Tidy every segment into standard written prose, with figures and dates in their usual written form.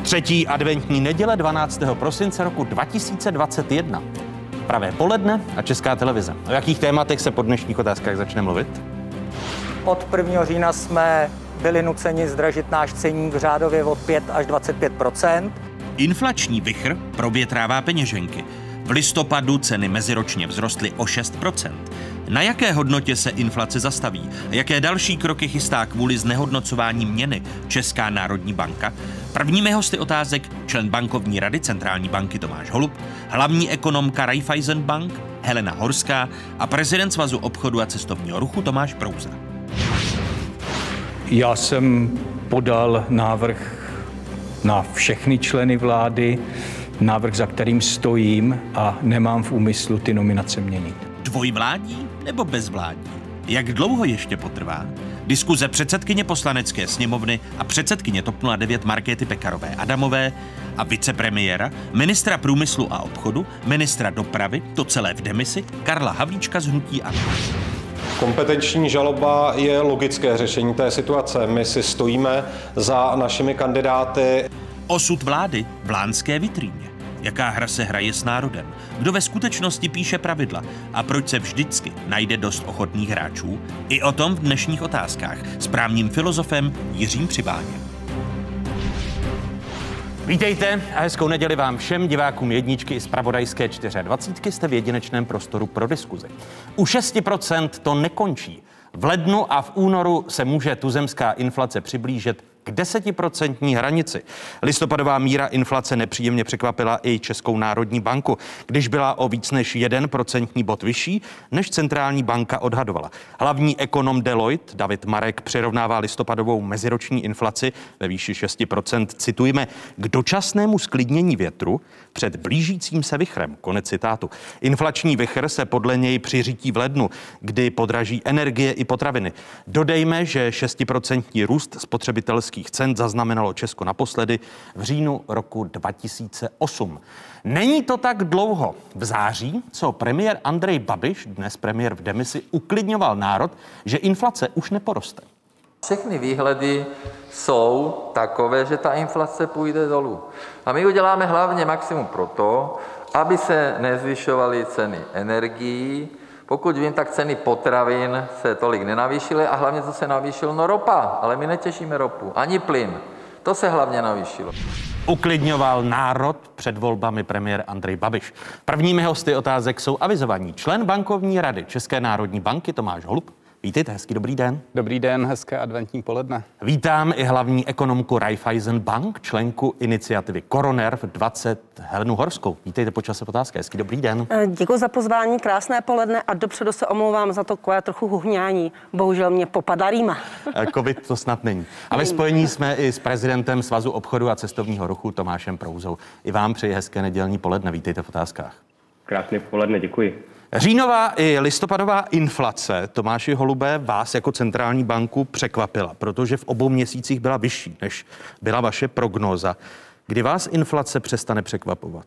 Třetí adventní neděle 12. prosince roku 2021. Pravé poledne a Česká televize. O jakých tématech se po dnešních otázkách začne mluvit? Od 1. října jsme byli nuceni zdražit náš ceník řádově od 5 až 25%. Inflační vichr provětrává peněženky. V listopadu ceny meziročně vzrostly o 6%. Na jaké hodnotě se inflace zastaví? Jaké další kroky chystá kvůli znehodnocování měny Česká národní banka? Prvními hosty otázek člen bankovní rady Centrální banky Tomáš Holub, hlavní ekonomka Raiffeisen Bank Helena Horská a prezident Svazu obchodu a cestovního ruchu Tomáš Prouza. Já jsem podal návrh na všechny členy vlády, návrh, za kterým stojím a nemám v úmyslu ty nominace měnit. Dvojvládí nebo bezvládí? Jak dlouho ještě potrvá? Diskuze předsedkyně Poslanecké sněmovny a předsedkyně TOP 09 Markéty Pekarové Adamové a vicepremiéra, ministra průmyslu a obchodu, ministra dopravy, to celé v demisi, Karla Havlíčka z hnutí ANO. Kompetenční žaloba je logické řešení té situace. My si stojíme za našimi kandidáty. Osud vlády v lánské vitríně. Jaká hra se hraje s národem? Kdo ve skutečnosti píše pravidla? A proč se vždycky najde dost ochotných hráčů? I o tom v dnešních otázkách s právním filozofem Jiřím Přibáněm. Vítejte a hezkou neděli vám všem divákům jedničky i zpravodajské 24. Jste v jedinečném prostoru pro diskuzi. U 6% to nekončí. V lednu a v únoru se může tuzemská inflace přiblížit k 10% hranici. Listopadová míra inflace nepříjemně překvapila i Českou národní banku, když byla o víc než 1% bod vyšší, než centrální banka odhadovala. Hlavní ekonom Deloitte David Marek přirovnává listopadovou meziroční inflaci ve výši 6%, citujme, k dočasnému sklidnění větru před blížícím se vichrem. Konec citátu. Inflační vichr se podle něj přiřítí v lednu, kdy podraží energie i potraviny. Dodejme, že 6% růst spotřebitelských cen zaznamenalo Česko naposledy v říjnu roku 2008. Není to tak dlouho. V září, co premiér Andrej Babiš, dnes premiér v demisi, uklidňoval národ, že inflace už neporoste. Všechny výhledy jsou takové, že ta inflace půjde dolů. A my uděláme hlavně maximum pro to, aby se nezvyšovaly ceny energií. Pokud vím, tak ceny potravin se tolik nenavýšily a hlavně to se navýšilo, no ropa, ale my netěžíme ropu, ani plyn. To se hlavně navýšilo. Uklidňoval národ před volbami premiér Andrej Babiš. Prvními hosty otázek jsou avizovaní člen bankovní rady České národní banky Tomáš Holub. Vítejte, hezký dobrý den. Dobrý den, hezké adventní poledne. Vítám i hlavní ekonomku Raiffeisen Bank, členku iniciativy Koronerv 20 Helenu Horskou. Vítejte po čase otázky, hezký dobrý den. Děkuji za pozvání, krásné poledne a dopředu se omlouvám za to trochu huhňání. Bohužel mě popadla rýma. Covid to snad není. A ve spojení jsme i s prezidentem Svazu obchodu a cestovního ruchu Tomášem Prouzou. I vám přeji hezké nedělní poledne, vítejte v otázkách. Krásné poledne, děkuji. Říjnová i listopadová inflace, Tomáši Holubé, vás jako centrální banku překvapila, protože v obou měsících byla vyšší, než byla vaše prognóza. Kdy vás inflace přestane překvapovat?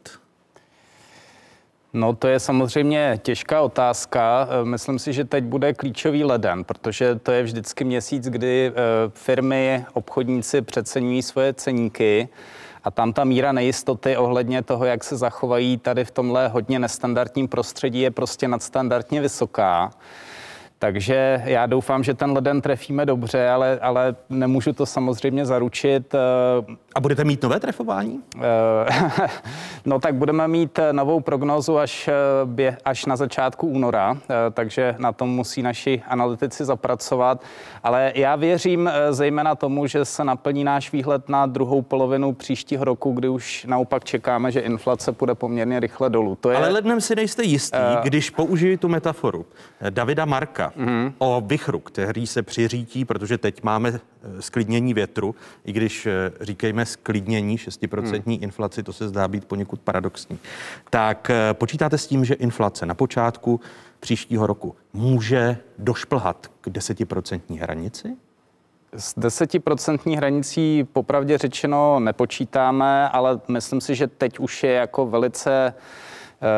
No to je samozřejmě těžká otázka. Myslím si, že teď bude klíčový leden, protože to je vždycky měsíc, kdy firmy, obchodníci přeceňují svoje ceníky. A tam ta míra nejistoty ohledně toho, jak se zachovají tady v tomhle hodně nestandardním prostředí, je prostě nadstandardně vysoká. Takže já doufám, že ten leden trefíme dobře, ale nemůžu to samozřejmě zaručit. A budete mít nové trefování? No tak budeme mít novou prognózu až na začátku února, takže na tom musí naši analytici zapracovat. Ale já věřím zejména tomu, že se naplní náš výhled na druhou polovinu příštího roku, kdy už naopak čekáme, že inflace půjde poměrně rychle dolů. Ale lednem si nejste jistý, když použiji tu metaforu Davida Marka o vichru, který se přiřítí, protože teď máme sklidnění větru, i když říkejme sklidnění 6% inflaci, to se zdá být poněkud paradoxní. Tak počítáte s tím, že inflace na počátku příštího roku může došplhat k 10% hranici? S 10% hranicí popravdě řečeno nepočítáme, ale myslím si, že teď už je jako velice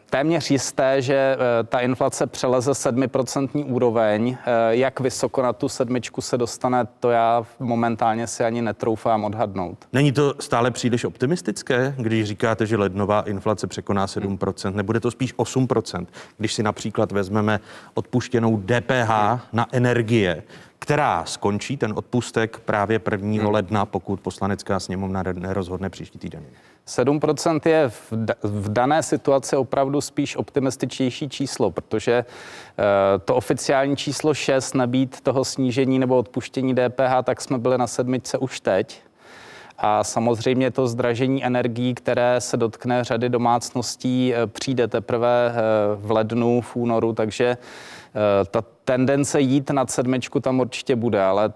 téměř jisté, že ta inflace přeleze 7% úroveň. Jak vysoko na tu 7 se dostane, to já momentálně si ani netroufám odhadnout. Není to stále příliš optimistické, když říkáte, že lednová inflace překoná 7%? Nebude to spíš 8%, když si například vezmeme odpuštěnou DPH na energie, která skončí, ten odpustek, právě 1. ledna, pokud Poslanecká sněmovna nerozhodne příští týden? 7% je v dané situaci opravdu spíš optimističtější číslo, protože to oficiální číslo 6 nabít toho snížení nebo odpuštění DPH, tak jsme byli na 7 už teď. A samozřejmě to zdražení energií, které se dotkne řady domácností, přijde teprve v lednu, v únoru, takže ta tendence jít nad 7 tam určitě bude, ale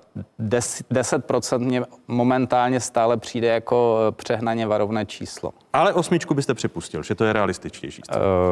10% mě momentálně stále přijde jako přehnaně varovné číslo. Ale 8 byste připustil, že to je realističtější?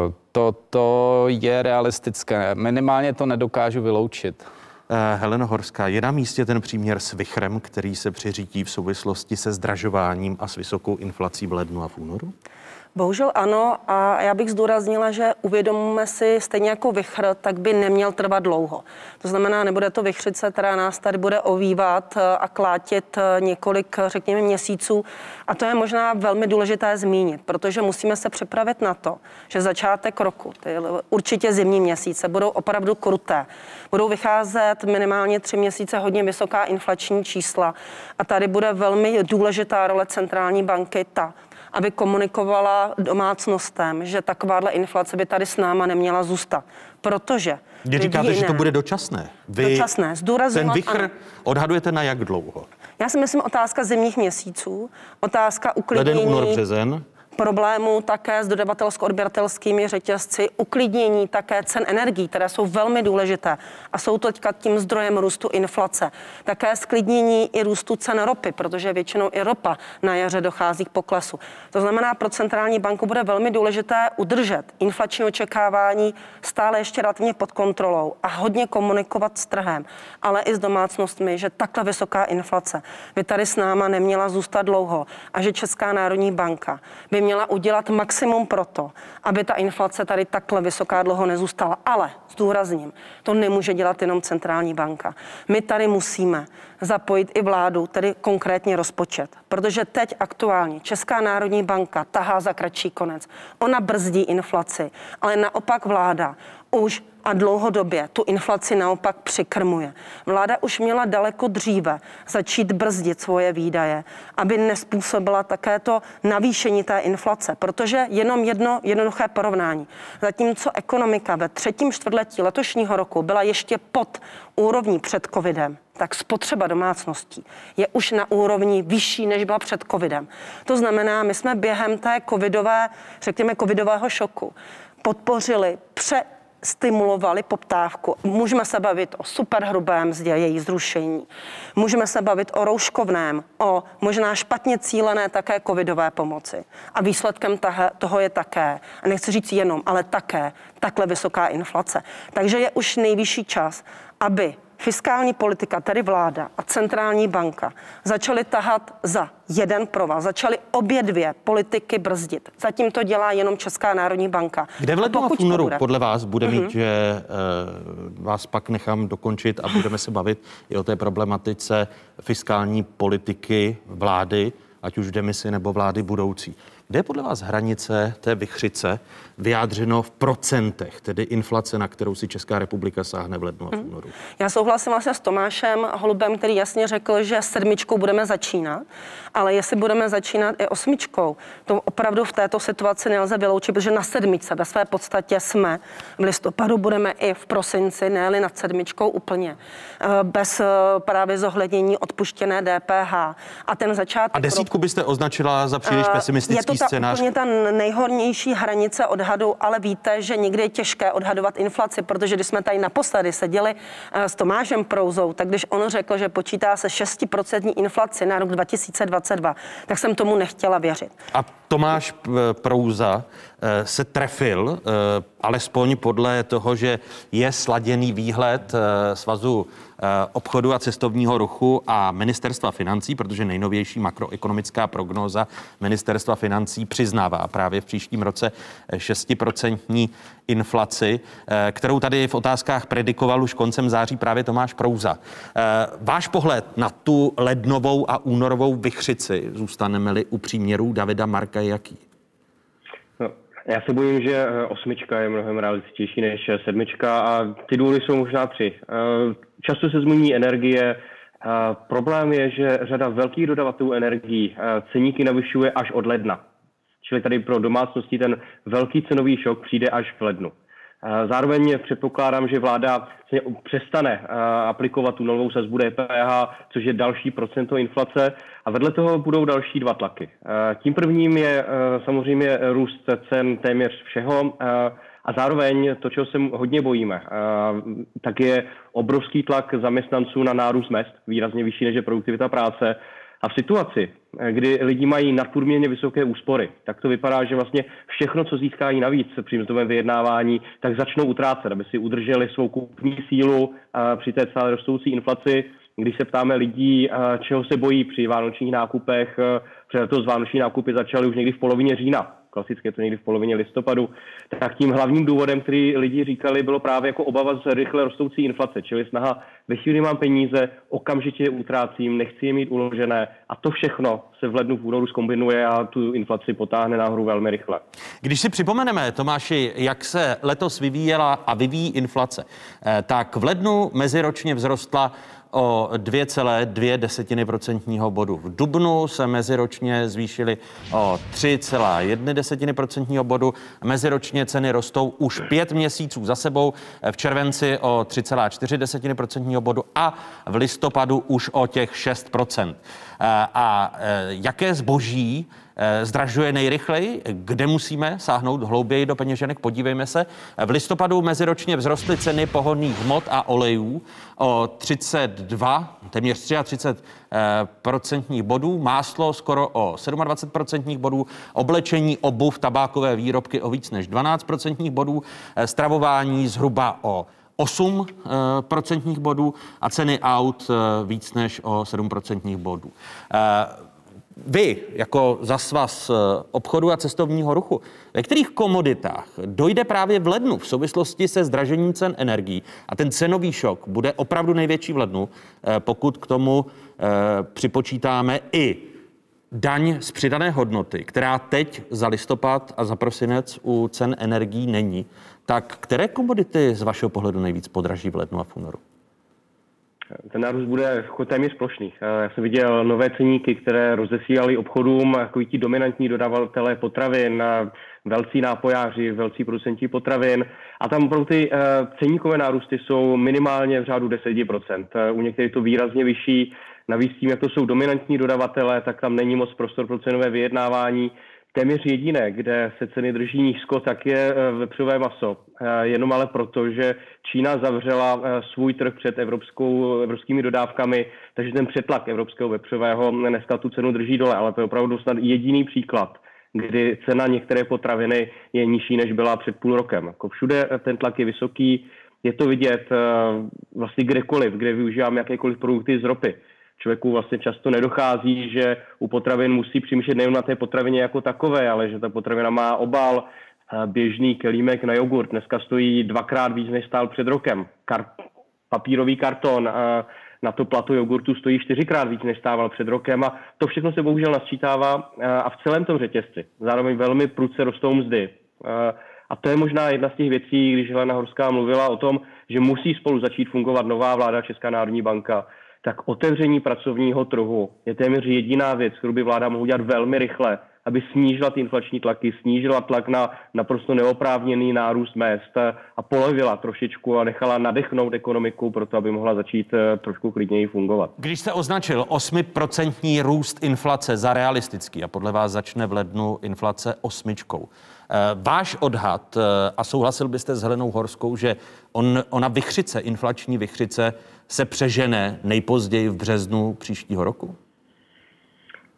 To je realistické. Minimálně to nedokážu vyloučit. Heleno Horská, je na místě ten příměr s vichrem, který se přiřítí v souvislosti se zdražováním a s vysokou inflací v lednu a v únoru? Bohužel ano, a já bych zdůraznila, že uvědomíme si, stejně jako vichr, tak by neměl trvat dlouho. To znamená, nebude to vichřice, která nás tady bude ovývat a klátit několik, řekněme, měsíců. A to je možná velmi důležité zmínit, protože musíme se připravit na to, že začátek roku, ty určitě zimní měsíce, budou opravdu kruté. Budou vycházet minimálně 3 měsíce hodně vysoká inflační čísla. A tady bude velmi důležitá role centrální banky aby komunikovala domácnostem, že takováhle inflace by tady s náma neměla zůstat. Protože... Když říkáte, že to bude dočasné. Dočasné. Ten vichr odhadujete na jak dlouho? Já si myslím, otázka zimních měsíců, otázka uklidnění... Leden, únor, březen. Problémů také s dodavatelsko-odběratelskými řetězci, uklidnění také cen energií, které jsou velmi důležité a jsou teďka tím zdrojem růstu inflace. Také sklidnění i růstu cen ropy, protože většinou i ropa na jaře dochází k poklesu. To znamená, pro centrální banku bude velmi důležité udržet inflační očekávání stále ještě relativně pod kontrolou a hodně komunikovat s trhem, ale i s domácnostmi, že takhle vysoká inflace by tady s náma neměla zůstat dlouho a že Česká národní banka by měla udělat maximum pro to, aby ta inflace tady takhle vysoká dlouho nezůstala. Ale zdůrazním, to nemůže dělat jenom centrální banka. My tady musíme zapojit i vládu, tedy konkrétně rozpočet. Protože teď aktuálně Česká národní banka tahá za kratší konec. Ona brzdí inflaci, ale naopak vláda už a dlouhodobě tu inflaci naopak přikrmuje. Vláda už měla daleko dříve začít brzdit svoje výdaje, aby nespůsobila také to navýšení té inflace, protože jenom jedno jednoduché porovnání. Zatímco ekonomika ve 3. čtvrtletí letošního roku byla ještě pod úrovní před covidem, tak spotřeba domácností je už na úrovni vyšší, než byla před covidem. To znamená, my jsme během té covidového šoku podpořili stimulovali poptávku. Můžeme se bavit o superhrubé mzdě, její zrušení. Můžeme se bavit o rouškovném, o možná špatně cílené také covidové pomoci. A výsledkem toho je také, a nechci říct jenom, ale také takhle vysoká inflace. Takže je už nejvyšší čas, aby fiskální politika, tedy vláda a centrální banka, začaly tahat za jeden provaz, začaly obě dvě politiky brzdit. Zatím to dělá jenom Česká národní banka. Kde v lednu a v únoru podle vás bude mít, že vás pak nechám dokončit a budeme se bavit i o té problematice fiskální politiky vlády, ať už v demisi nebo vlády budoucí. Kde je podle vás hranice té vichřice vyjádřeno v procentech, tedy inflace, na kterou si Česká republika sáhne v lednu a v únoru? Já souhlasím vlastně s Tomášem Holubem, který jasně řekl, že 7 budeme začínat, ale jestli budeme začínat i 8, to opravdu v této situaci nelze vyloučit, protože na 7 ve své podstatě jsme. V listopadu budeme i v prosinci, ne-li nad 7 úplně, bez právě zohlednění odpuštěné DPH. A ten začátek... A 10 byste označila za příliš pesimistický scénář? Je to úplně ta nejhornější hranice odhadu, ale víte, že někdy je těžké odhadovat inflaci, protože když jsme tady naposledy seděli s Tomášem Prouzou, tak když on řekl, že počítá se 6% inflaci na rok 2022, tak jsem tomu nechtěla věřit. A Tomáš Prouza se trefil, alespoň podle toho, že je sladěný výhled Svazu obchodu a cestovního ruchu a Ministerstva financí, protože nejnovější makroekonomická prognóza Ministerstva financí financí přiznává právě v příštím roce 6% inflaci, kterou tady v otázkách predikoval už koncem září právě Tomáš Prouza. Váš pohled na tu lednovou a únorovou vichřici, zůstaneme-li u příměrů Davida Marka, jaký? No, já se bojím, že 8 je mnohem realističtější než 7 a ty důvody jsou možná 3. Často se zmíní energie. Problém je, že řada velkých dodavatelů energií ceníky navyšuje až od ledna. Čili tady pro domácnosti ten velký cenový šok přijde až v lednu. Zároveň předpokládám, že vláda přestane aplikovat tu novou sazbu DPH, což je další procento inflace, a vedle toho budou další 2 tlaky. Tím prvním je samozřejmě růst cen téměř všeho a zároveň to, čeho se hodně bojíme, tak je obrovský tlak zaměstnanců na nárůst mezd, výrazně vyšší než je produktivita práce. A v situaci, kdy lidi mají nadprůměrně vysoké úspory, tak to vypadá, že vlastně všechno, co získají navíc při mzdovém vyjednávání, tak začnou utrácet, aby si udrželi svou kupní sílu při té celé rostoucí inflaci. Když se ptáme lidí, čeho se bojí při vánočních nákupech, protože to z vánoční nákupy začaly už někdy v polovině října, klasicky to někdy v polovině listopadu, tak tím hlavním důvodem, který lidi říkali, bylo právě jako obava z rychle rostoucí inflace, čili snaha, ve chvíli mám peníze, okamžitě je utrácím, nechci je mít uložené, a to všechno se v lednu v únoru zkombinuje a tu inflaci potáhne nahoru velmi rychle. Když si připomeneme, Tomáši, jak se letos vyvíjela a vyvíjí inflace, tak v lednu meziročně vzrostla o 2,2% bodu. V dubnu se meziročně zvýšily o 3,1% bodu. Meziročně ceny rostou už 5 měsíců za sebou, v červenci o 3,4% bodu a v listopadu už o těch 6%. A jaké zboží zdražuje nejrychleji? Kde musíme sáhnout hlouběji do peněženek? Podívejme se. V listopadu meziročně vzrostly ceny pohonných hmot a olejů o 32, téměř 33% bodů, máslo skoro o 27% bodů, oblečení, obuv, tabákové výrobky o víc než 12% bodů, stravování zhruba o 8% bodů a ceny aut víc než o 7% bodů. Vy, jako za Svaz obchodu a cestovního ruchu, ve kterých komoditách dojde právě v lednu v souvislosti se zdražením cen energií a ten cenový šok bude opravdu největší v lednu, pokud k tomu připočítáme i daň z přidané hodnoty, která teď za listopad a za prosinec u cen energií není, tak které komodity z vašeho pohledu nejvíc podraží v lednu a v únoru? Ten nárůst bude téměř plošný. Já jsem viděl nové ceníky, které rozesílali obchodům jako ti dominantní dodavatelé potravin, velcí nápojáři, velcí producenti potravin. A tam opravdu ty ceníkové nárůsty jsou minimálně v řádu 10%. U některých to výrazně vyšší. Navíc tím, jak to jsou dominantní dodavatelé, tak tam není moc prostor pro cenové vyjednávání. Téměř jediné, kde se ceny drží nízko, tak je vepřové maso. Jenom ale proto, že Čína zavřela svůj trh před evropskými dodávkami, takže ten přetlak evropského vepřového dneska tu cenu drží dole. Ale to je opravdu snad jediný příklad, kdy cena některé potraviny je nižší, než byla před půl rokem. Jako všude ten tlak je vysoký, je to vidět vlastně kdekoliv, kde využíváme jakékoliv produkty z ropy. Člověku vlastně často nedochází, že u potravin musí přemýšlet nejen na té potravině jako takové, ale že ta potravina má obal, běžný kelímek na jogurt. Dneska stojí 2x víc, než stál před rokem. Papírový karton na to plato jogurtu stojí 4x víc, než stával před rokem. A to všechno se bohužel nasčítává a v celém tom řetězci. Zároveň velmi prudce rostou mzdy. A to je možná jedna z těch věcí, když Helena Horská mluvila o tom, že musí spolu začít fungovat nová vláda, Česká národní banka, tak otevření pracovního trhu je téměř jediná věc, kterou by vláda mohla udělat velmi rychle, aby snížila ty inflační tlaky, snížila tlak na naprosto neoprávněný nárůst mezd a polevila trošičku a nechala nadechnout ekonomiku proto, aby mohla začít trošku klidněji fungovat. Když jste označil 8% růst inflace za realistický a podle vás začne v lednu inflace 8, váš odhad, a souhlasil byste s Helenou Horskou, že ona vichřice, inflační vichřice, se přežene nejpozději v březnu příštího roku?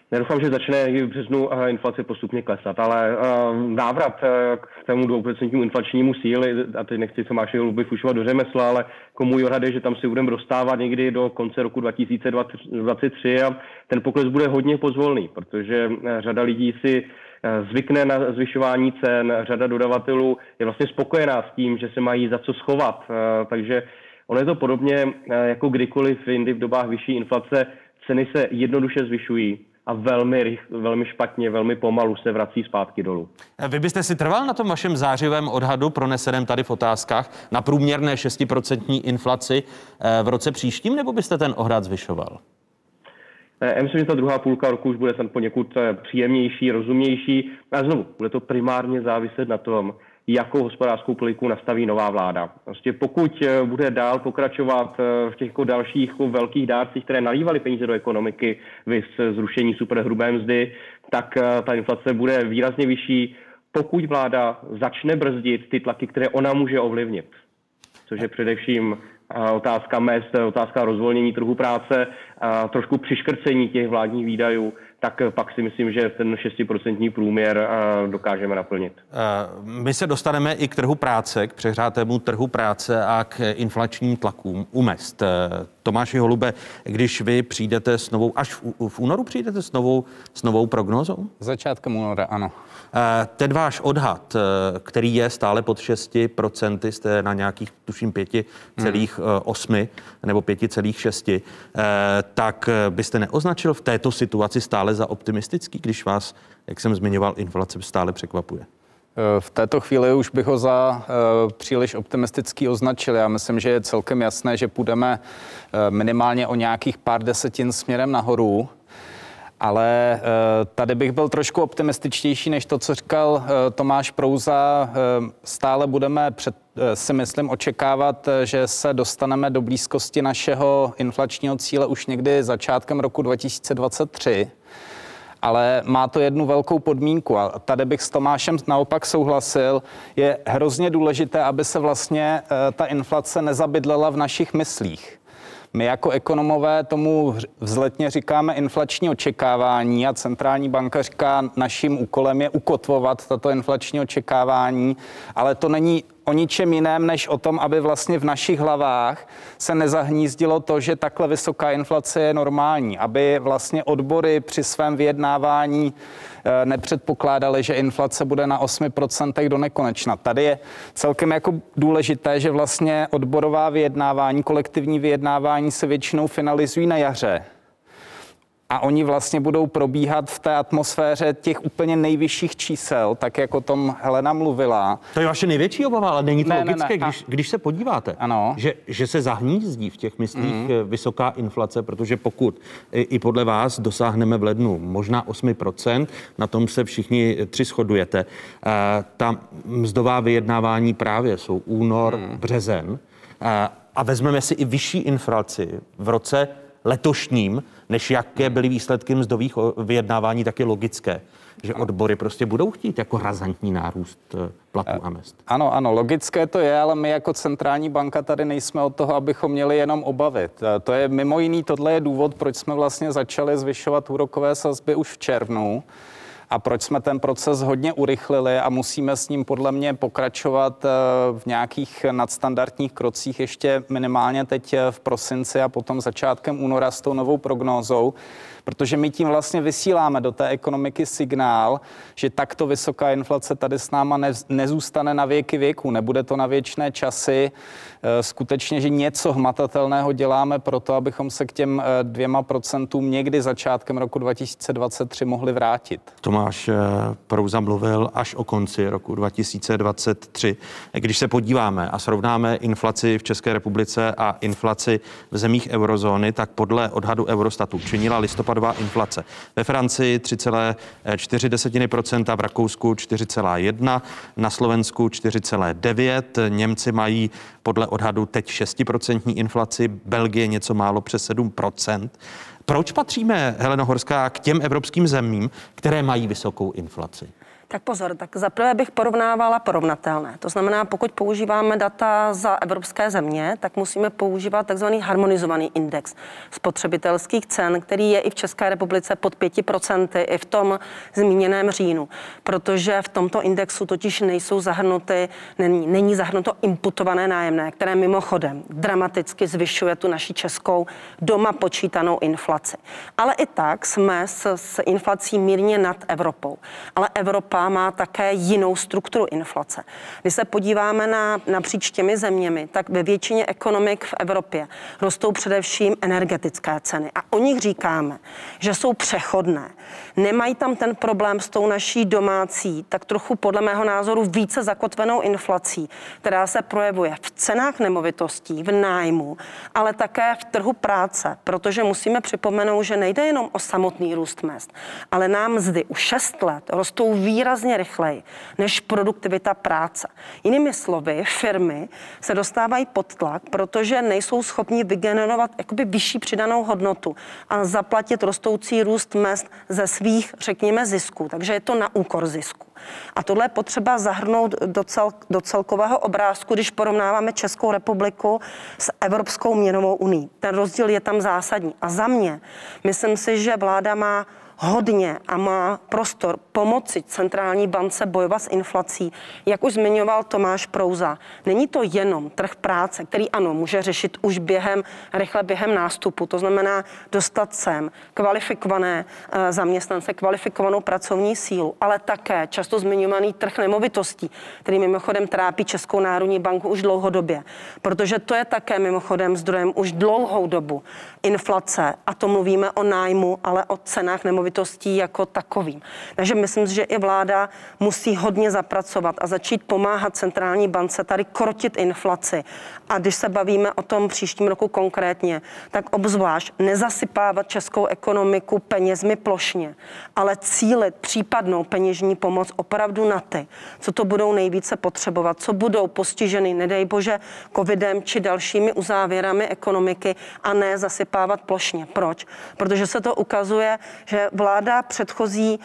Já doufám, že začne v březnu inflace postupně klesat, ale návrat k tomu 2% inflačnímu cíli, a teď nechci Tomáše Holuby fušovat do řemesla, ale můj odhad je, že tam si budeme dostávat někdy do konce roku 2023 a ten pokles bude hodně pozvolný, protože řada lidí si zvykne na zvyšování cen, řada dodavatelů je vlastně spokojená s tím, že se mají za co schovat, takže ono je to podobně jako kdykoliv jindy v dobách vyšší inflace, ceny se jednoduše zvyšují a velmi špatně, velmi pomalu se vrací zpátky dolů. Vy byste si trval na tom vašem zářivém odhadu, proneseném tady v otázkách, na průměrné 6% inflaci v roce příštím, nebo byste ten odhad zvyšoval? Já myslím, že ta druhá půlka roku už bude poněkud příjemnější, rozumnější. A znovu, bude to primárně záviset na tom, jakou hospodářskou politiku nastaví nová vláda. Prostě pokud bude dál pokračovat v těch dalších velkých dárcích, které nalívaly peníze do ekonomiky, vys zrušení superhrubé mzdy, tak ta inflace bude výrazně vyšší, pokud vláda začne brzdit ty tlaky, které ona může ovlivnit. Což je především otázka mezd, otázka rozvolnění trhu práce, trošku přiškrcení těch vládních výdajů, tak pak si myslím, že ten 6% průměr dokážeme naplnit. My se dostaneme i k trhu práce, k přehřátému trhu práce a k inflačním tlakům u mezd. Tomáši Holube, když vy přijdete s novou, až v únoru přijdete s novou prognózou? Začátkem února, ano. Ten váš odhad, který je stále pod 6%, jste na nějakých, tuším, 5,8 nebo 5,6, tak byste neoznačil v této situaci stále za optimistický, když vás, jak jsem zmiňoval, inflace stále překvapuje? V této chvíli už bych ho za příliš optimistický označil. Já myslím, že je celkem jasné, že půjdeme minimálně o nějakých pár desetin směrem nahoru. Ale tady bych byl trošku optimističtější než to, co říkal Tomáš Prouza. Stále budeme si myslím očekávat, že se dostaneme do blízkosti našeho inflačního cíle už někdy začátkem roku 2023. Ale má to jednu velkou podmínku a tady bych s Tomášem naopak souhlasil. Je hrozně důležité, aby se vlastně ta inflace nezabydlela v našich myslích. My jako ekonomové tomu vzletně říkáme inflační očekávání a centrální banka říká, naším úkolem je ukotvovat tato inflační očekávání, ale to není o ničem jiném, než o tom, aby vlastně v našich hlavách se nezahnízdilo to, že takhle vysoká inflace je normální, aby vlastně odbory při svém vyjednávání nepředpokládali, že inflace bude na 8% do nekonečna. Tady je celkem jako důležité, že vlastně odborová vyjednávání, kolektivní vyjednávání se většinou finalizují na jaře. A oni vlastně budou probíhat v té atmosféře těch úplně nejvyšších čísel, tak jak o tom Helena mluvila. To je vaše největší obava, ale není to logické, když se podíváte, že se zahnízdí v těch myslích vysoká inflace, protože pokud i podle vás dosáhneme v lednu možná 8%, na tom se všichni tři shodujete, ta mzdová vyjednávání právě jsou únor, březen a vezmeme si i vyšší inflaci v roce letošním, než jaké byly výsledky mzdových vyjednávání, tak je logické, že odbory prostě budou chtít jako razantní nárůst platů a mezd. Ano, logické to je, ale my jako centrální banka tady nejsme od toho, abychom měli jenom obavy. To je mimo jiný, tohle je důvod, proč jsme vlastně začali zvyšovat úrokové sazby už v červnu a proč jsme ten proces hodně urychlili a musíme s ním podle mě pokračovat v nějakých nadstandardních krocích ještě minimálně teď v prosinci a potom začátkem února s tou novou prognózou, protože my tím vlastně vysíláme do té ekonomiky signál, že takto vysoká inflace tady s náma nezůstane na věky věku, nebude to na věčné časy. Skutečně, že něco hmatatelného děláme pro to, abychom se k těm 2% někdy začátkem roku 2023 mohli vrátit. Tomáš Prouza mluvil až o konci roku 2023. Když se podíváme a srovnáme inflaci v České republice a inflaci v zemích eurozóny, tak podle odhadu Eurostatu činila listopadová inflace ve Francii 3,4%, v Rakousku 4,1%, na Slovensku 4,9%, Němci mají podle odhadu teď 6% inflaci, Belgie něco málo přes 7%. Proč patříme, Heleno Horská, k těm evropským zemím, které mají vysokou inflaci? Tak pozor, tak zaprvé bych porovnávala porovnatelné. To znamená, pokud používáme data za evropské země, tak musíme používat takzvaný harmonizovaný index spotřebitelských cen, který je i v České republice pod 5% i v tom zmíněném říjnu, protože v tomto indexu totiž nejsou zahrnuty, není zahrnuto imputované nájemné, které mimochodem dramaticky zvyšuje tu naši českou doma počítanou inflaci. Ale i tak jsme s inflací mírně nad Evropou. Ale Evropa má také jinou strukturu inflace. Když se podíváme napříč těmi zeměmi, tak ve většině ekonomik v Evropě rostou především energetické ceny. A o nich říkáme, že jsou přechodné. Nemají tam ten problém s tou naší domácí, tak trochu podle mého názoru více zakotvenou inflací, která se projevuje v cenách nemovitostí, v nájmu, ale také v trhu práce, protože musíme připomenout, že nejde jenom o samotný růst mezd, ale nám mzdy už 6 let rostou výrazně rychleji než produktivita práce. Jinými slovy, firmy se dostávají pod tlak, protože nejsou schopni vygenerovat jakoby vyšší přidanou hodnotu a zaplatit rostoucí růst mezd ze svých, řekněme, zisků. Takže je to na úkor zisku. A tohle je potřeba zahrnout do celkového obrázku, když porovnáváme Českou republiku s Evropskou měnovou unií. Ten rozdíl je tam zásadní. A za mě, myslím si, že vláda má hodně a má prostor pomoci centrální bance bojovat s inflací. Jak už zmiňoval Tomáš Prouza, není to jenom trh práce, který ano, může řešit už rychle během nástupu. To znamená dostat sem kvalifikované zaměstnance, kvalifikovanou pracovní sílu, ale také často zmiňovaný trh nemovitostí, který mimochodem trápí Českou národní banku už dlouhodobě. Protože to je také mimochodem zdrojem už dlouhou dobu inflace. A to mluvíme o nájmu, ale o cenách nemovitostí jako takovým. Takže myslím si, že i vláda musí hodně zapracovat a začít pomáhat centrální bance tady krotit inflaci. A když se bavíme o tom příštím roku konkrétně, tak obzvlášť nezasypávat českou ekonomiku penězmi plošně, ale cílit případnou peněžní pomoc opravdu na ty, co to budou nejvíce potřebovat, co budou postiženy, nedej bože, covidem či dalšími uzávěrami ekonomiky a ne zasypávat plošně. Proč? Protože se to ukazuje, že vláda předchozí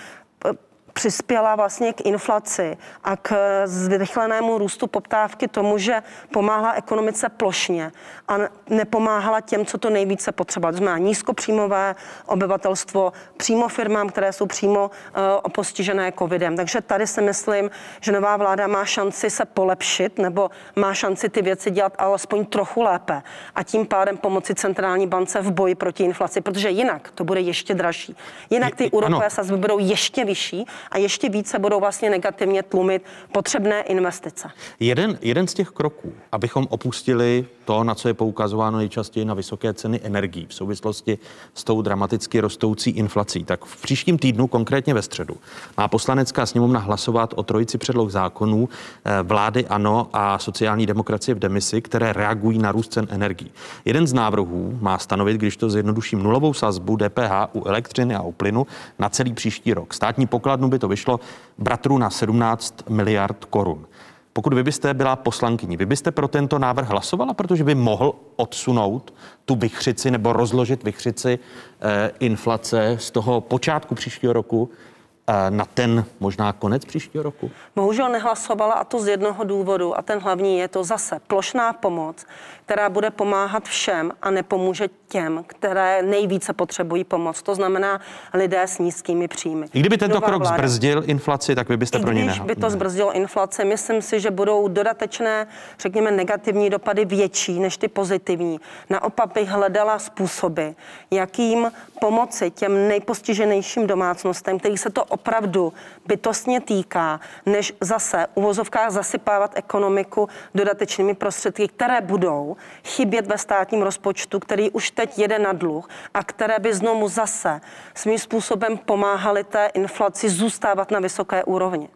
přispěla vlastně k inflaci a k zrychlenému růstu poptávky tomu, že pomáhala ekonomice plošně a nepomáhala těm, co to nejvíce potřebovalo. To znamená nízkopříjmové obyvatelstvo, přímo firmám, které jsou přímo postižené covidem. Takže tady si myslím, že nová vláda má šanci se polepšit nebo má šanci ty věci dělat alespoň trochu lépe a tím pádem pomoci centrální bance v boji proti inflaci, protože jinak to bude ještě dražší. Jinak ty úrokové sazby budou ještě vyšší a ještě více budou vlastně negativně tlumit potřebné investice. Jeden z těch kroků, abychom opustili to, na co je poukazováno nejčastěji na vysoké ceny energií v souvislosti s tou dramaticky rostoucí inflací, tak v příštím týdnu, konkrétně ve středu, má Poslanecká sněmovna hlasovat o trojici předloh zákonů vlády ANO a sociální demokracie v demisi, které reagují na růst cen energií. Jeden z návrhů má stanovit, když to zjednoduším, nulovou sazbu DPH u elektřiny a u plynu na celý příští rok. Státní pokladnu by to vyšlo bratru na 17 miliard korun. Pokud vy byste byla poslankyní, vy byste pro tento návrh hlasovala, protože by mohl odsunout tu vichřici nebo rozložit vichřici inflace z toho počátku příštího roku na ten možná konec příštího roku? Bohužel nehlasovala a to z jednoho důvodu a ten hlavní je to zase plošná pomoc, která bude pomáhat všem a nepomůže těm, které nejvíce potřebují pomoc. To znamená lidé s nízkými příjmy. I kdyby tento krok zbrzdil inflaci, tak vy byste pro ně Když by to zbrzdilo inflaci, myslím si, že budou dodatečné, řekněme, negativní dopady větší než ty pozitivní. Naopak bych hledala způsoby, jakým pomoci těm nejpostiženějším domácnostem, kterých se to opravdu bytostně týká, než zase v uvozovkách zasypávat ekonomiku dodatečnými prostředky, které budou chybět ve státním rozpočtu, který už teď jede na dluh a které by znovu zase svým způsobem pomáhaly té inflaci zůstávat na vysoké úrovni.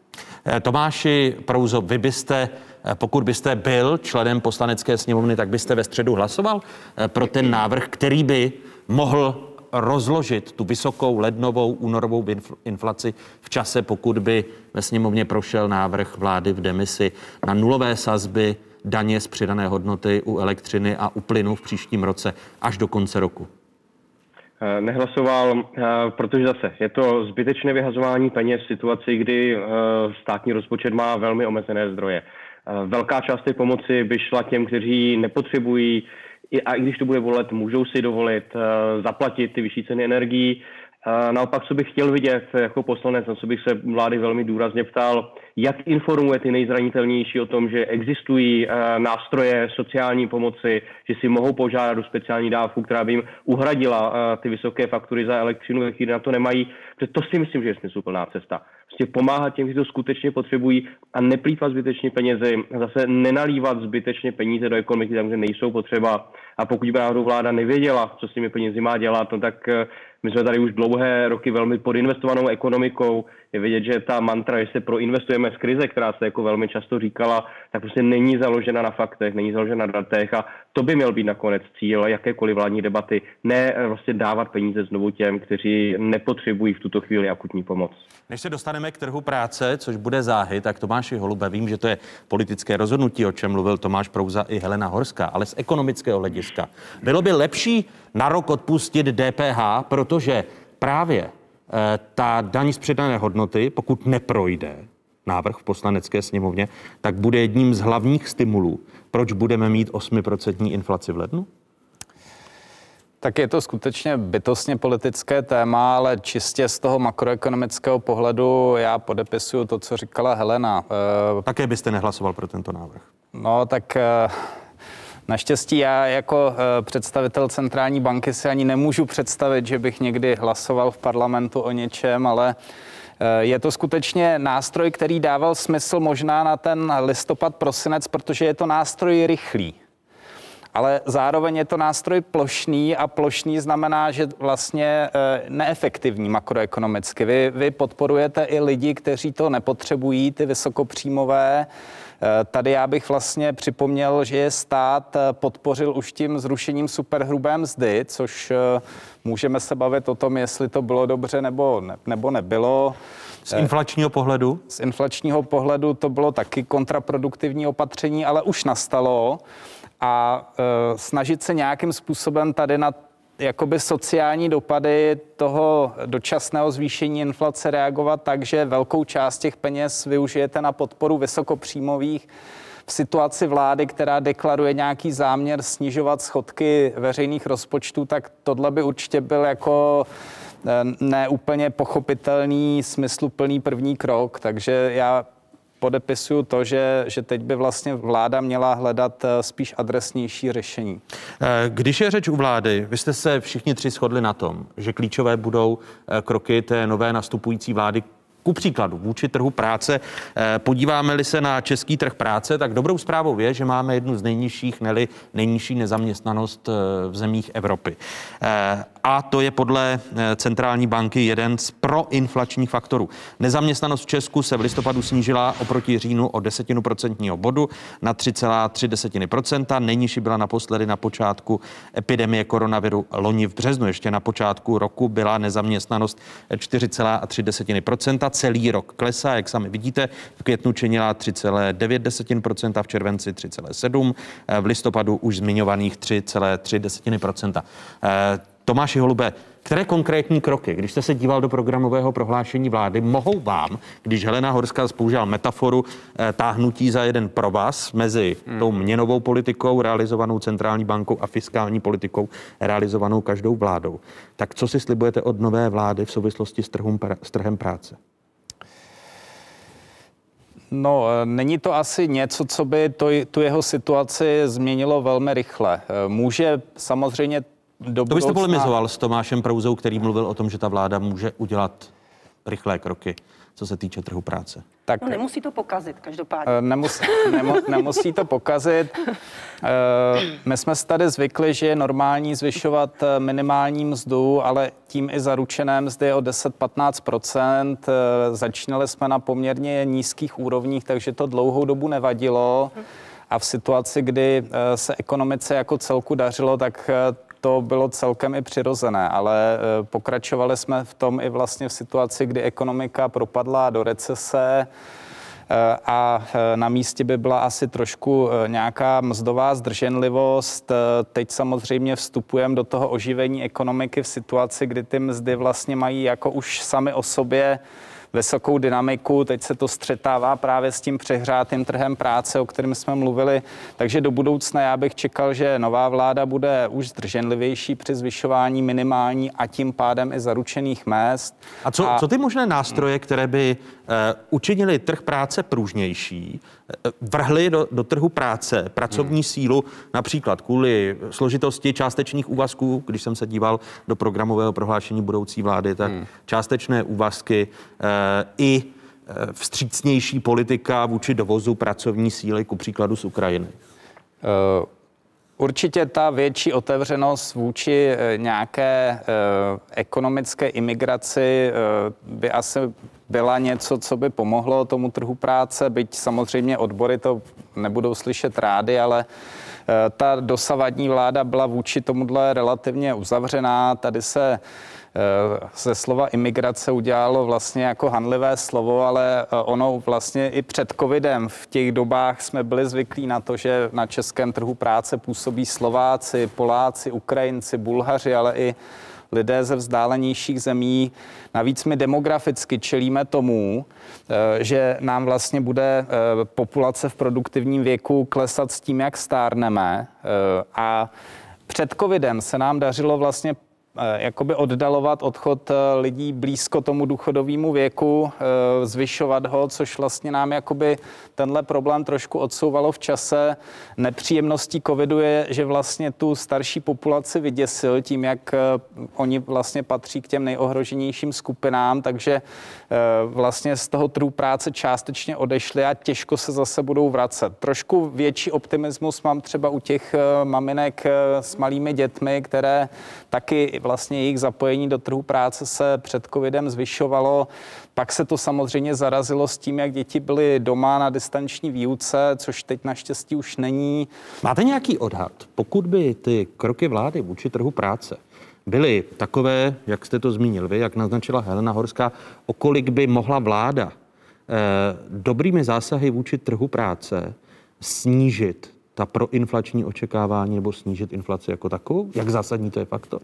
Tomáši Prouzo, vy byste, pokud byste byl členem Poslanecké sněmovny, tak byste ve středu hlasoval pro ten návrh, který by mohl rozložit tu vysokou lednovou, únorovou inflaci v čase, pokud by ve sněmovně prošel návrh vlády v demisi na nulové sazby daně z přidané hodnoty u elektřiny a u plynu v příštím roce až do konce roku? Nehlasoval, protože zase je to zbytečné vyhazování peněz v situaci, kdy státní rozpočet má velmi omezené zdroje. Velká část té pomoci by šla těm, kteří nepotřebují, a i když to bude volet, můžou si dovolit zaplatit ty vyšší ceny energií. Naopak, co bych chtěl vidět jako poslanec, na co bych se vlády velmi důrazně ptal, jak informuje ty nejzranitelnější o tom, že existují nástroje sociální pomoci, že si mohou požádat o speciální dávku, která by jim uhradila ty vysoké faktury za elektřinu, ve chvíli na to nemají. Protože to si myslím, že je smysluplná cesta. Prostě pomáhat těm, kteří to skutečně potřebují a neplýtvat zbytečně penězi, zase nenalívat zbytečně peníze do ekonomiky tam, kde nejsou potřeba. A pokud by náhodou vláda nevěděla, co s těmi penězi má dělat, no tak my jsme tady už dlouhé roky velmi podinvestovanou ekonomikou. Je vidět, že ta mantra, že se proinvestujeme z krize, která se jako velmi často říkala, tak prostě není založena na faktech, není založena na datech a to by měl být nakonec cíl jakékoliv vládní debaty. Ne vlastně dávat peníze znovu těm, kteří nepotřebují v tuto chvíli akutní pomoc. Než se dostaneme k trhu práce, což bude záhy, tak Tomáši Holube, vím, že to je politické rozhodnutí, o čem mluvil Tomáš Prouza i Helena Horská, ale z ekonomického hlediska. Bylo by lepší na rok odpustit DPH, protože právě ta daň z přidané hodnoty, pokud neprojde návrh v Poslanecké sněmovně, tak bude jedním z hlavních stimulů, proč budeme mít 8% inflaci v lednu? Tak je to skutečně bytostně politické téma, ale čistě z toho makroekonomického pohledu já podepisuju to, co říkala Helena. Také byste nehlasoval pro tento návrh? No, tak naštěstí já jako představitel centrální banky si ani nemůžu představit, že bych někdy hlasoval v parlamentu o něčem, ale je to skutečně nástroj, který dával smysl možná na ten listopad, prosinec, protože je to nástroj rychlý. Ale zároveň je to nástroj plošný a plošný znamená, že vlastně neefektivní makroekonomicky. Vy podporujete i lidi, kteří to nepotřebují, ty vysokopříjmové. Tady já bych vlastně připomněl, že je stát podpořil už tím zrušením superhrubé mzdy, což můžeme se bavit o tom, jestli to bylo dobře nebo nebylo. Z inflačního pohledu? Z inflačního pohledu to bylo taky kontraproduktivní opatření, ale už nastalo. A snažit se nějakým způsobem tady na jakoby sociální dopady toho dočasného zvýšení inflace reagovat tak, že velkou část těch peněz využijete na podporu vysokopříjmových v situaci vlády, která deklaruje nějaký záměr snižovat schodky veřejných rozpočtů, tak tohle by určitě byl jako neúplně pochopitelný, smysluplný první krok. Takže já podepisuju to, že teď by vlastně vláda měla hledat spíš adresnější řešení. Když je řeč u vlády, vy jste se všichni tři shodli na tom, že klíčové budou kroky té nové nastupující vlády, ku příkladu vůči trhu práce. Podíváme-li se na český trh práce, tak dobrou zprávou je, že máme jednu z nejnižších, ne-li nejnižší nezaměstnanost v zemích Evropy. A to je podle centrální banky jeden z proinflačních faktorů. Nezaměstnanost v Česku se v listopadu snížila oproti říjnu o 10% bodu na 3,3%. Nejnižší byla naposledy na počátku epidemie koronaviru loni v březnu. Ještě na počátku roku byla nezaměstnanost 4,3%. Celý rok klesá, jak sami vidíte. V květnu činila 3,9%, v červenci 3,7%, v listopadu už zmiňovaných 3,3%. Tomáši Holube, které konkrétní kroky, když jste se díval do programového prohlášení vlády, mohou vám, když Helena Horská použila metaforu táhnutí za jeden provaz mezi tou měnovou politikou realizovanou centrální bankou a fiskální politikou realizovanou každou vládou, tak co si slibujete od nové vlády v souvislosti s trhem práce? No, není to asi něco, co by tu jeho situaci změnilo velmi rychle. Může samozřejmě To byste polemizoval s Tomášem Prouzou, který mluvil o tom, že ta vláda může udělat rychlé kroky, co se týče trhu práce. Tak, no nemusí to pokazit, každopádně. Nemusí to pokazit. My jsme si tady zvykli, že je normální zvyšovat minimální mzdu, ale tím i zaručené mzdy o 10-15%. Začínali jsme na poměrně nízkých úrovních, takže to dlouhou dobu nevadilo. A v situaci, kdy se ekonomice jako celku dařilo, tak to bylo celkem i přirozené, ale pokračovali jsme v tom i vlastně v situaci, kdy ekonomika propadla do recese. a na místě by byla asi trošku nějaká mzdová zdrženlivost. Teď samozřejmě vstupujeme do toho oživení ekonomiky v situaci, kdy ty mzdy vlastně mají jako už sami o sobě vysokou dynamiku, teď se to střetává právě s tím přehrátým trhem práce, o kterém jsme mluvili, takže do budoucna já bych čekal, že nová vláda bude už zdrženlivější při zvyšování minimální a tím pádem i zaručených mezd. A co ty možné nástroje, které by učinili trh práce pružnější, vrhly do trhu práce pracovní sílu, například kvůli složitosti částečných úvazků, když jsem se díval do programového prohlášení budoucí vlády, tak částečné úvazky i vstřícnější politika vůči dovozu pracovní síly, ku příkladu z Ukrajiny? Určitě ta větší otevřenost vůči nějaké ekonomické imigraci by asi byla něco, co by pomohlo tomu trhu práce, byť samozřejmě odbory to nebudou slyšet rády, ale ta dosavadní vláda byla vůči tomuhle relativně uzavřená. Tady se ze slova imigrace udělalo vlastně jako hanlivé slovo, ale ono vlastně i před covidem v těch dobách jsme byli zvyklí na to, že na českém trhu práce působí Slováci, Poláci, Ukrajinci, Bulhaři, ale i lidé ze vzdálenějších zemí. Navíc my demograficky čelíme tomu, že nám vlastně bude populace v produktivním věku klesat s tím, jak stárneme. A před covidem se nám dařilo vlastně jakoby oddalovat odchod lidí blízko tomu důchodovému věku, zvyšovat ho, což vlastně nám jakoby tenhle problém trošku odsouvalo v čase. Nepříjemností covidu je, že vlastně tu starší populaci vyděsil tím, jak oni vlastně patří k těm nejohroženějším skupinám, takže vlastně z toho trhu práce částečně odešli a těžko se zase budou vracet. Trošku větší optimismus mám třeba u těch maminek s malými dětmi, které taky vlastně jejich zapojení do trhu práce se před covidem zvyšovalo. Pak se to samozřejmě zarazilo s tím, jak děti byly doma na distanční výuce, což teď naštěstí už není. Máte nějaký odhad, pokud by ty kroky vlády vůči trhu práce byly takové, jak jste to zmínil vy, jak naznačila Helena Horská, o kolik by mohla vláda dobrými zásahy vůči trhu práce snížit ta proinflační očekávání nebo snížit inflaci jako takovou? Jak zásadní to je faktor?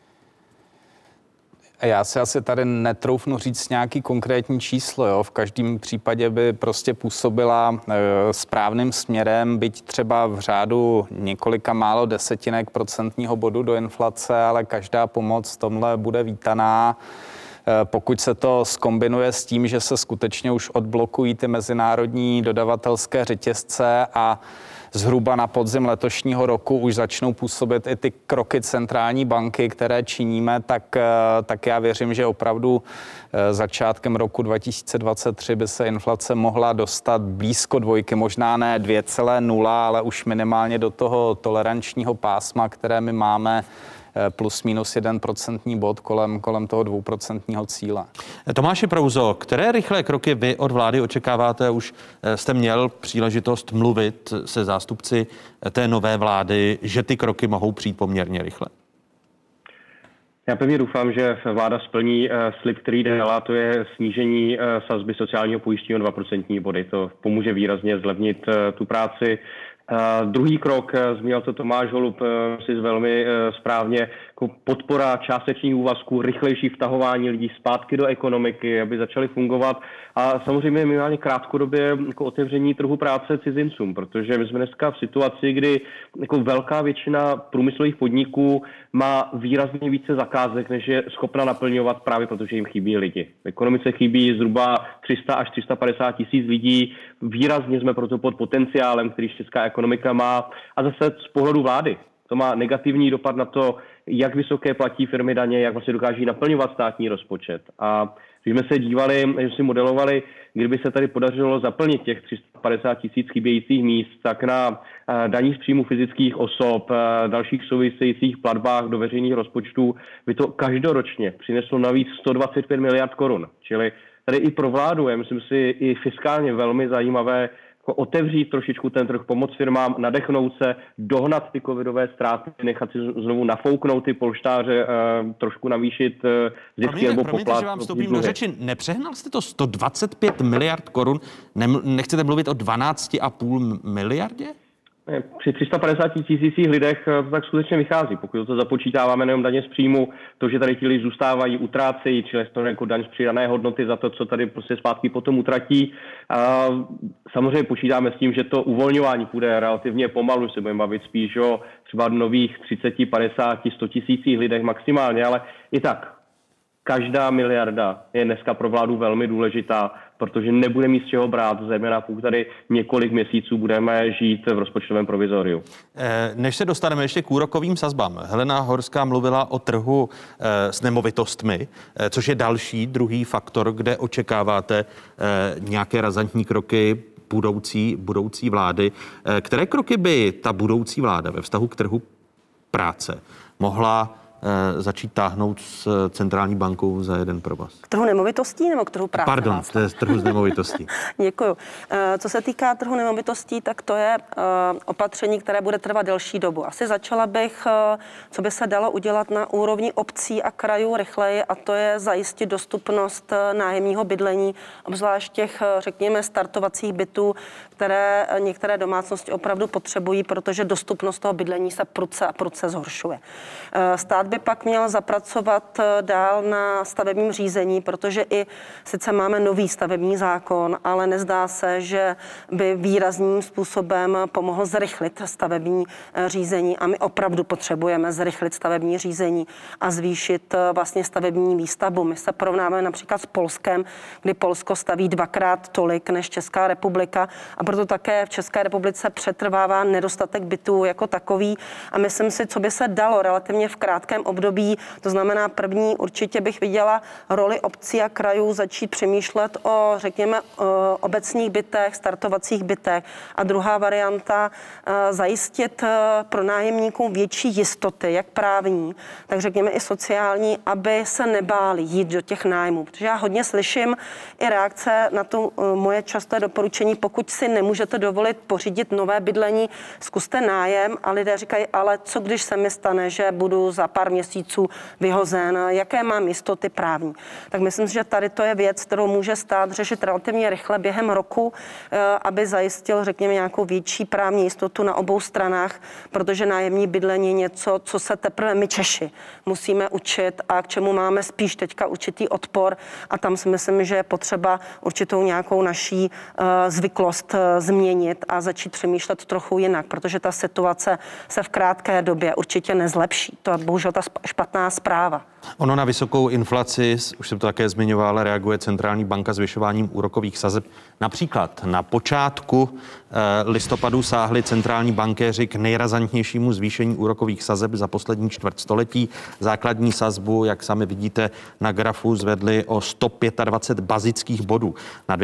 Já si asi tady netroufnu říct nějaký konkrétní číslo. Jo. V každém případě by prostě působila správným směrem, byť třeba v řádu několika málo desetinek procentního bodu do inflace, ale každá pomoc v tomhle bude vítaná. Pokud se to zkombinuje s tím, že se skutečně už odblokují ty mezinárodní dodavatelské řetězce a zhruba na podzim letošního roku už začnou působit i ty kroky centrální banky, které činíme, tak já věřím, že opravdu začátkem roku 2023 by se inflace mohla dostat blízko dvojky, možná ne 2,0, ale už minimálně do toho tolerančního pásma, které my máme, plus minus 1% bod kolem toho 2% cíle. Tomáši Prouzo, které rychlé kroky vy od vlády očekáváte? Už jste měl příležitost mluvit se zástupci té nové vlády, že ty kroky mohou přijít poměrně rychle. Já pevně doufám, že vláda splní slib, který dala, to je snížení sazby sociálního pojištění o 2% body. To pomůže výrazně zlevnit tu práci. Druhý krok, zmínil to Tomáš Holub si velmi správně, jako podpora částečných úvazků, rychlejší vtahování lidí zpátky do ekonomiky, aby začaly fungovat a samozřejmě minimálně krátkodobě jako otevření trhu práce cizincům, protože my jsme dneska v situaci, kdy jako velká většina průmyslových podniků má výrazně více zakázek, než je schopna naplňovat právě protože jim chybí lidi. V ekonomice chybí zhruba 300 až 350 tisíc lidí, výrazně jsme proto pod potenciálem, který česká ekonomika má a zase z pohledu vlády. To má negativní dopad na to, jak vysoké platí firmy daně, jak vlastně dokáží naplňovat státní rozpočet. A když jsme se dívali, že si modelovali, kdyby se tady podařilo zaplnit těch 350 tisíc chybějících míst, tak na daních z příjmu fyzických osob, dalších souvisejících platbách do veřejných rozpočtů by to každoročně přineslo navíc 125 miliard korun. Čili tady i pro vládu je, myslím si, i fiskálně velmi zajímavé otevřít trošičku ten trh, pomoct firmám, nadechnout se, dohnat ty covidové ztráty, nechat si znovu nafouknout ty polštáře, trošku navýšit zisky nebo poplat. Promiňte, že vám vstoupím do řeči. Nepřehnal jste to 125 miliard korun? Nechcete mluvit o 12,5 miliardě? Při 350 tisících lidech to tak skutečně vychází. Pokud to započítáváme nejen daně z příjmu, to, že tady ti lidi zůstávají, utrácejí, čili to jako daň z přidané hodnoty za to, co tady prostě zpátky potom utratí. A samozřejmě počítáme s tím, že to uvolňování půjde relativně pomalu, se budeme bavit spíš o třeba nových 30, 50, 100 tisících lidech maximálně, ale i tak. Každá miliarda je dneska pro vládu velmi důležitá, protože nebude mít z čeho brát, zejména pokud tady několik měsíců budeme žít v rozpočtovém provizoriu. Než se dostaneme ještě k úrokovým sazbám, Helena Horská mluvila o trhu s nemovitostmi, což je druhý faktor, kde očekáváte nějaké razantní kroky budoucí vlády. Které kroky by ta budoucí vláda ve vztahu k trhu práce mohla začít táhnout s centrální bankou za jeden provaz? K trhu nemovitostí nebo k trhu práce? Pardon, k trhu z nemovitostí. Děkuju. Co se týká trhu nemovitostí, tak to je opatření, které bude trvat delší dobu. Asi začala bych, co by se dalo udělat na úrovni obcí a krajů rychleji, a to je zajistit dostupnost nájemního bydlení, obzvlášť těch, řekněme, startovacích bytů, které některé domácnosti opravdu potřebují, protože dostupnost toho bydlení se prudce zhoršuje. Stát by pak měl zapracovat dál na stavebním řízení, protože i sice máme nový stavební zákon, ale nezdá se, že by výrazným způsobem pomohl zrychlit stavební řízení, a my opravdu potřebujeme zrychlit stavební řízení a zvýšit vlastně stavební výstavbu. My se porovnáme například s Polskem, kdy Polsko staví 2x tolik než Česká republika, a proto také v České republice přetrvává nedostatek bytů jako takový, a myslím si, co by se dalo relativně v krátkém období, to znamená první, určitě bych viděla roli obcí a krajů začít přemýšlet o, řekněme, obecních bytech, startovacích bytech, a druhá varianta zajistit pro nájemníkům větší jistoty, jak právní, tak řekněme i sociální, aby se nebáli jít do těch nájmů, protože já hodně slyším i reakce na to moje časté doporučení: pokud si nemůžete dovolit pořídit nové bydlení, zkuste nájem, a lidé říkají: ale co když se mi stane, že budu za pár měsíců vyhozen, jaké mám jistoty právní. Tak myslím si, že tady to je věc, kterou může stát řešit relativně rychle během roku, aby zajistil, řekněme, nějakou větší právní jistotu na obou stranách, protože nájemní bydlení je něco, co se teprve my Češi musíme učit a k čemu máme spíš teďka určitý odpor, a tam si myslím, že je potřeba určitou nějakou naší zvyklost změnit a začít přemýšlet trochu jinak, protože ta situace se v krátké době určitě nezlepší. To je bohužel ta špatná zpráva. Ono na vysokou inflaci, už jsem to také zmiňoval, reaguje centrální banka zvyšováním úrokových sazeb. Například na počátku listopadu sáhli centrální bankéři k nejrazantnějšímu zvýšení úrokových sazeb za poslední čtvrtstoletí. Základní sazbu, jak sami vidíte na grafu, zvedli o 125 bazických bodů na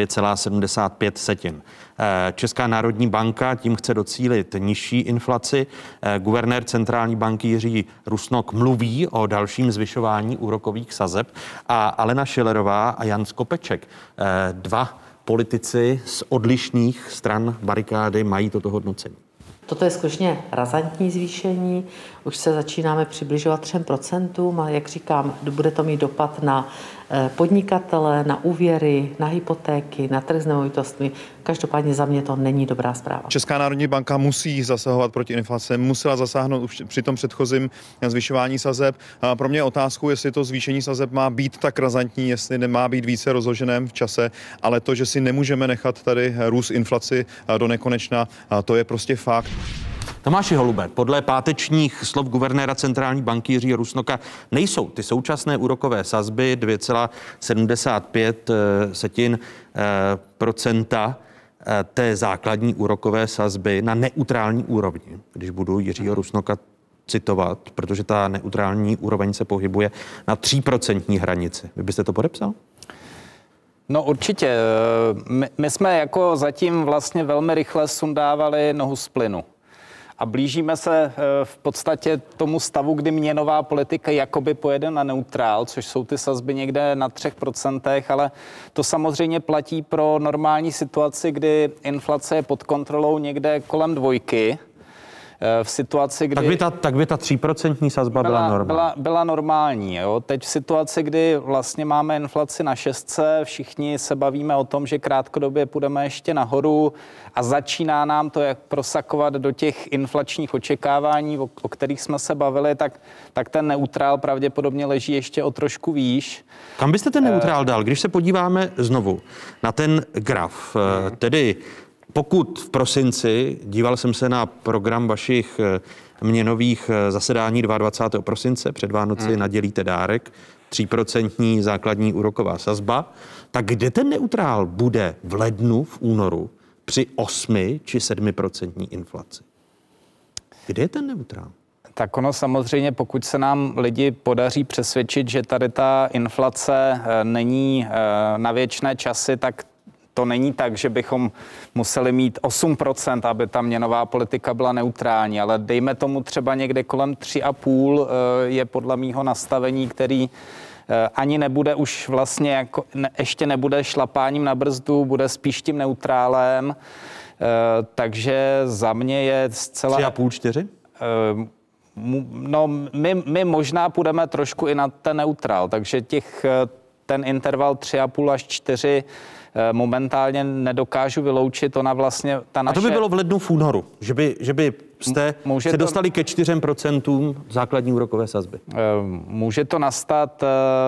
2,75. Česká národní banka tím chce docílit nižší inflaci. Guvernér centrální banky Jiří Rusnok mluví o dalším zvyšování úrokových sazeb, a Alena Schillerová a Jan Skopeček, dva politici z odlišných stran barikády, mají toto hodnocení. Toto je skutečně razantní zvýšení, už se začínáme přibližovat 3%, a jak říkám, bude to mít dopad na podnikatele, na úvěry, na hypotéky, na trh s nemovitostmi. Každopádně za mě to není dobrá zpráva. Česká národní banka musí zasahovat proti inflaci, musela zasáhnout při tom předchozím zvyšování sazeb. Pro mě je otázkou, jestli to zvýšení sazeb má být tak razantní, jestli nemá být více rozložené v čase, ale to, že si nemůžeme nechat tady růst inflaci do nekonečna, to je prostě fakt. Tomáši Holube, podle pátečních slov guvernéra centrální banky Jiřího Rusnoka nejsou ty současné úrokové sazby 2,75% té základní úrokové sazby na neutrální úrovni, když budu Jiřího Rusnoka citovat, protože ta neutrální úroveň se pohybuje na 3% hranici. Vy byste to podepsal? No určitě. My jsme jako zatím vlastně velmi rychle sundávali nohu z plynu. A blížíme se v podstatě tomu stavu, kdy měnová politika jakoby pojede na neutrál, což jsou ty sazby někde na 3%, ale to samozřejmě platí pro normální situaci, kdy inflace je pod kontrolou někde kolem 2%. V situaci, kdy... Tak by ta 3% sazba byla normální. Byla normální. Jo? Teď v situaci, kdy vlastně máme inflaci na 6, všichni se bavíme o tom, že krátkodobě půjdeme ještě nahoru a začíná nám to jak prosakovat do těch inflačních očekávání, o kterých jsme se bavili, tak ten neutrál pravděpodobně leží ještě o trošku výš. Kam byste ten neutrál dal? Když se podíváme znovu na ten graf, tedy pokud v prosinci, díval jsem se na program vašich měnových zasedání 22. prosince, před Vánoci nadělíte dárek, 3% základní úroková sazba, tak kde ten neutrál bude v lednu, v únoru při 8 či 7% inflaci? Kde je ten neutrál? Tak ono samozřejmě, pokud se nám lidi podaří přesvědčit, že tady ta inflace není na věčné časy, tak to není tak, že bychom museli mít 8%, aby ta měnová politika byla neutrální, ale dejme tomu třeba někde kolem 3,5 je podle mýho nastavení, který ani nebude už vlastně, jako, ještě nebude šlapáním na brzdu, bude spíš tím neutrálem, takže za mě je zcela... 3,5, 4? No, my možná půjdeme trošku i na ten neutrál, takže ten interval 3,5 až 4 momentálně nedokážu vyloučit. Ona vlastně ta naše... A to by bylo v lednu, v únoru, že by jste se dostali ke 4% základní úrokové sazby. Může to nastat,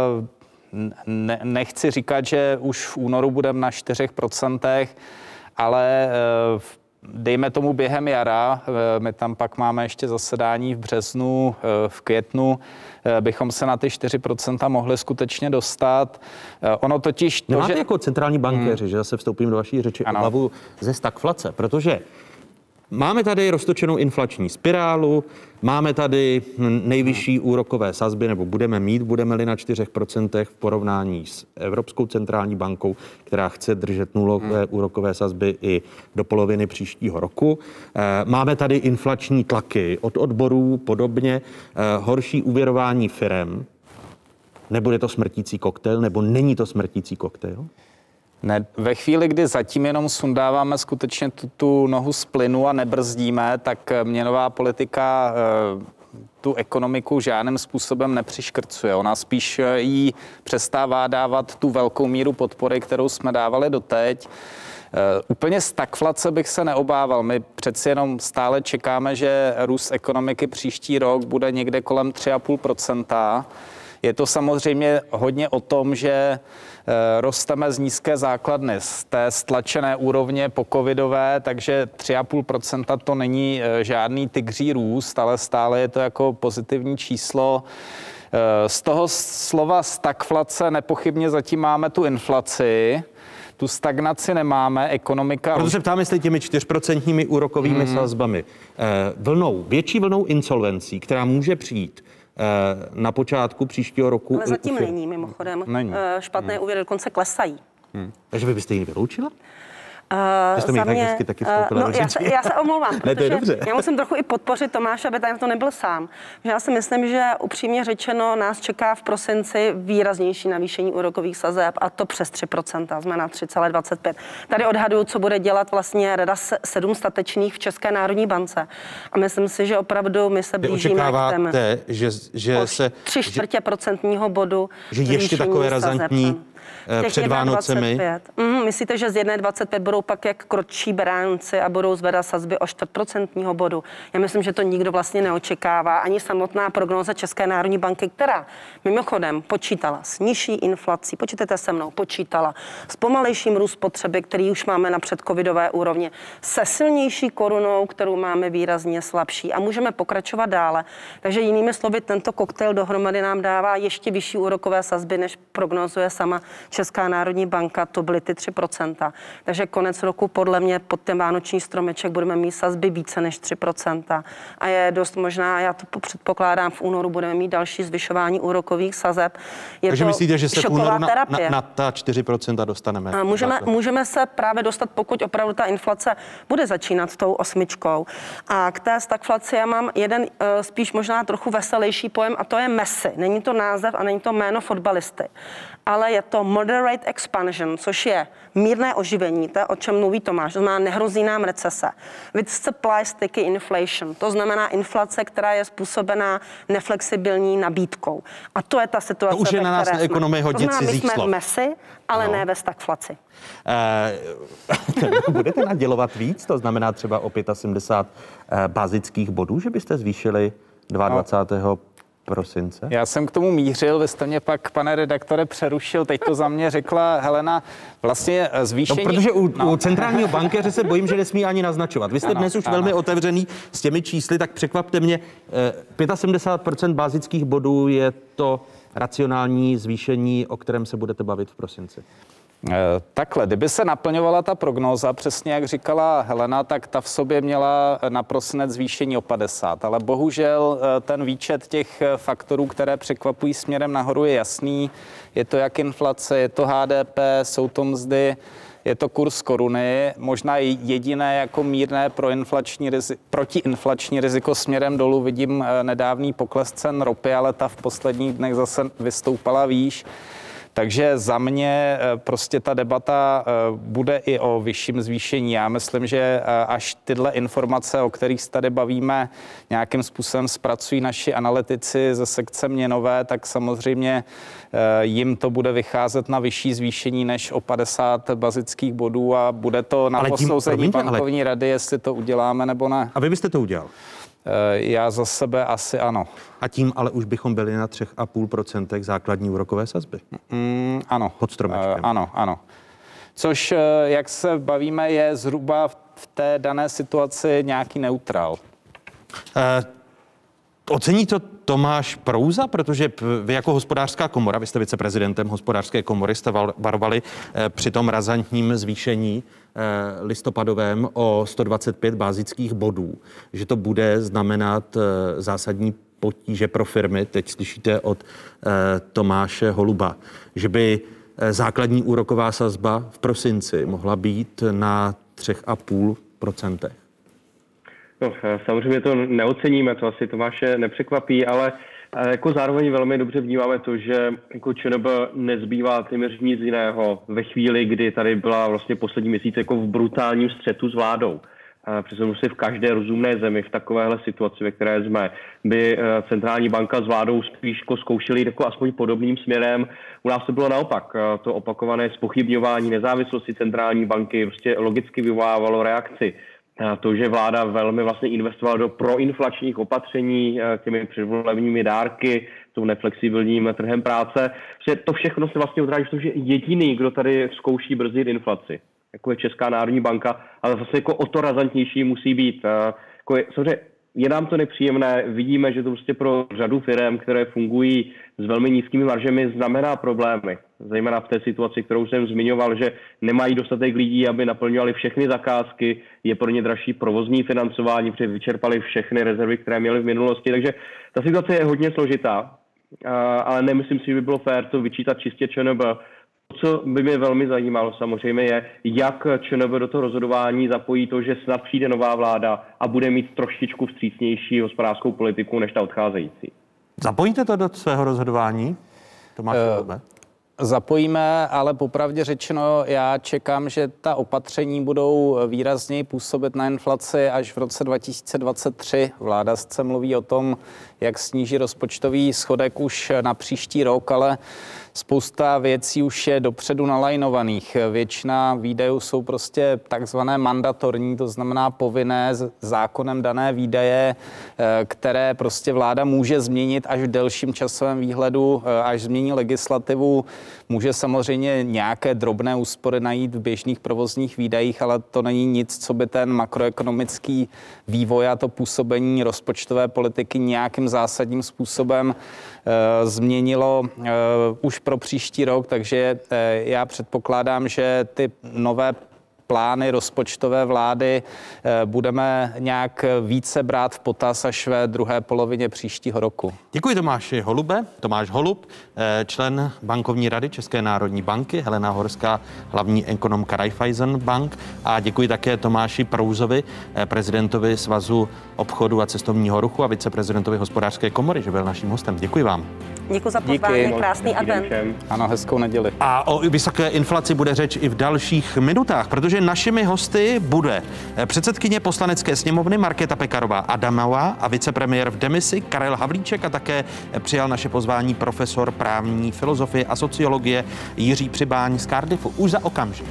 nechci říkat, že už v únoru budeme na 4%, ale dejme tomu během jara, my tam pak máme ještě zasedání v březnu, v květnu, bychom se na ty 4% mohli skutečně dostat. Ono totiž... Máte jako centrální bankéři, že zase vstoupím do vaší řeči, obavu ze stagflace, protože máme tady roztočenou inflační spirálu, máme tady nejvyšší úrokové sazby, nebo budeme-li na 4% v porovnání s Evropskou centrální bankou, která chce držet nulové úrokové sazby i do poloviny příštího roku. Máme tady inflační tlaky od odborů, podobně horší úvěrování firem. Nebude to smrtící koktejl, nebo není to smrtící koktejl? Ne, ve chvíli, kdy zatím jenom sundáváme skutečně tu nohu z plynu a nebrzdíme, tak měnová politika tu ekonomiku žádným způsobem nepřiškrcuje. Ona spíš jí přestává dávat tu velkou míru podpory, kterou jsme dávali doteď. Úplně stagflace bych se neobával. My přeci jenom stále čekáme, že růst ekonomiky příští rok bude někde kolem 3,5%. Je to samozřejmě hodně o tom, že rosteme z nízké základny, z té stlačené úrovně po covidové, takže 3,5% to není žádný tygří růst, ale stále je to jako pozitivní číslo. Z toho slova stagflace nepochybně zatím máme tu inflaci, tu stagnaci nemáme, ekonomika... Proto se ptám, jestli těmi 4% úrokovými sazbami, větší vlnou insolvencí, která může přijít na počátku příštího roku... Ale zatím není, mimochodem. Špatné úvěry dokonce klesají. Takže vy byste ji vyloučila? Za mě, já se omlouvám, protože já musím trochu i podpořit Tomáše, aby tady to nebyl sám. Já si myslím, že upřímně řečeno nás čeká v prosinci výraznější navýšení úrokových sazeb a to přes 3%, jsme na 3,25. Tady odhaduju, co bude dělat vlastně Rada 7 statečných v České národní bance. A myslím si, že opravdu my se blížíme k tému. Že se... 3/4% bodu. Že ještě takové razantní před Vánocemi. Myslíte, že z 1,25 budou pak jak kročí beránci a budou zvedat sazby o 4% bodu? Já myslím, že to nikdo vlastně neočekává. Ani samotná prognóza České národní banky, která mimochodem počítala s nižší inflací, počítejte se mnou, počítala s pomalejším růst spotřeby, který už máme na předcovidové úrovni, se silnější korunou, kterou máme výrazně slabší a můžeme pokračovat dále. Takže jinými slovy, tento koktejl dohromady nám dává ještě vyšší úrokové sazby, než prognozuje sama Česká národní banka, to byly ty 3%. Takže konec roku podle mě pod ten vánoční stromeček budeme mít sazby více než 3%. A je dost možná, já to předpokládám, v únoru budeme mít další zvyšování úrokových sazeb. Takže myslíte, že se v únoru na ta 4% dostaneme? Můžeme se právě dostat, pokud opravdu ta inflace bude začínat tou 8. A k té stagflaci já mám jeden spíš možná trochu veselější pojem a to je Messi. Není to název a není to jméno fotbalisty, ale je to moderate expansion, což je mírné oživení, to je, o čem mluví Tomáš, to znamená nehrozí nám recese. With supply sticky inflation, to znamená inflace, která je způsobená neflexibilní nabídkou. A to je ta situace, to už je na nás na ekonomii hodně cizích slov. My jsme v Messi, ale ne ve stagflaci. Budete nadělovat víc? To znamená třeba o 75 bazických bodů, že byste zvýšili 22. prosince? Já jsem k tomu mířil, vy jste mě pak, pane redaktore, přerušil, teď to za mě řekla Helena, vlastně zvýšení... No, protože u centrálního bankéře se bojím, že nesmí ani naznačovat. Vy jste dnes už velmi otevřený s těmi čísly, tak překvapte mě, 75% bazických bodů je to racionální zvýšení, o kterém se budete bavit v prosinci? Takhle, kdyby se naplňovala ta prognóza, přesně jak říkala Helena, tak ta v sobě měla na prosinec zvýšení o 50, ale bohužel ten výčet těch faktorů, které překvapují směrem nahoru, je jasný. Je to jak inflace, je to HDP, jsou to mzdy, je to kurz koruny, možná jediné jako mírné protiinflační riziko směrem dolů. Vidím nedávný pokles cen ropy, ale ta v posledních dnech zase vystoupala výš. Takže za mě prostě ta debata bude i o vyšším zvýšení. Já myslím, že až tyhle informace, o kterých se tady bavíme, nějakým způsobem zpracují naši analytici ze sekce měnové, tak samozřejmě jim to bude vycházet na vyšší zvýšení než o 50 bazických bodů a bude to na posouzení bankovní rady, jestli to uděláme nebo ne. A vy byste to udělal? Já za sebe asi ano. A tím ale už bychom byli na 3,5% základní úrokové sazby. Ano. Pod stromečkem. Ano. Což, jak se bavíme, je zhruba v té dané situaci nějaký neutrál. Ocení to Tomáš Prouza, protože vy jako hospodářská komora, vy jste viceprezidentem hospodářské komory, jste varovali při tom razantním zvýšení listopadovém o 125 bazických bodů, že to bude znamenat zásadní potíže pro firmy. Teď slyšíte od Tomáše Holuba, že by základní úroková sazba v prosinci mohla být na 3,5%. No, samozřejmě to neoceníme, to asi Tomáše nepřekvapí, ale jako zároveň velmi dobře vnímáme to, že jako ČNB nezbývá téměř nic jiného ve chvíli, kdy tady byla vlastně poslední měsíc jako v brutálním střetu s vládou. Přesunu si v každé rozumné zemi v takovéhle situaci, ve které jsme, by centrální banka s vládou spíš zkoušeli jít jako aspoň podobným směrem. U nás to bylo naopak. To opakované zpochybňování nezávislosti centrální banky prostě logicky vyvolávalo reakci. To, že vláda velmi vlastně investovala do proinflačních opatření těmi předvolebními dárky, tou neflexibilním trhem práce, že to všechno se vlastně odráží v tom, že jediný, kdo tady zkouší brzdit inflaci, jako je Česká národní banka, ale zase jako o to razantnější musí být. Samozřejmě je nám to nepříjemné, vidíme, že to prostě pro řadu firem, které fungují s velmi nízkými maržemi, znamená problémy. Zejména v té situaci, kterou jsem zmiňoval, že nemají dostatek lidí, aby naplňovali všechny zakázky, je pro ně dražší provozní financování, protože vyčerpali všechny rezervy, které měli v minulosti. Takže ta situace je hodně složitá, ale nemyslím si, že by bylo fér to vyčítat čistě ČNB. Co by mě velmi zajímalo samozřejmě je, jak ČNB do toho rozhodování zapojí to, že snad přijde nová vláda a bude mít trošičku vstřícnější hospodářskou politiku než ta odcházející. Zapojíte to do svého rozhodování, Tomáš? Zapojíme, ale popravdě řečeno, já čekám, že ta opatření budou výrazněji působit na inflaci až v roce 2023. Vláda sice mluví o tom, jak sníží rozpočtový schodek už na příští rok, ale spousta věcí už je dopředu nalajnovaných. Většina výdajů jsou prostě takzvané mandatorní, to znamená povinné zákonem dané výdaje, které prostě vláda může změnit až v delším časovém výhledu, až změní legislativu. může samozřejmě nějaké drobné úspory najít v běžných provozních výdajích, ale to není nic, co by ten makroekonomický vývoj a to působení rozpočtové politiky nějakým zásadním způsobem změnilo už pro příští rok, takže já předpokládám, že ty nové plány rozpočtové vlády budeme nějak více brát v potaz až ve druhé polovině příštího roku. Děkuji Tomáši Holube. Tomáš Holub, člen bankovní rady České národní banky, Helena Horská, hlavní ekonomka Raiffeisen Bank, a děkuji také Tomáši Prouzovi, prezidentovi Svazu obchodu a cestovního ruchu a viceprezidentovi Hospodářské komory, že byl naším hostem. Děkuji vám. Děkuji za pozvání, krásný advent. Ano, hezkou neděli. A o vysoké inflaci bude řeč i v dalších minutách, protože našimi hosty bude předsedkyně Poslanecké sněmovny Markéta Pekarová Adamová a vicepremiér v demisi Karel Havlíček, a také přijal naše pozvání profesor právní filozofie a sociologie Jiří Přibáň z Cardiffu. Už za okamžik.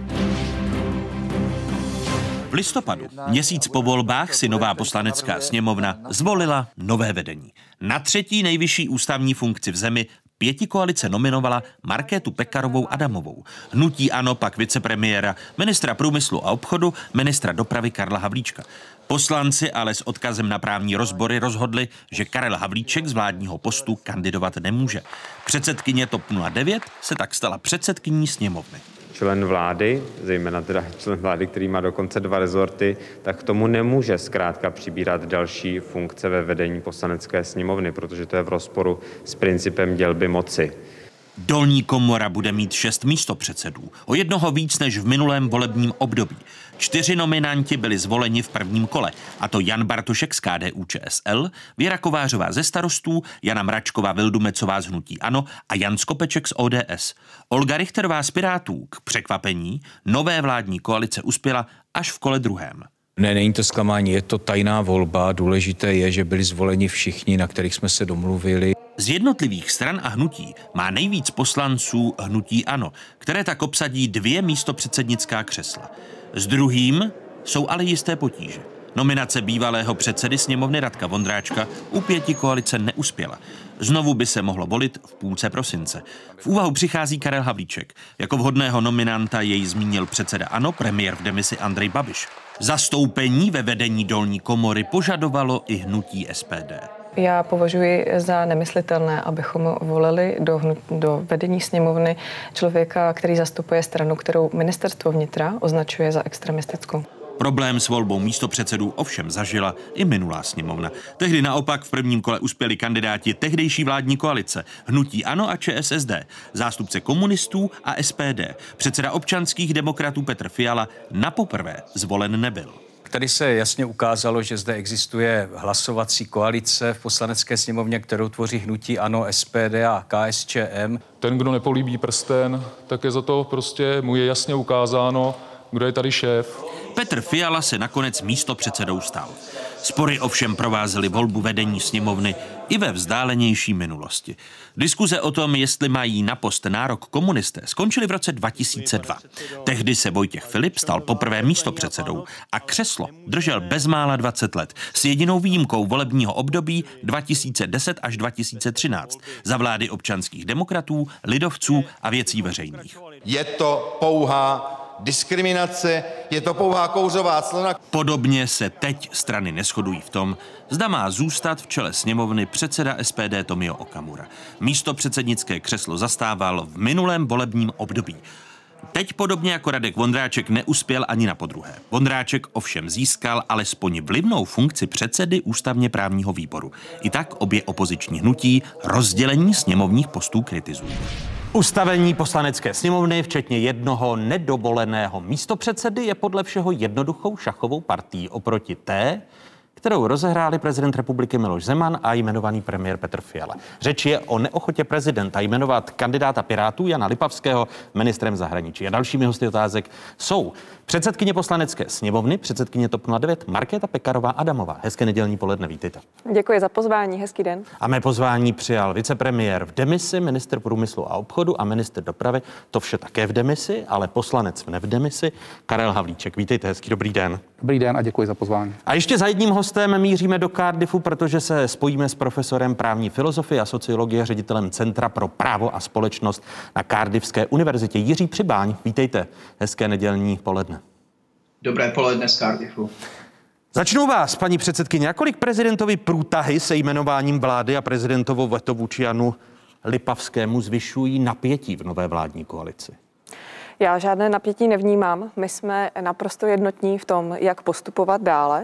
V listopadu, měsíc po volbách, si nová Poslanecká sněmovna zvolila nové vedení. Na třetí nejvyšší ústavní funkci v zemi pětikoalice nominovala Markétu Pekarovou Adamovou. Hnutí ANO pak vicepremiéra, ministra průmyslu a obchodu, ministra dopravy Karla Havlíčka. Poslanci ale s odkazem na právní rozbory rozhodli, že Karel Havlíček z vládního postu kandidovat nemůže. Předsedkyně TOP 09 se tak stala předsedkyní sněmovny. Člen vlády, zejména teda člen vlády, který má dokonce 2 rezorty, tak k tomu nemůže zkrátka přibírat další funkce ve vedení Poslanecké sněmovny, protože to je v rozporu s principem dělby moci. Dolní komora bude mít 6 místopředsedů, o jednoho víc než v minulém volebním období. 4 nominanti byli zvoleni v prvním kole, a to Jan Bartošek z KDU-ČSL, Věra Kovářová ze Starostů, Jana Mračková Vildumecová z hnutí ANO a Jan Skopeček z ODS. Olga Richterová z Pirátů k překvapení nové vládní koalice uspěla až v kole druhém. Ne, není to zklamání, je to tajná volba. Důležité je, že byli zvoleni všichni, na kterých jsme se domluvili. Z jednotlivých stran a hnutí má nejvíc poslanců hnutí ANO, které tak obsadí 2 místopředsednická křesla. S druhým jsou ale jisté potíže. Nominace bývalého předsedy sněmovny Radka Vondráčka u pětikoalice neuspěla. Znovu by se mohlo volit v půlce prosince. V úvahu přichází Karel Havlíček. Jako vhodného nominanta jej zmínil předseda ANO, premiér v demisi Andrej Babiš. Zastoupení ve vedení dolní komory požadovalo i hnutí SPD. Já považuji za nemyslitelné, abychom volili do vedení sněmovny člověka, který zastupuje stranu, kterou ministerstvo vnitra označuje za extremistickou. Problém s volbou místopředsedů ovšem zažila i minulá sněmovna. Tehdy naopak v prvním kole uspěli kandidáti tehdejší vládní koalice, hnutí ANO a ČSSD, zástupce komunistů a SPD. Předseda občanských demokratů Petr Fiala napoprvé zvolen nebyl. Tady se jasně ukázalo, že zde existuje hlasovací koalice v Poslanecké sněmovně, kterou tvoří hnutí ANO, SPD a KSČM. Ten, kdo nepolíbí prsten, tak je za to prostě mu je jasně ukázáno, kdo je tady šéf. Petr Fiala se nakonec místopředsedou stal. Spory ovšem provázely volbu vedení sněmovny i ve vzdálenější minulosti. Diskuze o tom, jestli mají na post nárok komunisté, skončily v roce 2002. Tehdy se Vojtěch Filip stal poprvé místopředsedou a křeslo držel bezmála 20 let, s jedinou výjimkou volebního období 2010 až 2013 za vlády občanských demokratů, lidovců a Věcí veřejných. Je to pouhá diskriminace, je to pouhá kouřová clona. Podobně se teď strany neshodují v tom, zda má zůstat v čele sněmovny předseda SPD Tomio Okamura. Místopředsednické křeslo zastával v minulém volebním období. Teď podobně jako Radek Vondráček neuspěl ani na podruhé. Vondráček ovšem získal alespoň vlivnou funkci předsedy ústavně právního výboru. I tak obě opoziční hnutí rozdělení sněmovních postů kritizují. Ustavení Poslanecké sněmovny, včetně jednoho nedovoleného místopředsedy, je podle všeho jednoduchou šachovou partií oproti té, kterou rozehráli prezident republiky Miloš Zeman a jmenovaný premiér Petr Fiala. Řeč je o neochotě prezidenta jmenovat kandidáta Pirátů Jana Lipavského ministrem zahraničí. A dalšími hosty otázek jsou předsedkyně Poslanecké sněmovny, předsedkyně TOP 09 Markéta Pekarová Adamová. Hezké nedělní poledne, vítejte. Děkuji za pozvání, hezký den. A mé pozvání přijal vicepremiér v demisi, ministr průmyslu a obchodu a ministr dopravy. To vše také v demisi, ale poslanec ne v demisi, Karel Havlíček. Vítejte, hezký dobrý den. Dobrý den a děkuji za pozvání. A ještě za jedním hostem hostem míříme do Cardiffu, protože se spojíme s profesorem právní filozofie a sociologie, ředitelem Centra pro právo a společnost na Cardiffské univerzitě. Jiří Přibáň, vítejte. Hezké nedělní poledne. Dobré poledne z Cardiffu. Začnu vás, paní předsedkyně. Kolik prezidentovi průtahy se jmenováním vlády a prezidentovo veto vůči Janu Lipavskému zvyšují napětí v nové vládní koalici? Já žádné napětí nevnímám. My jsme naprosto jednotní v tom, jak postupovat dále.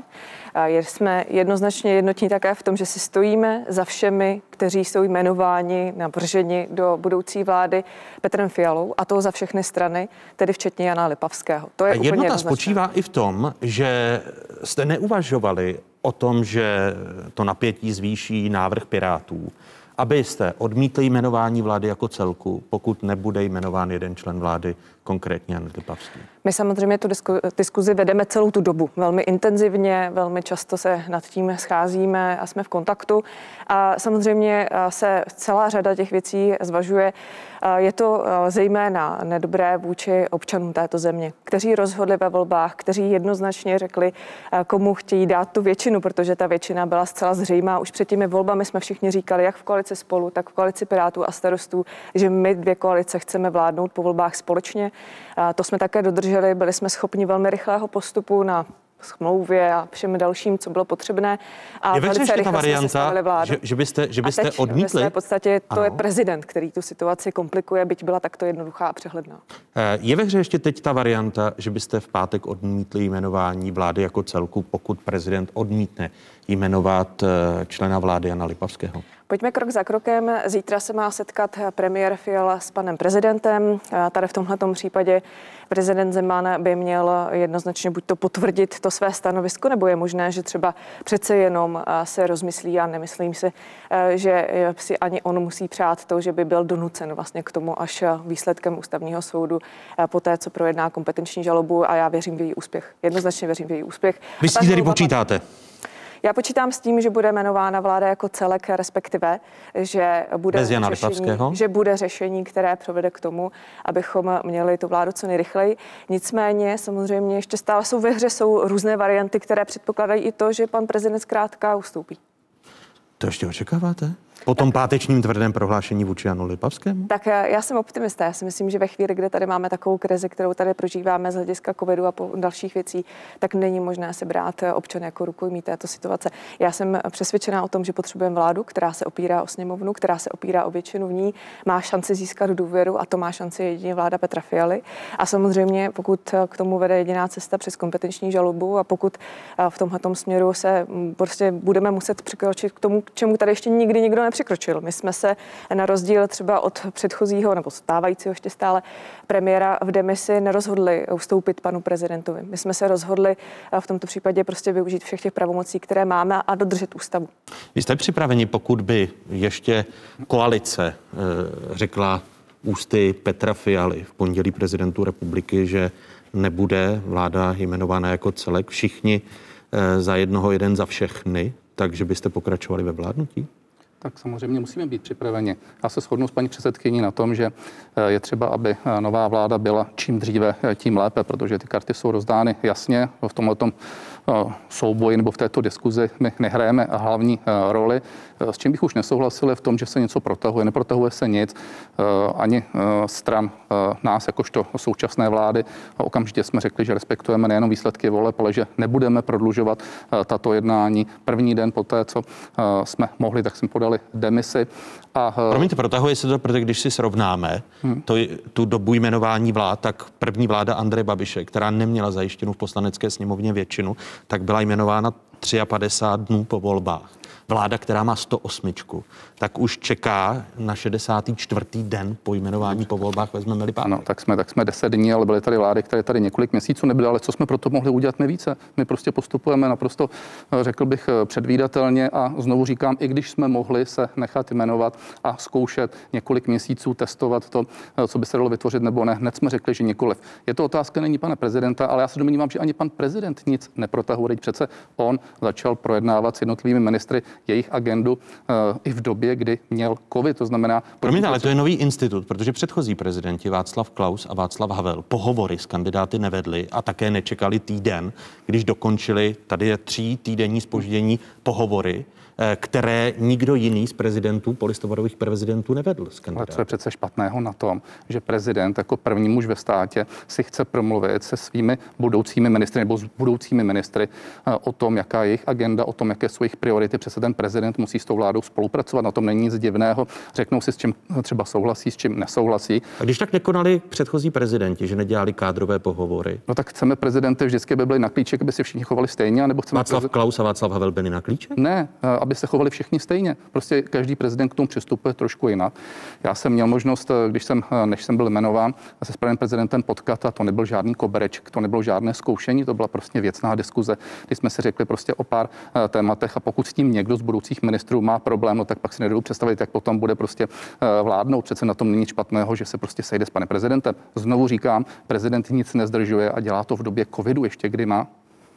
Jsme jednoznačně jednotní také v tom, že si stojíme za všemi, kteří jsou jmenováni, navrženi do budoucí vlády Petrem Fialou, a to za všechny strany, tedy včetně Jana Lipavského. To je úplně jednota spočívá i v tom, že jste neuvažovali o tom, že to napětí zvýší návrh Pirátů, abyste odmítli jmenování vlády jako celku, pokud nebude jmenován jeden člen vlády, konkrétně Jan Lipavský. My samozřejmě tu diskuzi vedeme celou tu dobu. Velmi intenzivně, velmi často se nad tím scházíme a jsme v kontaktu. A samozřejmě se celá řada těch věcí zvažuje. Je to zejména nedobré vůči občanům této země, kteří rozhodli ve volbách, kteří jednoznačně řekli, komu chtějí dát tu většinu, protože ta většina byla zcela zřejmá. Už před těmi volbami jsme všichni říkali, jak v koalici Spolu, tak v koalici Pirátů a Starostů, že my dvě koalice chceme vládnout po volbách společně. To jsme také dodrželi, byli jsme schopni velmi rychlého postupu na smlouvě a všem dalším, co bylo potřebné. A je velice rychle ta varianta, že byste odmítli? V podstatě to je prezident, který tu situaci komplikuje, byť byla takto jednoduchá a přehledná. Je ve hře ještě teď ta varianta, že byste v pátek odmítli jmenování vlády jako celku, pokud prezident odmítne jmenovat člena vlády Jana Lipavského? Pojďme krok za krokem. Zítra se má setkat premiér Fiala s panem prezidentem. Tady v tomhletom případě prezident Zeman by měl jednoznačně buď to potvrdit to své stanovisko, nebo je možné, že třeba přece jenom se rozmyslí, a nemyslím si, že si ani on musí přát to, že by byl donucen vlastně k tomu až výsledkem ústavního soudu poté, co projedná kompetenční žalobu, a já věřím v její úspěch. Jednoznačně věřím v její úspěch. Vy s tím tedy počítáte? Já počítám s tím, že bude jmenována vláda jako celek, respektive, že bude řešení, které provede k tomu, abychom měli tu vládu co nejrychleji. Nicméně samozřejmě ještě stále jsou ve hře, jsou různé varianty, které předpokládají i to, že pan prezident zkrátka ustoupí. To ještě očekáváte? Po tom pátečním tvrdém prohlášení vůči Janu Lipavskému? Tak já jsem optimista. Já si myslím, že ve chvíli, kdy tady máme takovou krizi, kterou tady prožíváme z hlediska covidu a dalších věcí, tak není možné se brát občany jako rukojmí této situace. Já jsem přesvědčená o tom, že potřebujeme vládu, která se opírá o sněmovnu, která se opírá o většinu v ní, má šanci získat důvěru, a to má šanci jedině vláda Petra Fialy. A samozřejmě, pokud k tomu vede jediná cesta přes kompetenční žalobu, a pokud v tomhletom směru se prostě budeme muset přikročit k tomu, k čemu tady ještě nikdy nikdo nepřikročil. My jsme se na rozdíl třeba od předchozího nebo stávajícího ještě stále premiéra v demisi nerozhodli ustoupit panu prezidentovi. My jsme se rozhodli v tomto případě prostě využít všech těch pravomocí, které máme, a dodržet ústavu. Vy jste připraveni, pokud by ještě koalice řekla ústy Petra Fialy v pondělí prezidentu republiky, že nebude vláda jmenována jako celek, všichni za jednoho, jeden za všechny, takže byste pokračovali ve vládnutí? Tak samozřejmě musíme být připraveni. Já se shodnu s paní předsedkyní na tom, že je třeba, aby nová vláda byla čím dříve, tím lépe, protože ty karty jsou rozdány jasně v tomhletom souboji nebo v této diskuzi. My nehrajeme hlavní roli. S čím bych už nesouhlasil v tom, že se něco protahuje. Neprotahuje se nic ani stran nás, jakožto současné vlády. Okamžitě jsme řekli, že respektujeme nejenom výsledky voleb, ale že nebudeme prodlužovat tato jednání. První den poté, co jsme mohli, tak jsme podali demisi. Promiňte, protahuje se to, protože když si srovnáme tu dobu jmenování vlád, tak první vláda Andreje Babiše, která neměla zajištěnou v poslanecké sněmovně většinu, tak byla jmenována 53 dnů po volbách. Vláda, která má 108, tak už čeká na 64. den po jmenování po volbách, vezmeme-li pátek. Ano, tak jsme 10 dní, ale byly tady vlády, které tady několik měsíců nebyly, ale co jsme proto mohli udělat my více? My prostě postupujeme naprosto, řekl bych, předvídatelně, a znovu říkám, i když jsme mohli se nechat jmenovat a zkoušet několik měsíců testovat to, co by se dalo vytvořit nebo ne, hned jsme řekli, že nikoliv. Je to otázka není pana prezidenta, ale já se domnívám, že ani pan prezident nic neprotahuje. Přece on začal projednávat s jednotlivými ministry jejich agendu i v době, kdy měl covid. To znamená... Promiňte, ale to je nový institut, protože předchozí prezidenti Václav Klaus a Václav Havel pohovory s kandidáty nevedli a také nečekali týden, když dokončili, tady je 3týdenní zpoždění, pohovory, které nikdo jiný z prezidentů, polistopadových prezidentů nevedl s kandidáty. Ale co je přece špatného na tom, že prezident jako první muž ve státě si chce promluvit se svými budoucími ministry nebo s budoucími ministry o tom, jaká je jejich agenda, o tom, jaké jsou jejich priority. Přece ten prezident musí s tou vládou spolupracovat, na tom není nic divného. Řeknou si, s čím třeba souhlasí, s čím nesouhlasí. A když tak nekonali předchozí prezidenti, že nedělali kádrové pohovory? No tak chceme prezidenty vždycky, aby byli na klíček, aby se všichni chovali stejně, nebo chceme Václav Klaus a Václav Havel byli na klíček? Ne, aby se chovali všichni stejně. Prostě každý prezident k tomu přistupuje trošku jinak. Já jsem měl možnost, než jsem byl jmenován, se s panem prezidentem potkat, a to nebyl žádný kobereček, to nebylo žádné zkoušení, to byla prostě věcná diskuze, kdy jsme si řekli prostě o pár tématech, a pokud s tím někdo z budoucích ministrů má problém, no tak pak si nedovedu představit, jak potom bude prostě vládnout. Přece na tom není nic špatného, že se prostě sejde s panem prezidentem. Znovu říkám, prezident nic nezdržuje a dělá to v době covidu ještě, kdy má.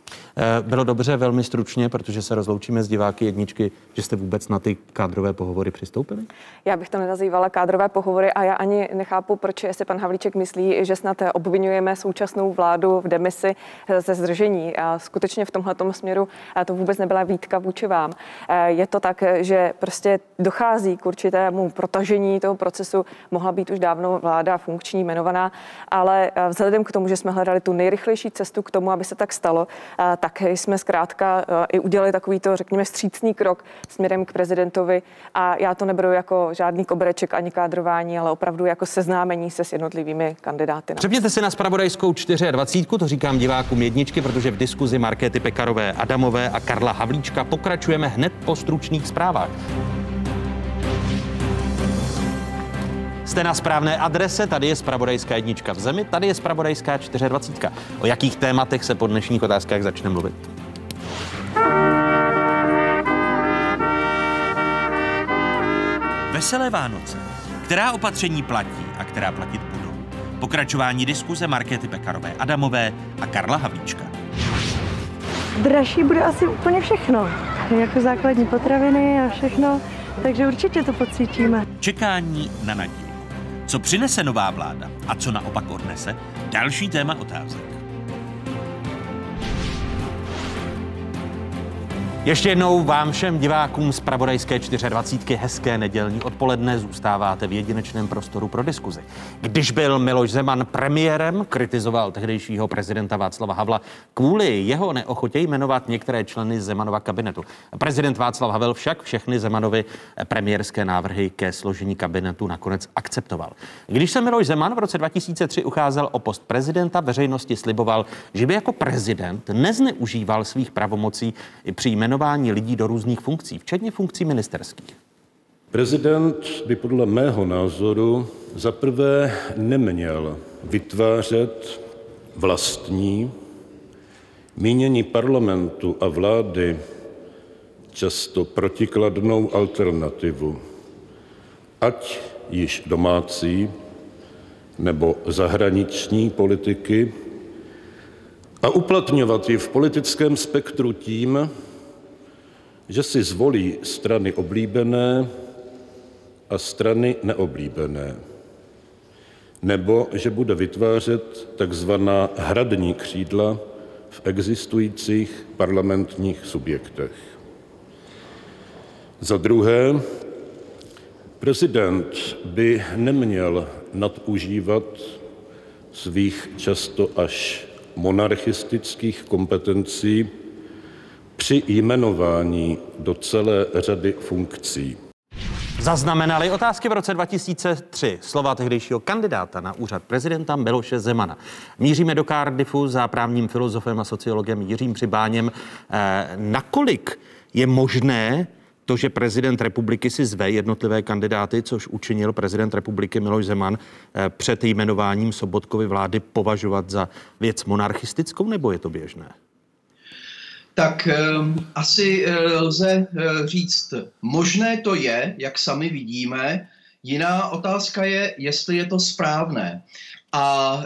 Bylo dobře, velmi stručně, protože se rozloučíme s diváky jedničky, že jste vůbec na ty kádrové pohovory přistoupili? Já bych to nenazývala kádrové pohovory a já ani nechápu, proč si pan Havlíček myslí, že snad obvinujeme současnou vládu v demisi ze zdržení. A skutečně v tomhletom směru to vůbec nebyla výtka vůči vám. Je to tak, že prostě dochází k určitému protažení toho procesu. Mohla být už dávno vláda funkční, jmenovaná, ale vzhledem k tomu, že jsme hledali tu nejrychlejší cestu k tomu, aby se tak stalo, tak jsme zkrátka i udělali takovýto, řekněme, vstřícný krok směrem k prezidentovi a já to neberu jako žádný kobereček ani kádrování, ale opravdu jako seznámení se s jednotlivými kandidáty. Přepněte si na zpravodajskou 24, to říkám divákům jedničky, protože v diskuzi Markéty Pekarové Adamové a Karla Havlíčka pokračujeme hned po stručných zprávách. Jste na správné adrese, tady je zpravodajská jednička v zemi, tady je zpravodajská 24. O jakých tématech se po dnešních otázkách začne mluvit? Veselé Vánoce. Která opatření platí a která platit budou? Pokračování diskuze Markéty Pekarové Adamové a Karla Havlíčka. Dražší bude asi úplně všechno, jako základní potraviny a všechno, takže určitě to pocítíme. Čekání na naději. Co přinese nová vláda a co naopak odnese? Další téma otázek. Ještě jednou vám všem divákům z Pravodajské 24 hezké nedělní odpoledne, zůstáváte v jedinečném prostoru pro diskuzi. Když byl Miloš Zeman premiérem, kritizoval tehdejšího prezidenta Václava Havla kvůli jeho neochotě jmenovat některé členy Zemanova kabinetu. Prezident Václav Havel však všechny Zemanovy premiérské návrhy ke složení kabinetu nakonec akceptoval. Když se Miloš Zeman v roce 2003 ucházel o post prezidenta, veřejnosti sliboval, že by jako prezident nezneužíval svých pravomocí i při jmenování lidí do různých funkcí, včetně funkcí ministerských. Prezident by podle mého názoru zaprvé neměl vytvářet vlastní, mínění parlamentu a vlády často protikladnou alternativu, ať již domácí nebo zahraniční politiky, a uplatňovat ji v politickém spektru tím, že si zvolí strany oblíbené a strany neoblíbené, nebo že bude vytvářet takzvaná hradní křídla v existujících parlamentních subjektech. Za druhé, prezident by neměl nadužívat svých často až monarchistických kompetencí při jmenování do celé řady funkcí. Zaznamenali otázky v roce 2003 slova tehdejšího kandidáta na úřad prezidenta Miloše Zemana. Míříme do Cardiffu za právním filozofem a sociologem Jiřím Přibáněm. Nakolik je možné to, že prezident republiky si zve jednotlivé kandidáty, což učinil prezident republiky Miloš Zeman před jmenováním Sobotkovy vlády, považovat za věc monarchistickou, nebo je to běžné? Tak asi lze říct, možné to je, jak sami vidíme. Jiná otázka je, jestli je to správné. A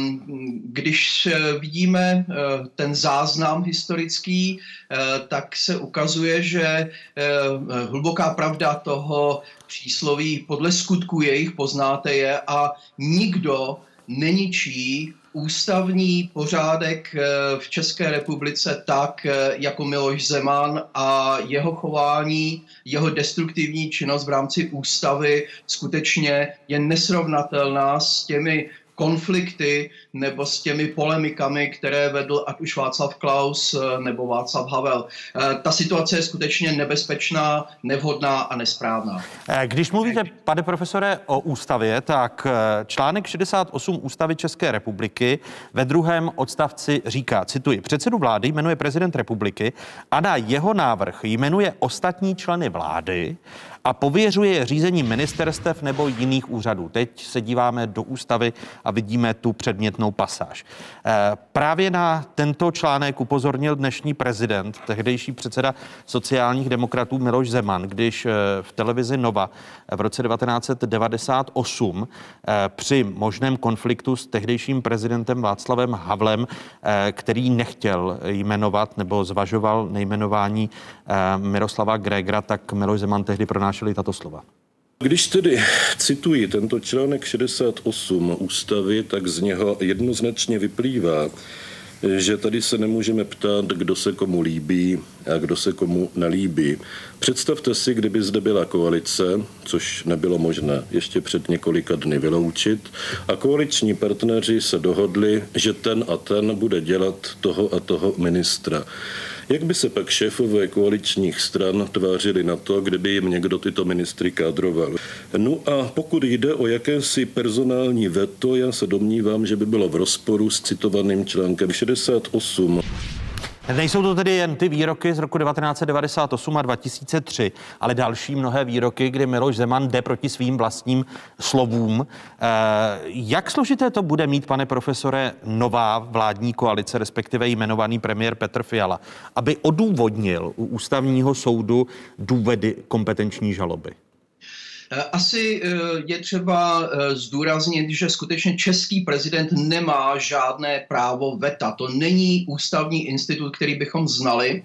když vidíme ten záznam historický, tak se ukazuje, že hluboká pravda toho přísloví podle skutku jejich poznáte je a nikdo neničí ústavní pořádek v České republice tak, jako Miloš Zeman, a jeho chování, jeho destruktivní činnost v rámci ústavy skutečně je nesrovnatelná s těmi konflikty nebo s těmi polemikami, které vedl ať už Václav Klaus nebo Václav Havel. Ta situace je skutečně nebezpečná, nevhodná a nesprávná. Když mluvíte, pane profesore, o ústavě, tak článek 68 Ústavy České republiky ve 2. odstavci říká, cituji, předsedu vlády jmenuje prezident republiky a na jeho návrh jmenuje ostatní členy vlády a pověřuje řízení ministerstev nebo jiných úřadů. Teď se díváme do ústavy a vidíme tu předmětnou pasáž. Právě na tento článek upozornil dnešní prezident, tehdejší předseda sociálních demokratů Miloš Zeman, když v televizi Nova v roce 1998 při možném konfliktu s tehdejším prezidentem Václavem Havlem, který nechtěl jmenovat nebo zvažoval nejmenování Miroslava Grégera, tak Miloš Zeman tehdy pronášeli tato slova. Když tedy cituji tento článek 68 ústavy, tak z něho jednoznačně vyplývá, že tady se nemůžeme ptát, kdo se komu líbí a kdo se komu nelíbí. Představte si, kdyby zde byla koalice, což nebylo možné ještě před několika dny vyloučit, a koaliční partneři se dohodli, že ten a ten bude dělat toho a toho ministra. Jak by se pak šéfové koaličních stran tvářili na to, kdyby jim někdo tyto ministry kádroval? No a pokud jde o jakési personální veto, já se domnívám, že by bylo v rozporu s citovaným článkem 68. Nejsou to tedy jen ty výroky z roku 1998 a 2003, ale další mnohé výroky, kdy Miloš Zeman jde proti svým vlastním slovům. Jak složité to bude mít, pane profesore, nová vládní koalice, respektive jmenovaný premiér Petr Fiala, aby odůvodnil u ústavního soudu důvody kompetenční žaloby? Asi je třeba zdůraznit, že skutečně český prezident nemá žádné právo veta. To není ústavní institut, který bychom znali.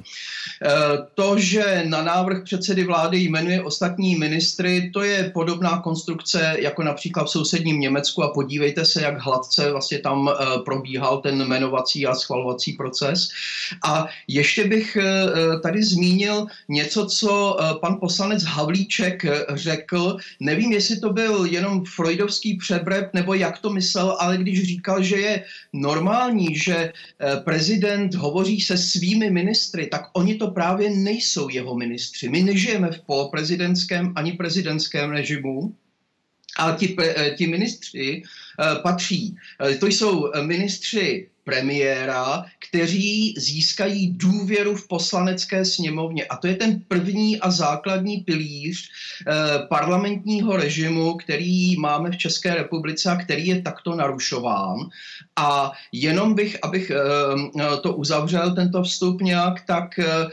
To, že na návrh předsedy vlády jmenuje ostatní ministry, to je podobná konstrukce jako například v sousedním Německu a podívejte se, jak hladce vlastně tam probíhal ten jmenovací a schvalovací proces. A ještě bych tady zmínil něco, co pan poslanec Havlíček řekl. Nevím, jestli to byl jenom freudovský přebrep, nebo jak to myslel, ale když říkal, že je normální, že prezident hovoří se svými ministry, tak oni to právě nejsou jeho ministři. My nežijeme v poloprezidentském ani prezidentském režimu, ale ti ministři patří. To jsou ministři premiéra, kteří získají důvěru v poslanecké sněmovně. A to je ten první a základní pilíř parlamentního režimu, který máme v České republice a který je takto narušován. A jenom abych to uzavřel, tento vstup nějak, tak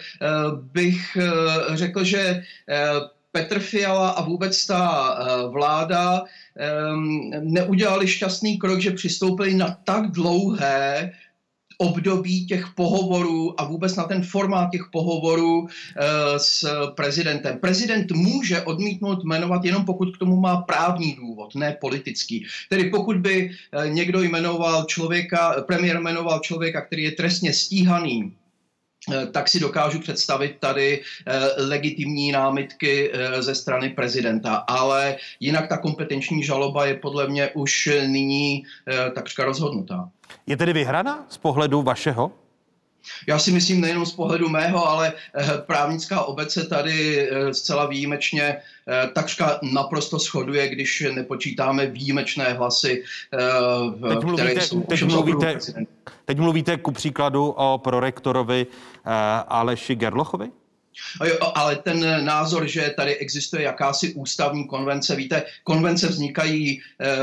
bych řekl, že Petr Fiala a vůbec ta vláda neudělali šťastný krok, že přistoupili na tak dlouhé období těch pohovorů a vůbec na ten formát těch pohovorů s prezidentem. Prezident může odmítnout jmenovat jenom pokud k tomu má právní důvod, ne politický. Tedy pokud by někdo jmenoval člověka, premiér jmenoval člověka, který je trestně stíhaný, tak si dokážu představit tady legitimní námitky ze strany prezidenta. Ale jinak ta kompetenční žaloba je podle mě už nyní takřka rozhodnutá. Je tedy vyhraná z pohledu vašeho? Já si myslím nejenom z pohledu mého, ale právnická obec se tady zcela výjimečně takřka naprosto shoduje, když nepočítáme výjimečné hlasy, které jsou Teď mluvíte ku příkladu o prorektorovi Aleši Gerlochovi? Ale ten názor, že tady existuje jakási ústavní konvence, víte, konvence vznikají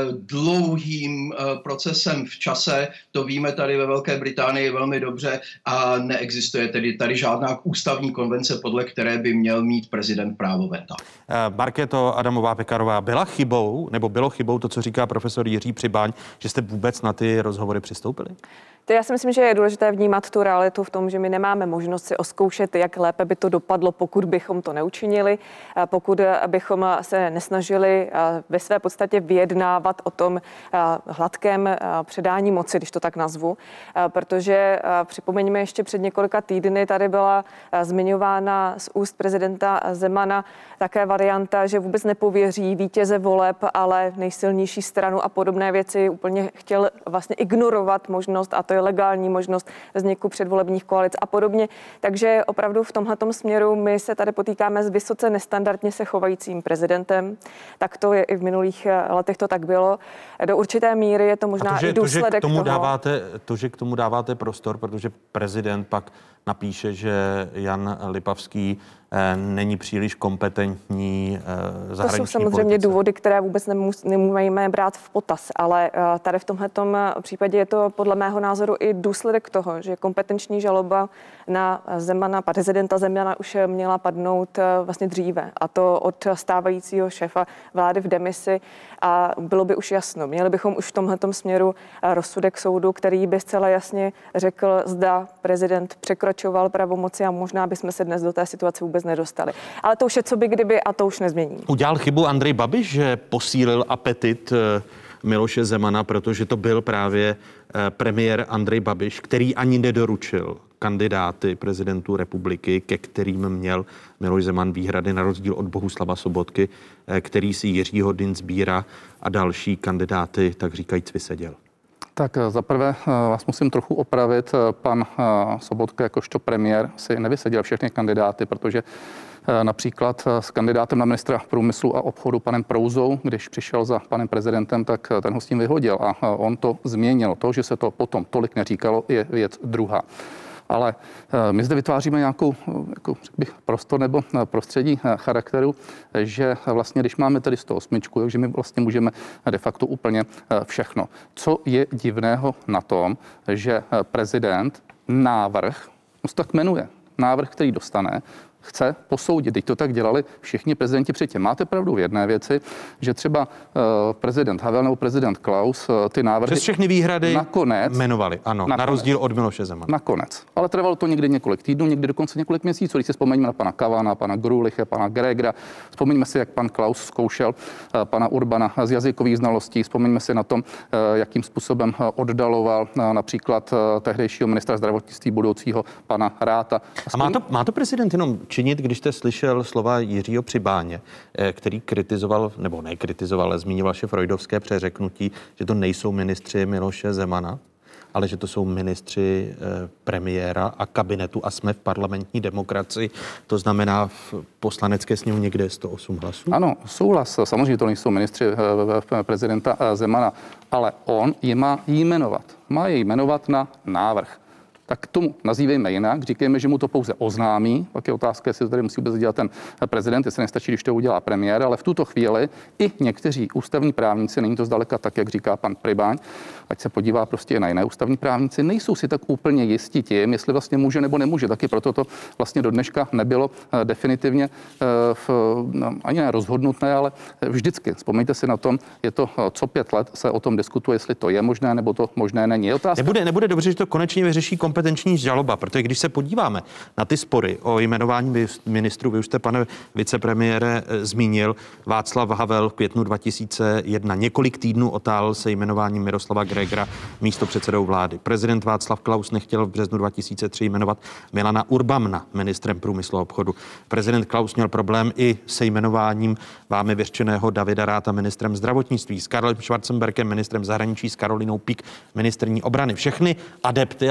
dlouhým procesem v čase, to víme tady ve Velké Británii velmi dobře a neexistuje tedy tady žádná ústavní konvence, podle které by měl mít prezident právo veta. Markéto Adamová Pekarová, bylo chybou to, co říká profesor Jiří Přibáň, že jste vůbec na ty rozhovory přistoupili? To já si myslím, že je důležité vnímat tu realitu v tom, že my nemáme možnost si oskoušet, jak lépe by to dopadlo, pokud bychom to neučinili, pokud bychom se nesnažili ve své podstatě vyjednávat o tom hladkém předání moci, když to tak nazvu, protože připomeňme ještě před několika týdny tady byla zmiňována z úst prezidenta Zemana také varianta, že vůbec nepověří vítěze voleb, ale nejsilnější stranu a podobné věci. Úplně chtěl vlastně ignorovat možnost, a to je legální možnost vzniku předvolebních koalic a podobně. Takže opravdu v tomhletom směru my se tady potýkáme s vysoce nestandardně se chovajícím prezidentem. Tak to je i v minulých letech to tak bylo. Do určité míry je to možná i důsledek toho. Že k tomu dáváte prostor, protože prezident pak napíše, že Jan Lipavský není příliš kompetentní zahraniční To jsou samozřejmě politice. důvody, které vůbec nemůžeme brát v potaz, ale tady v tomhletom případě je to podle mého názoru i důsledek toho, že kompetenční žaloba na Zemana, prezidenta Zemana už měla padnout vlastně dříve, a to od stávajícího šéfa vlády v demisi, a bylo by už jasno. Měli bychom už v tomhletom směru rozsudek soudu, který by zcela jasně řekl, zda prezident překročoval pravomoci, a možná bychom se dnes do té situace vůbec nedostali. Ale to už je co by kdyby, a to už nezmění. Udělal chybu Andrej Babiš, že posílil apetit Miloše Zemana, protože to byl právě premiér Andrej Babiš, který ani nedoručil kandidáty prezidentů republiky, ke kterým měl Miloš Zeman výhrady, na rozdíl od Bohuslava Sobotky, který si Jiřího Dienstbiera a další kandidáty, tak říkajíc, vyseděl. Tak zaprvé vás musím trochu opravit. Pan Sobotka jakožto premiér si nevyseděl všechny kandidáty, protože například s kandidátem na ministra průmyslu a obchodu panem Prouzou, když přišel za panem prezidentem, tak ten ho s tím vyhodil a on to změnil. To, že se to potom tolik neříkalo, je věc druhá. Ale my zde vytváříme nějakou, jako řekl bych, prostor nebo prostředí charakteru, že vlastně, když máme tady 108, takže my vlastně můžeme de facto úplně všechno. Co je divného na tom, že prezident návrh, on se tak jmenuje, návrh, který dostane, chce posoudit. Teď to tak dělali všichni prezidenti předtím. Máte pravdu v jedné věci, že třeba prezident Havel nebo prezident Klaus ty návrhy přes všechny výhrady nakonec jmenovali, ano, na rozdíl od Miloše Zemana. Nakonec. Ale trvalo to někdy několik týdnů, někdy dokonce několik měsíců. Když si vzpomeňme na pana Kavana, pana Gruliche, pana Gregera, vzpomeňme si, jak pan Klaus zkoušel pana Urbana z jazykových znalostí, vzpomeňme si na tom, jakým způsobem oddaloval například tehdejšího ministra zdravotnictví budoucího pana Ráta. A má to prezident jenom činit, když jste slyšel slova Jiřího Přibáně, který kritizoval, nebo nekritizoval, ale zmínil vaše freudovské přeřeknutí, že to nejsou ministři Miloše Zemana, ale že to jsou ministři premiéra a kabinetu a jsme v parlamentní demokracii. To znamená v poslanecké sněmovně, kde je 108 hlasů? Ano, souhlas. Samozřejmě to nejsou ministři prezidenta Zemana, ale on je má jmenovat. Má je jmenovat na návrh. Tak tomu nazývejme jinak, říkejme, že mu to pouze oznámí, pak je otázka, jestli to tady musí vůbec dělat ten prezident, jestli nestačí, když to udělá premiér, ale v tuto chvíli i někteří ústavní právníci, není to zdaleka tak, jak říká pan Přibáň, ať se podívá prostě na jiné ústavní právníci, nejsou si tak úplně jistí tím, jestli vlastně může nebo nemůže. Taky proto to vlastně do dneška nebylo definitivně ani ne rozhodnutné, ale vždycky, vzpomeňte si na tom, je to co 5 let se o tom diskutuje, jestli to je možné nebo to možné není. Je otázka... Nebude dobře, že to konečně vyřeší kompetenční žaloba, protože když se podíváme na ty spory o jmenování ministrů, vy už jste, pane vicepremiére, zmínil Václav Havel v květnu 2001. Několik týdnů otálel se jmenováním Miroslava Gregera místopředsedou vlády. Prezident Václav Klaus nechtěl v březnu 2003 jmenovat Milana Urbana ministrem průmyslu a obchodu. Prezident Klaus měl problém i se jmenováním vámi vyřčeného Davida Ratha ministrem zdravotnictví, s Karlem Schwarzenbergem ministrem zahraničí, s Karolinou Pík ministryní obrany. Všechny adepty, ale to je klíč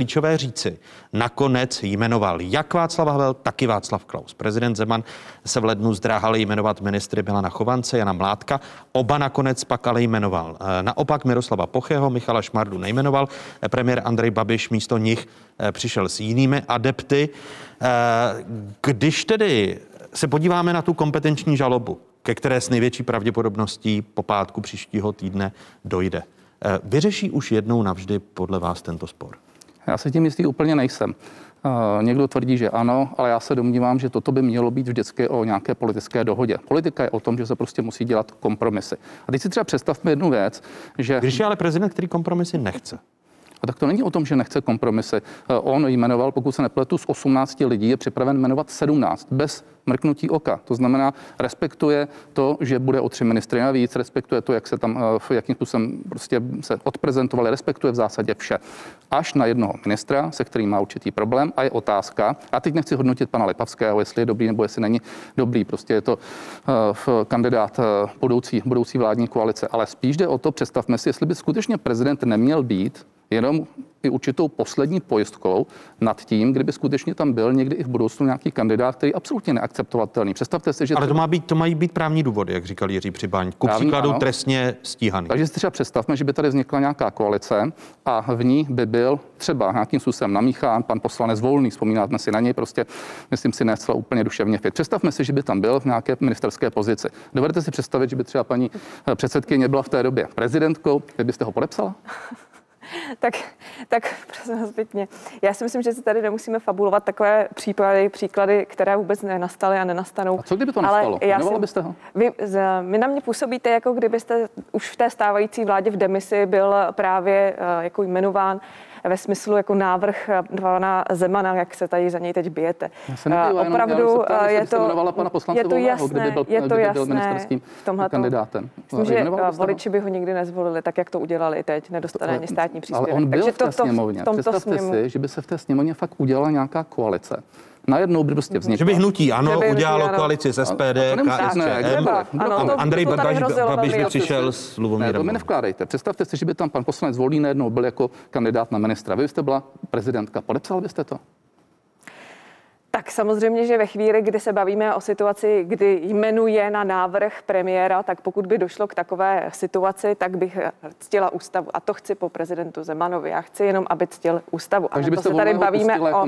klíčové říci, nakonec jmenoval jak Václav Havel, tak i Václav Klaus. Prezident Zeman se v lednu zdráhal jmenovat ministry Milana Chovance, Jana Mládka, oba nakonec pak ale jmenoval. Naopak Miroslava Pocheho, Michala Šmardu nejmenoval, premiér Andrej Babiš místo nich přišel s jinými adepty. Když tedy se podíváme na tu kompetenční žalobu, ke které s největší pravděpodobností po pátku příštího týdne dojde, vyřeší už jednou navždy podle vás tento spor? Já se tím jistý úplně nejsem. Někdo tvrdí, že ano, ale já se domnívám, že toto by mělo být vždycky o nějaké politické dohodě. Politika je o tom, že se prostě musí dělat kompromisy. A teď si třeba představme jednu věc, že... Když je ale prezident, který kompromisy nechce. A tak to není o tom, že nechce kompromisy. On jmenoval, pokud se nepletu, z 18 lidí je připraven jmenovat 17 bez mrknutí oka. To znamená, respektuje to, že bude o 3 ministry navíc, respektuje to, jak se tam, jakým způsobem prostě se odprezentovali, respektuje v zásadě vše. Až na jednoho ministra, se kterým má určitý problém, a je otázka, a teď nechci hodnotit pana Lipavského, jestli je dobrý nebo jestli není dobrý, prostě je to kandidát budoucí vládní koalice, ale spíš jde o to, představme si, jestli by skutečně prezident neměl být jenom i určitou poslední pojistkou nad tím, kdyby skutečně tam byl někdy i v budoucnu nějaký kandidát, který je absolutně neakceptovatelný. Představte si, že... Ale to mají být právní důvody, jak říkal Jiří Přibáň. Ku příkladu trestně stíhaný. Takže si třeba představme, že by tady vznikla nějaká koalice a v ní by byl třeba nějakým způsobem namíchán pan poslanec Volný, vzpomínáme si na něj, prostě myslím si, ne zcela úplně duševně fit. Představme si, že by tam byl v nějaké ministerské pozici. Dovedete si představit, že by třeba paní předsedkyně byla v té době prezidentkou, kde byste ho podepsala? Tak prosím vás pěkně. Já si myslím, že si tady nemusíme fabulovat takové příklady, které vůbec nenastaly a nenastanou. A co kdyby to nastalo? Jmenovala byste ho? Vy na mě působíte, jako kdybyste už v té stávající vládě v demisi byl právě jako jmenován ve smyslu jako návrh pana Zemana, jak se tady za něj teď bijete. Opravdu je to jasné, v tomhletom kandidátem. Myslím, že voliči by ho nikdy nezvolili, tak jak to udělali teď, nedostane ani státní příspěvek. Ale on byl v té sněmovně. Představte si, že by se v té sněmovně fakt udělala nějaká koalice. Najednou by prostě vznikla. Že by hnutí ANO udělalo koalici s SPD, KSČM. Andrej Babiš by přišel s Lubomírem. Ne, to mi nevkládejte. Představte si, že by tam pan poslanec Volný najednou byl jako kandidát na ministra. Vy byste byla prezidentka. Podepsal byste to? Tak samozřejmě, že ve chvíli, kdy se bavíme o situaci, kdy jmenuje na návrh premiéra, tak pokud by došlo k takové situaci, tak bych ctila ústavu. A to chci po prezidentu Zemanovi. Já chci jenom, aby ctil ústavu. Takže a to se tady bavíme o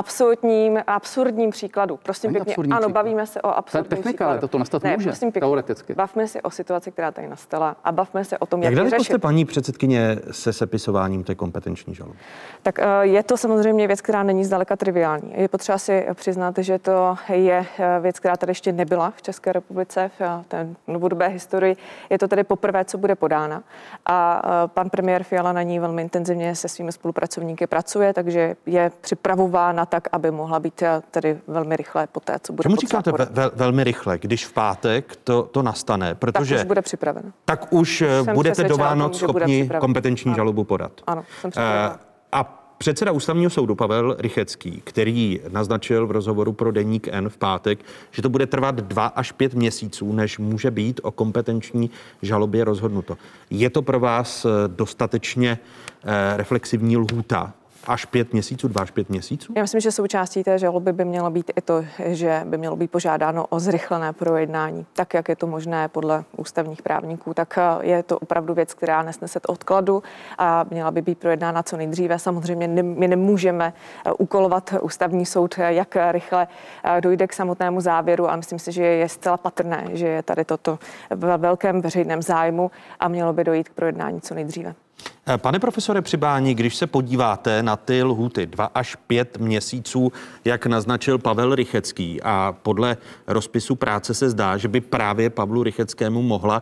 absurdním příkladu. Prosím pěkně, ano, bavíme se o absurdním příkladu. Ale to nastat může, teoreticky. Bavme se o situaci, která tady nastala a bavme se o tom, jak daleko jste, paní předsedkyně, se sepisováním té kompetenční žaloby? Tak je to samozřejmě věc, která není zdaleka triviální. Je potřeba si přiznat, že to je věc, která tady ještě nebyla v České republice v té novodobé historii. Je to tedy poprvé, co bude podána. A pan premiér Fiala na ní velmi intenzivně se svými spolupracovníky pracuje, takže je připravována tak, aby mohla být tedy velmi rychle poté, co bude. Čemu říkáte velmi rychle, když v pátek to nastane? Protože tak už bude připraveno. Tak už budete do Vánoc schopni kompetenční žalobu podat. Ano, jsem připravena. A předseda Ústavního soudu Pavel Rychetský, který naznačil v rozhovoru pro Deník N v pátek, že to bude trvat 2 až 5 měsíců, než může být o kompetenční žalobě rozhodnuto. Je to pro vás dostatečně reflexivní lhůta? Až 5 měsíců, 2 až 5 měsíců? Já myslím, že součástí té žaloby by mělo být i to, že by mělo být požádáno o zrychlené projednání. Tak, jak je to možné podle ústavních právníků, tak je to opravdu věc, která nesnese odkladu a měla by být projednána co nejdříve. Samozřejmě my nemůžeme úkolovat ústavní soud, jak rychle dojde k samotnému závěru, a myslím si, že je zcela patrné, že je tady toto ve velkém veřejném zájmu a mělo by dojít k projednání co nejdříve. Pane profesore Přibáni, když se podíváte na ty lhůty 2 až 5 měsíců, jak naznačil Pavel Rychetský, a podle rozpisu práce se zdá, že by právě Pavlu Rychetkému mohla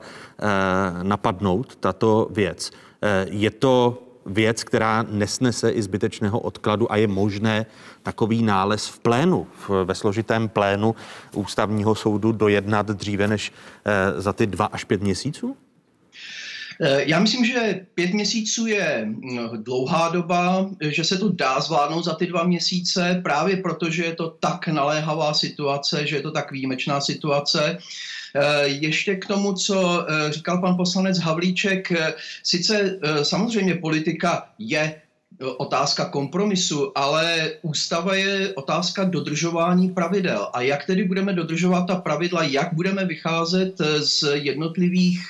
napadnout tato věc. Je to věc, která nesnese i zbytečného odkladu a je možné takový nález v plénu, ve složitém plénu Ústavního soudu dojednat dříve než za ty 2 až 5 měsíců? Já myslím, že 5 měsíců je dlouhá doba, že se to dá zvládnout za ty 2 měsíce, právě protože je to tak naléhavá situace, že je to tak výjimečná situace. Ještě k tomu, co říkal pan poslanec Havlíček, sice samozřejmě politika je otázka kompromisu, ale ústava je otázka dodržování pravidel. A jak tedy budeme dodržovat ta pravidla, jak budeme vycházet z jednotlivých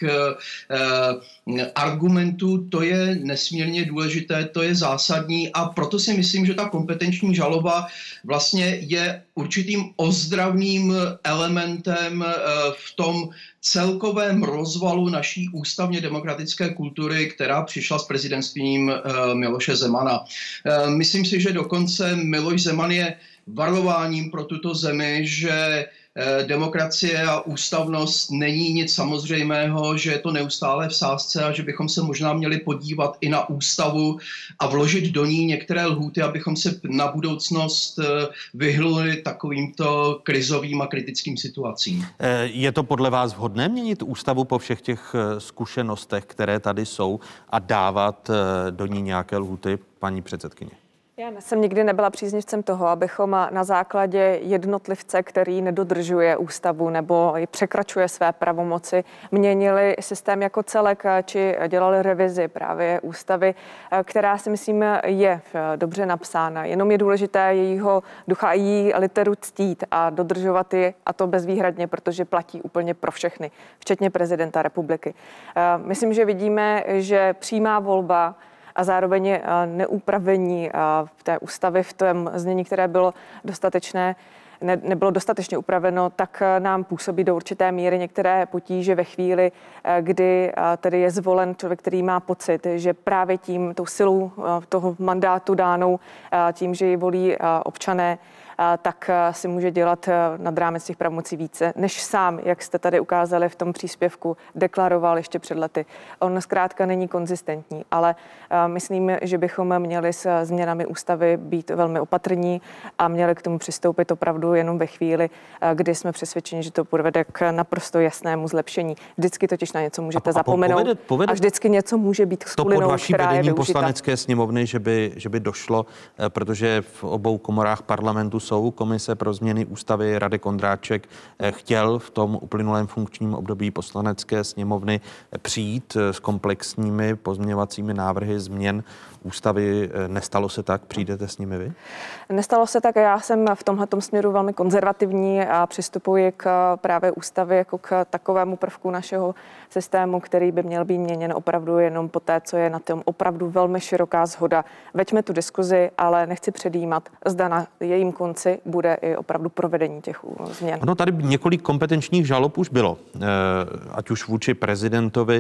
argumentů, to je nesmírně důležité, to je zásadní a proto si myslím, že ta kompetenční žaloba vlastně je určitým ozdravným elementem v tom celkovém rozvalu naší ústavně demokratické kultury, která přišla s prezidentstvím Miloše Zemana. Myslím si, že dokonce Miloš Zeman je varováním pro tuto zemi, že demokracie a ústavnost není nic samozřejmého, že je to neustále v sázce a že bychom se možná měli podívat i na ústavu a vložit do ní některé lhůty, abychom se na budoucnost vyhnuli takovýmto krizovým a kritickým situacím. Je to podle vás vhodné měnit ústavu po všech těch zkušenostech, které tady jsou a dávat do ní nějaké lhůty, paní předsedkyně? Já jsem nikdy nebyla příznivcem toho, abychom na základě jednotlivce, který nedodržuje ústavu nebo překračuje své pravomoci, měnili systém jako celek či dělali revizi právě ústavy, která si myslím je dobře napsána. Jenom je důležité jejího ducha a její literu ctít a dodržovat ji, a to bezvýhradně, protože platí úplně pro všechny, včetně prezidenta republiky. Myslím, že vidíme, že přímá volba a zároveň neupravení v té ústavy v tom znění, které bylo dostatečné, nebylo dostatečně upraveno, tak nám působí do určité míry některé potíže ve chvíli, kdy tedy je zvolen člověk, který má pocit, že právě tím, tou silou toho mandátu dánou, tím, že ji volí občané, tak si může dělat nad rámec těch pravomocí více, než sám, jak jste tady ukázali v tom příspěvku, deklaroval ještě před lety. On zkrátka není konzistentní, ale myslím, že bychom měli s změnami ústavy být velmi opatrní a měli k tomu přistoupit opravdu jenom ve chvíli, kdy jsme přesvědčeni, že to povede k naprosto jasnému zlepšení. Vždycky totiž na něco můžete zapomenout a vždycky něco může být skulinou, pod vaším která je vedením využita. Poslanecké sněmovny, že by došlo, protože v obou komorách parlamentu jsou komise pro změny ústavy. Radek Ondráček chtěl v tom uplynulém funkčním období Poslanecké sněmovny přijít s komplexními pozměňovacími návrhy změn ústavy. Nestalo se tak? Přijdete s nimi vy? Nestalo se tak a já jsem v tomhletom směru velmi konzervativní a přistupuji k právě ústavě jako k takovému prvku našeho systému, který by měl být měněn opravdu jenom po té, co je na tom opravdu velmi široká shoda. Veďme tu diskuzi, ale nechci předjímat, zda na jejím konci bude i opravdu provedení těch změn. Ano, tady několik kompetenčních žalob už bylo, ať už vůči prezidentovi,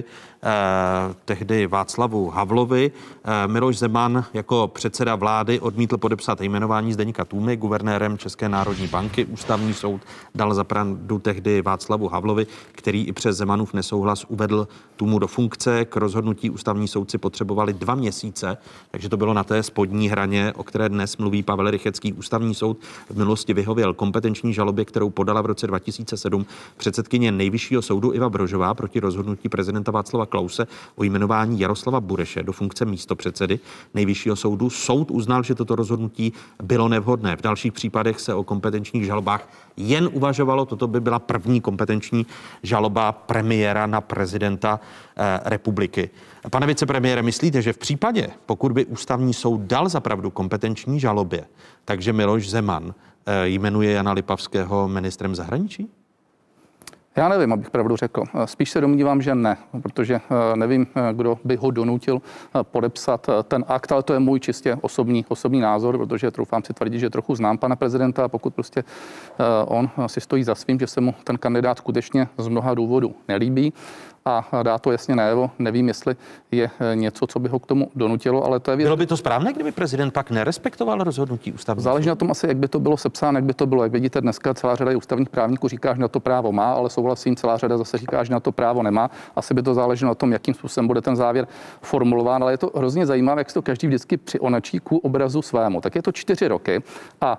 tehdy Václavu Havlovi. Miloš Zeman jako předseda vlády odmítl podepsat jmenování Zdeňka Tůmy guvernérem České národní banky. Ústavní soud dal za pravdu tehdy Václavu Havlovi, který i přes Zemanův nesouhlas uvedl Tůmu do funkce. K rozhodnutí ústavní soudci potřebovali 2 měsíce, takže to bylo na té spodní hraně, o které dnes mluví Pavel Rychecký. Ústavní soud v minulosti vyhověl kompetenční žalobě, kterou podala v roce 2007 předsedkyně Nejvyššího soudu Iva Brožová proti rozhodnutí prezidenta Václava Klause o jmenování Jaroslava Bureše do funkce místopředsedy Nejvyššího soudu. Soud uznal, že toto rozhodnutí bylo nevhodné. V dalších případech se o kompetenčních žalobách jen uvažovalo. Toto by byla první kompetenční žaloba premiéra na prezidenta republiky. Pane vicepremiére, myslíte, že v případě, pokud by ústavní soud dal za pravdu kompetenční žalobě, takže Miloš Zeman jmenuje Jana Lipavského ministrem zahraničí? Já nevím, abych pravdu řekl. Spíš se domnívám, že ne, protože nevím, kdo by ho donutil podepsat ten akt, ale to je můj čistě osobní názor, protože troufám si tvrdit, že trochu znám pana prezidenta a pokud prostě on si stojí za svým, že se mu ten kandidát skutečně z mnoha důvodů nelíbí a dá to jasně najevo. Nevím, jestli je něco, co by ho k tomu donutilo, ale to je věc. Bylo by to správné, kdyby prezident pak nerespektoval rozhodnutí ústavního? Záleží na tom asi, jak by to bylo sepsáno, jak by to bylo. Jak vidíte, dneska celá řada ústavních právníků říká, že na to právo má, ale souhlasím, celá řada zase říká, že na to právo nemá. Asi by to záleželo na tom, jakým způsobem bude ten závěr formulován, ale je to hrozně zajímavé, jak se to každý vždycky přionačí ku obrazu svému. Tak je to 4 roky a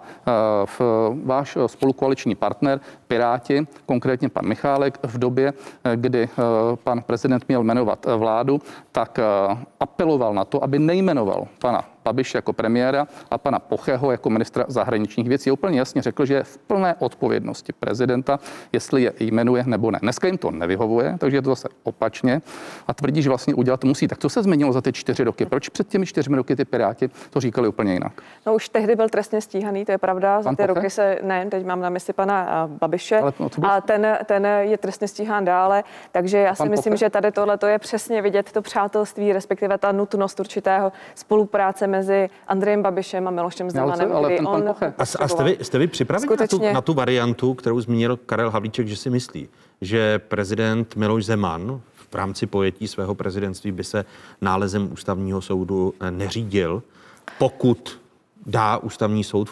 váš spolukoaliční partner, Piráti, konkrétně pan Michálek, v době, kdy pan prezident měl jmenovat vládu, tak apeloval na to, aby nejmenoval pana Babiše jako premiéra a pana Pocheho jako ministra zahraničních věcí. Úplně jasně řekl, že je v plné odpovědnosti prezidenta, jestli je jmenuje nebo ne. Dneska jim to nevyhovuje, takže je to zase opačně a tvrdí, že vlastně udělat to musí. Tak co se změnilo za ty 4 roky? Proč před těmi 4 roky ty Piráti to říkali úplně jinak? No už tehdy byl trestně stíhaný, to je pravda. Za ty roky se, ne, teď mám na mysli pana Babiše, a ten je trestně stíhán dále, takže já si myslím, že tady tohle to je přesně vidět to přátelství, respektive ta nutnost určitého spolupráce mezi Andrejem Babišem a Milošem Zemanem. A jste vy připraveni na tu variantu, kterou zmínil Karel Havlíček, že si myslí, že prezident Miloš Zeman v rámci pojetí svého prezidentství by se nálezem ústavního soudu neřídil, pokud dá ústavní soud v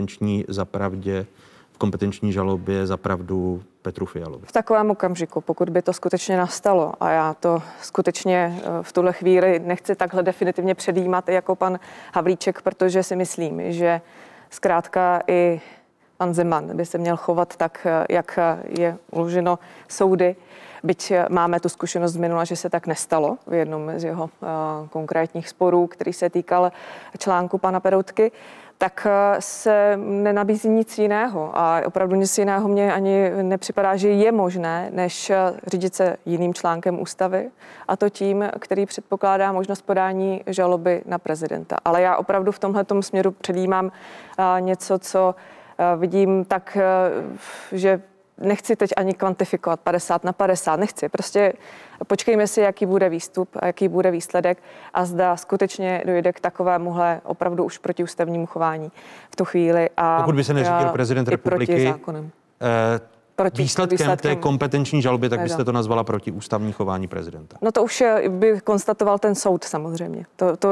kompetenční žalobě za pravdu Petru Fialovi? V takovém okamžiku, pokud by to skutečně nastalo, a já to skutečně v tuhle chvíli nechci takhle definitivně předjímat jako pan Havlíček, protože si myslím, že zkrátka i pan Zeman by se měl chovat tak, jak je uloženo soudy, byť máme tu zkušenost z minula, že se tak nestalo v jednom z jeho konkrétních sporů, který se týkal článku pana Peroutky, tak se nenabízí nic jiného. A opravdu nic jiného mě ani nepřipadá, že je možné, než řídit se jiným článkem ústavy, a to tím, který předpokládá možnost podání žaloby na prezidenta. Ale já opravdu v tomhletom směru předjímám něco, co vidím tak, že nechci teď ani kvantifikovat 50/50, nechci. Prostě počkejme si, jaký bude výstup a jaký bude výsledek a zda skutečně dojde k takovémuhle opravdu už protiústavnímu chování v tu chvíli. A pokud by se neřídil prezident republiky výsledkem té kompetenční žaloby, tak byste to nazvala protiústavní chování prezidenta. No to už by konstatoval ten soud samozřejmě.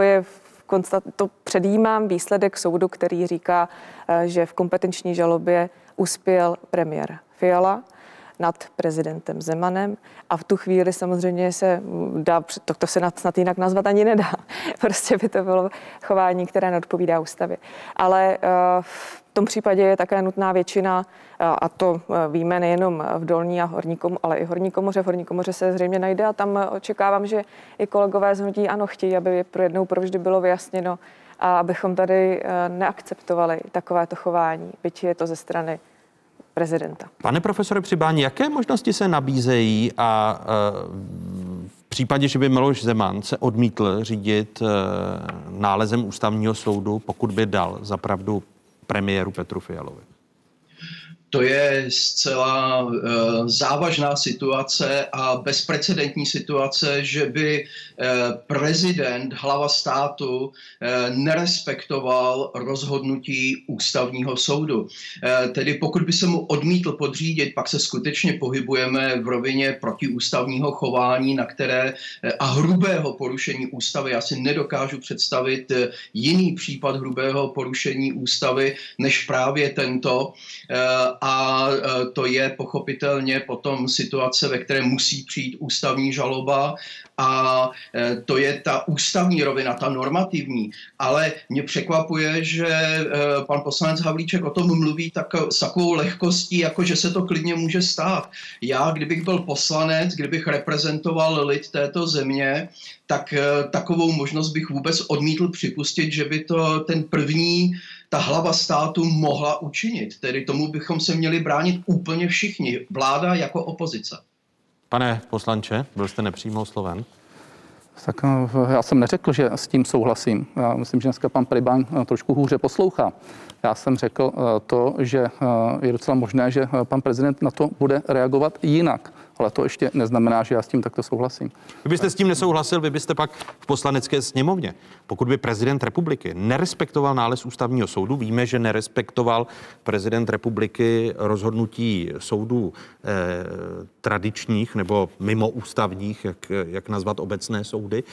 To předjímám výsledek soudu, který říká, že v kompetenční žalobě uspěl premiér Fiala nad prezidentem Zemanem a v tu chvíli samozřejmě se dá, to se snad jinak nazvat ani nedá. Prostě by to bylo chování, které neodpovídá ústavě. Ale v tom případě je také nutná většina, a to víme nejenom v dolní a horní komoře, ale i horní komoře. V horní komoře se zřejmě najde a tam očekávám, že i kolegové z hnutí ANO chtějí, aby pro jednou provždy bylo vyjasněno a abychom tady neakceptovali takovéto chování, byť je to ze strany prezidenta. Pane profesore Přibáni, jaké možnosti se nabízejí a v případě, že by Miloš Zeman se odmítl řídit nálezem ústavního soudu, pokud by dal za pravdu premiéru Petru Fialovi? To je zcela závažná situace a bezprecedentní situace, že by prezident, hlava státu, nerespektoval rozhodnutí ústavního soudu. Tedy pokud by se mu odmítl podřídit, pak se skutečně pohybujeme v rovině protiústavního chování, na které a hrubého porušení ústavy. Já si nedokážu představit jiný případ hrubého porušení ústavy, než právě tento. A to je pochopitelně potom situace, ve které musí přijít ústavní žaloba a to je ta ústavní rovina, ta normativní. Ale mě překvapuje, že pan poslanec Havlíček o tom mluví s takovou lehkostí, jako že se to klidně může stát. Já, kdybych byl poslanec, kdybych reprezentoval lid této země, tak takovou možnost bych vůbec odmítl připustit, že by to ta hlava státu mohla učinit. Tedy tomu bychom se měli bránit úplně všichni, vláda jako opozice. Pane poslanče, byl jste nepřímo osloven? Tak já jsem neřekl, že s tím souhlasím. Já myslím, že dneska pan Pribáň trošku hůře poslouchá. Já jsem řekl to, že je docela možné, že pan prezident na to bude reagovat jinak. Ale to ještě neznamená, že já s tím takto souhlasím. Kdybyste s tím nesouhlasil, vy byste pak v Poslanecké sněmovně, pokud by prezident republiky nerespektoval nález ústavního soudu, víme, že nerespektoval prezident republiky rozhodnutí soudů tradičních nebo mimoústavních, jak nazvat obecné soudy,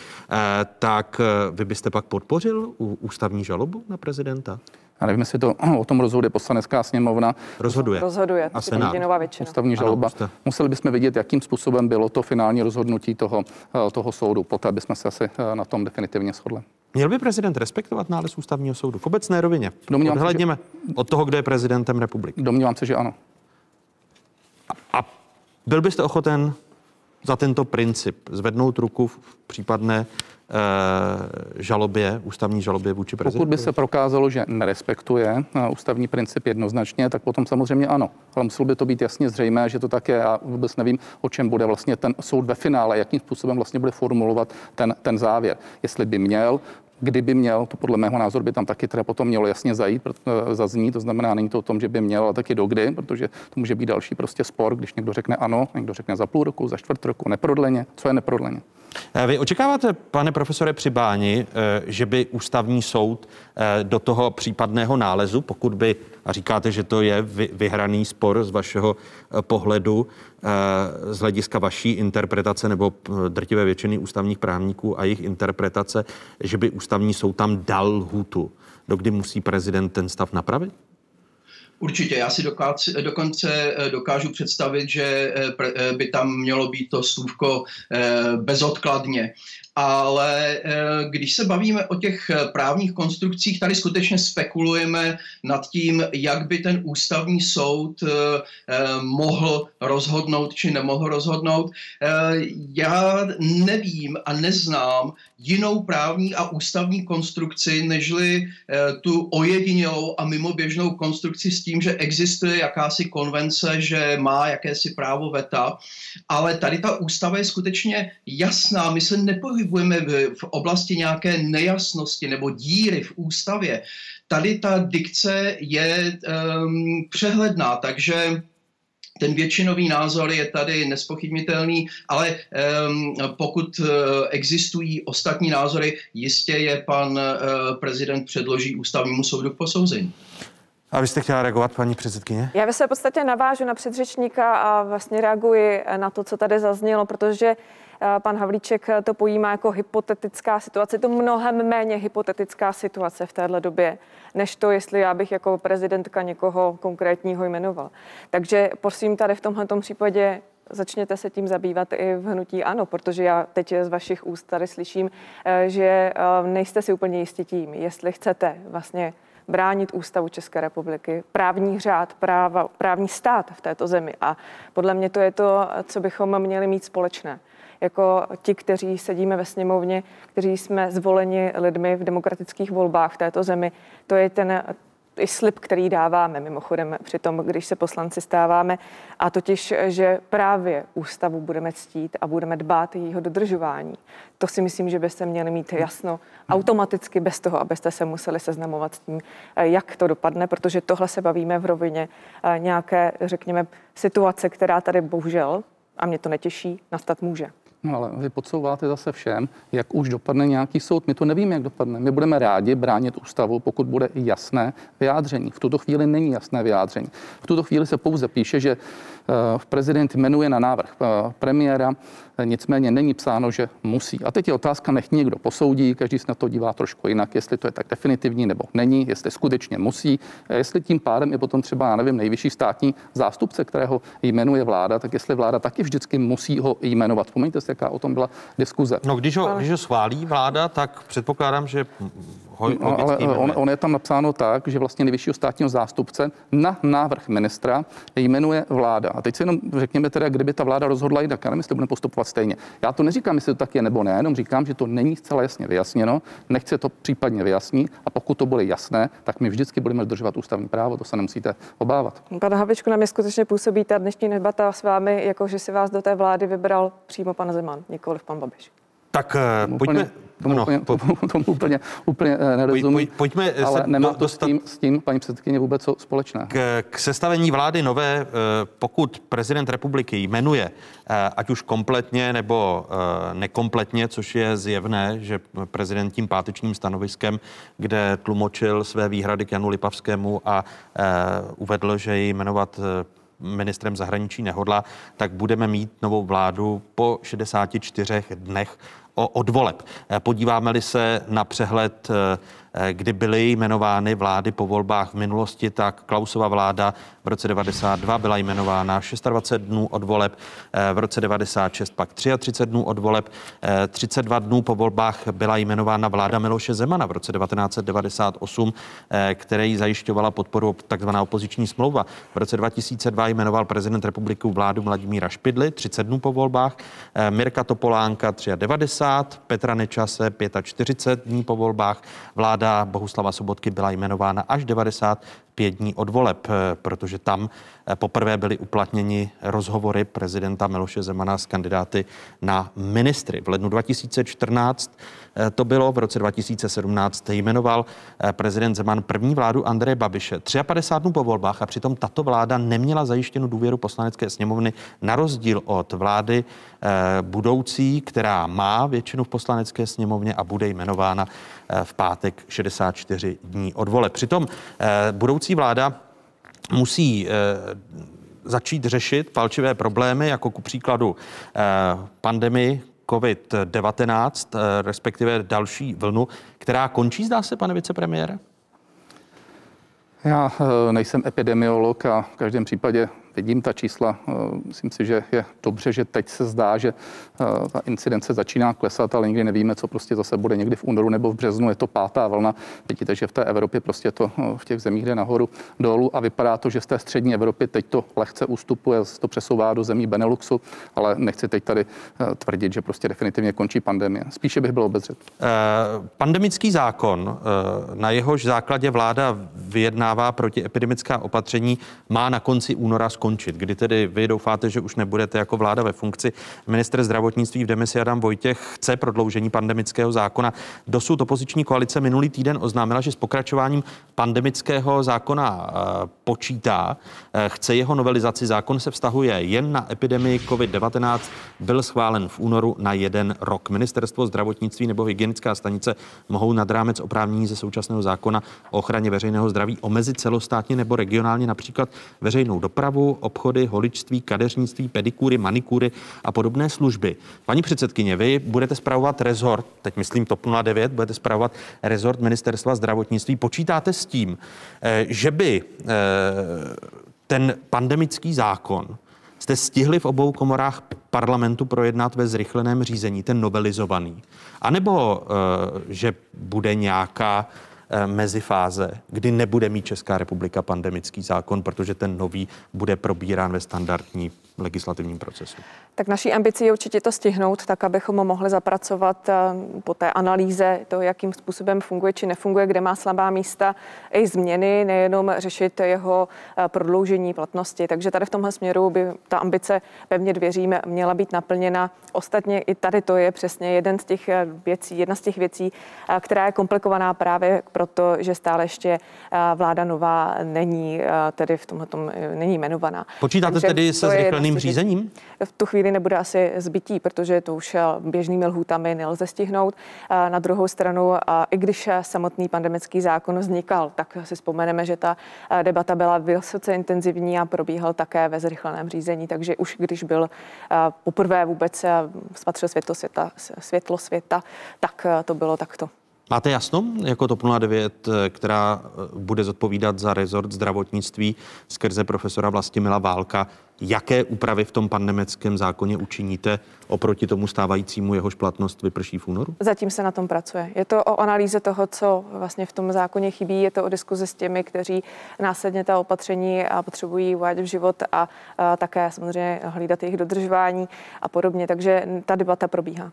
tak vy byste pak podpořil ústavní žalobu na prezidenta? Já nevím, jestli to o tom rozhoduje Poslanecká sněmovna. Rozhoduje. A Senát. Ústavní žaloba. Museli bychom vidět, jakým způsobem bylo to finální rozhodnutí toho soudu. Poté bychom se asi na tom definitivně shodli. Měl by prezident respektovat nález ústavního soudu v obecné rovině? Odhlédněme od toho, kdo je prezidentem republiky. Domnívám se, že ano. A byl byste ochoten za tento princip zvednout ruku v případné žalobě, ústavní žalobě vůči prezidentu? Pokud by se prokázalo, že nerespektuje ústavní princip jednoznačně, tak potom samozřejmě ano. Ale muselo by to být jasně zřejmé, že to tak je. Já vůbec nevím, o čem bude vlastně ten soud ve finále, jakým způsobem vlastně bude formulovat ten závěr. Jestli by měl, kdyby měl, to podle mého názoru by tam taky teda potom mělo jasně zaznít, to znamená, není to o tom, že by měl, ale taky dokdy, protože to může být další prostě spor, když někdo řekne ano, někdo řekne za půl roku, za čtvrt roku, neprodleně. Co je neprodleně? Vy očekáváte, pane profesore Přibáni, že by ústavní soud do toho případného nálezu, pokud by, a říkáte, že to je vyhraný spor z vašeho pohledu, z hlediska vaší interpretace nebo drtivé většiny ústavních právníků a jejich interpretace, že by ústavní soud tam dal lhůtu, dokdy musí prezident ten stav napravit? Určitě, já si dokonce dokážu představit, že by tam mělo být to slůvko bezodkladně. Ale když se bavíme o těch právních konstrukcích, tady skutečně spekulujeme nad tím, jak by ten ústavní soud mohl rozhodnout či nemohl rozhodnout. Já nevím a neznám jinou právní a ústavní konstrukci, nežli tu ojedinělou a mimoběžnou konstrukci s tím, že existuje jakási konvence, že má jakési právo veta, ale tady ta ústava je skutečně jasná. My se nepohybujeme v oblasti nějaké nejasnosti nebo díry v ústavě. Tady ta dikce je přehledná, takže ten většinový názor je tady nezpochybnitelný, ale pokud existují ostatní názory, jistě je pan prezident předloží ústavnímu soudu k posouzení. A vy jste chtěla reagovat, paní předsedkyně? Já ve své podstatě navážu na předřečníka a vlastně reaguji na to, co tady zaznělo, protože pan Havlíček to pojímá jako hypotetická situace. Je to mnohem méně hypotetická situace v téhle době, než to, jestli já bych jako prezidentka někoho konkrétního jmenoval. Takže prosím, tady v tomhletom případě začněte se tím zabývat i v hnutí ANO, protože já teď z vašich úst tady slyším, že nejste si úplně jistí tím, jestli chcete vlastně bránit ústavu České republiky, právní řád, právní stát v této zemi. A podle mě to je to, co bychom měli mít společné. Jako ti, kteří sedíme ve sněmovně, kteří jsme zvoleni lidmi v demokratických volbách v této zemi, to je ten i slib, který dáváme mimochodem při tom, když se poslanci stáváme, a totiž, že právě ústavu budeme ctít a budeme dbát jejího dodržování. To si myslím, že byste měli mít jasno automaticky bez toho, abyste se museli seznamovat s tím, jak to dopadne, protože tohle se bavíme v rovině nějaké, řekněme, situace, která tady bohužel, a mě to netěší, nastat může. No ale vy podsouváte zase všem, jak už dopadne nějaký soud. My to nevíme, jak dopadne. My budeme rádi bránit ústavu, pokud bude jasné vyjádření. V tuto chvíli není jasné vyjádření. V tuto chvíli se pouze píše, že prezident jmenuje na návrh premiéra, nicméně není psáno, že musí. A teď je otázka, nech někdo posoudí, každý se na to dívá trošku jinak, jestli to je tak definitivní nebo není, jestli skutečně musí, jestli tím pádem je potom třeba, já nevím, nejvyšší státní zástupce, kterého jmenuje vláda, tak jestli vláda taky vždycky musí ho jmenovat. Vzpomeňte si, jaká o tom byla diskuze. No, když ho schválí vláda, tak předpokládám, že ale on je tam napsáno tak, že vlastně nejvyššího státního zástupce na návrh ministra jmenuje vláda. A teď si jenom řekněme teda, kdyby ta vláda rozhodla jinak, já nevím, jestli budeme postupovat stejně. Já to neříkám, jestli to tak je nebo ne, jenom říkám, že to není zcela jasně vyjasněno, nechce to případně vyjasnit, a pokud to bude jasné, tak my vždycky budeme dodržovat ústavní právo, to se nemusíte obávat. Pane Havlíčku, na mě skutečně působí ta dnešní debata s vámi, jako že si vás do té vlády vybral přímo pan Zeman, nikoliv pan Babiš. Tak pojďme. Tomu úplně nerozumím, ale nemá to s tím, paní předsedkyně, vůbec co společné. K sestavení vlády nové, pokud prezident republiky jmenuje, ať už kompletně nebo nekompletně, což je zjevné, že prezident tím pátečním stanoviskem, kde tlumočil své výhrady k Janu Lipavskému a uvedl, že jej jmenovat ministrem zahraničí nehodlá, tak budeme mít novou vládu po 64 dnech od voleb. Podíváme-li se na přehled kdy byly jmenovány vlády po volbách v minulosti, tak Klausova vláda v roce 92 byla jmenována 26 dnů od voleb, v roce 96 pak 33 dnů od voleb, 32 dnů po volbách byla jmenována vláda Miloše Zemana v roce 1998, který zajišťovala podporu takzvaná opoziční smlouva. V roce 2002 jmenoval prezident republiky vládu Vladimíra Špidly 30 dnů po volbách, Mirka Topolánka 93, Petra Nečase 45 dní po volbách, vláda Bohuslava Sobotky byla jmenována až 95 dní od voleb, protože tam poprvé byly uplatněni rozhovory prezidenta Miloše Zemana s kandidáty na ministry. V lednu 2014 to bylo, v roce 2017 jmenoval prezident Zeman první vládu Andreje Babiše 53 dnů po volbách a přitom tato vláda neměla zajištěnu důvěru Poslanecké sněmovny na rozdíl od vlády budoucí, která má většinu v Poslanecké sněmovně a bude jmenována v pátek 64 dní od voleb. Přitom budoucí vláda musí začít řešit palčivé problémy, jako ku příkladu pandemii COVID-19, respektive další vlnu, která končí, zdá se, pane vicepremiére? Já nejsem epidemiolog a v každém případě vidím ta čísla. Myslím si, že je dobře, že teď se zdá, že ta incidence začíná klesat, ale nikdy nevíme, co prostě zase bude někdy v únoru nebo v březnu. Je to 5. vlna. Vidíte, že v té Evropě prostě to v těch zemích jde nahoru dolů a vypadá to, že z té střední Evropy teď to lehce ustupuje, to přesouvá do zemí Beneluxu, ale nechci teď tady tvrdit, že prostě definitivně končí pandemie. Spíše bych byl obezřetný. Pandemický zákon, na jehož základě vláda vyjednává protiepidemická opatření, má na konci února skončit. Kdy tedy vy doufáte, že už nebudete jako vláda ve funkci? Ministr zdravotnictví v demisi Adam Vojtěch chce prodloužení pandemického zákona. Dosud opoziční koalice minulý týden oznámila, že s pokračováním pandemického zákona počítá. Chce jeho novelizaci. Zákon se vztahuje jen na epidemii COVID-19. Byl schválen v únoru na 1 rok. Ministerstvo zdravotnictví nebo hygienická stanice mohou nad rámec oprávnění ze současného zákona o ochraně veřejného zdraví omezit celostátně nebo regionálně například veřejnou dopravu, obchody, holičství, kadeřnictví, pedikúry, manikúry a podobné služby. Paní předsedkyně, vy budete spravovat rezort, teď myslím TOP 09, budete spravovat rezort Ministerstva zdravotnictví. Počítáte s tím, že by ten pandemický zákon jste stihli v obou komorách parlamentu projednat ve zrychleném řízení, ten novelizovaný, anebo že bude nějaká mezifáze, kdy nebude mít Česká republika pandemický zákon, protože ten nový bude probírán ve standardní legislativním procesu? Tak naší ambicí je určitě to stihnout, tak abychom mohli zapracovat po té analýze to, jakým způsobem funguje či nefunguje, kde má slabá místa, i změny, nejenom řešit jeho prodloužení platnosti. Takže tady v tomhle směru by ta ambice, pevně věřím, měla být naplněna. Ostatně i tady to je přesně jedna z těch věcí, která je komplikovaná právě proto, že stále ještě vláda nová není, tedy v tomhletom není jmenovaná. Počítáte tedy se zrychleným řízením? V tu chvíli nebude asi zbytí, protože to už běžnými lhůtami nelze stihnout. Na druhou stranu, i když samotný pandemický zákon vznikal, tak si vzpomeneme, že ta debata byla vysoce intenzivní a probíhal také ve zrychleném řízení, takže už když byl poprvé vůbec spatřil světlo světa, tak to bylo takto. Máte jasno, jako TOP 09, která bude zodpovídat za rezort zdravotnictví skrze profesora Vlastimila Válka, jaké úpravy v tom pandemickém zákoně učiníte oproti tomu stávajícímu, jehož platnost vyprší v únoru? Zatím se na tom pracuje. Je to o analýze toho, co vlastně v tom zákoně chybí, je to o diskuzi s těmi, kteří následně ta opatření potřebují uvádět v život a také samozřejmě hlídat jejich dodržování a podobně. Takže ta debata probíhá.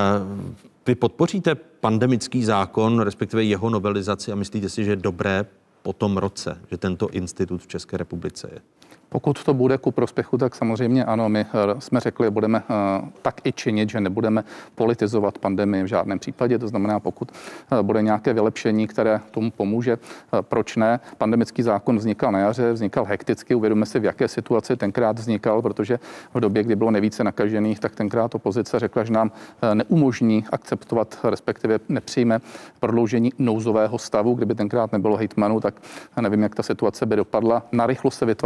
Vy podpoříte pandemický zákon, respektive jeho novelizaci a myslíte si, že je dobré po tom roce, že tento institut v České republice je? Pokud to bude ku prospěchu, tak samozřejmě ano, my jsme řekli, budeme tak i činit, že nebudeme politizovat pandemii v žádném případě. To znamená, pokud bude nějaké vylepšení, které tomu pomůže, proč ne? Pandemický zákon vznikal na jaře, vznikal hekticky, uvědomíme si, v jaké situaci tenkrát vznikal, protože v době, kdy bylo nejvíce nakažených, tak tenkrát opozice řekla, že nám neumožní akceptovat, respektive nepřijme prodloužení nouzového stavu. Kdyby tenkrát nebylo hejtmanů, tak nevím, jak ta situace by dopadla. Narychlo se vytvářelo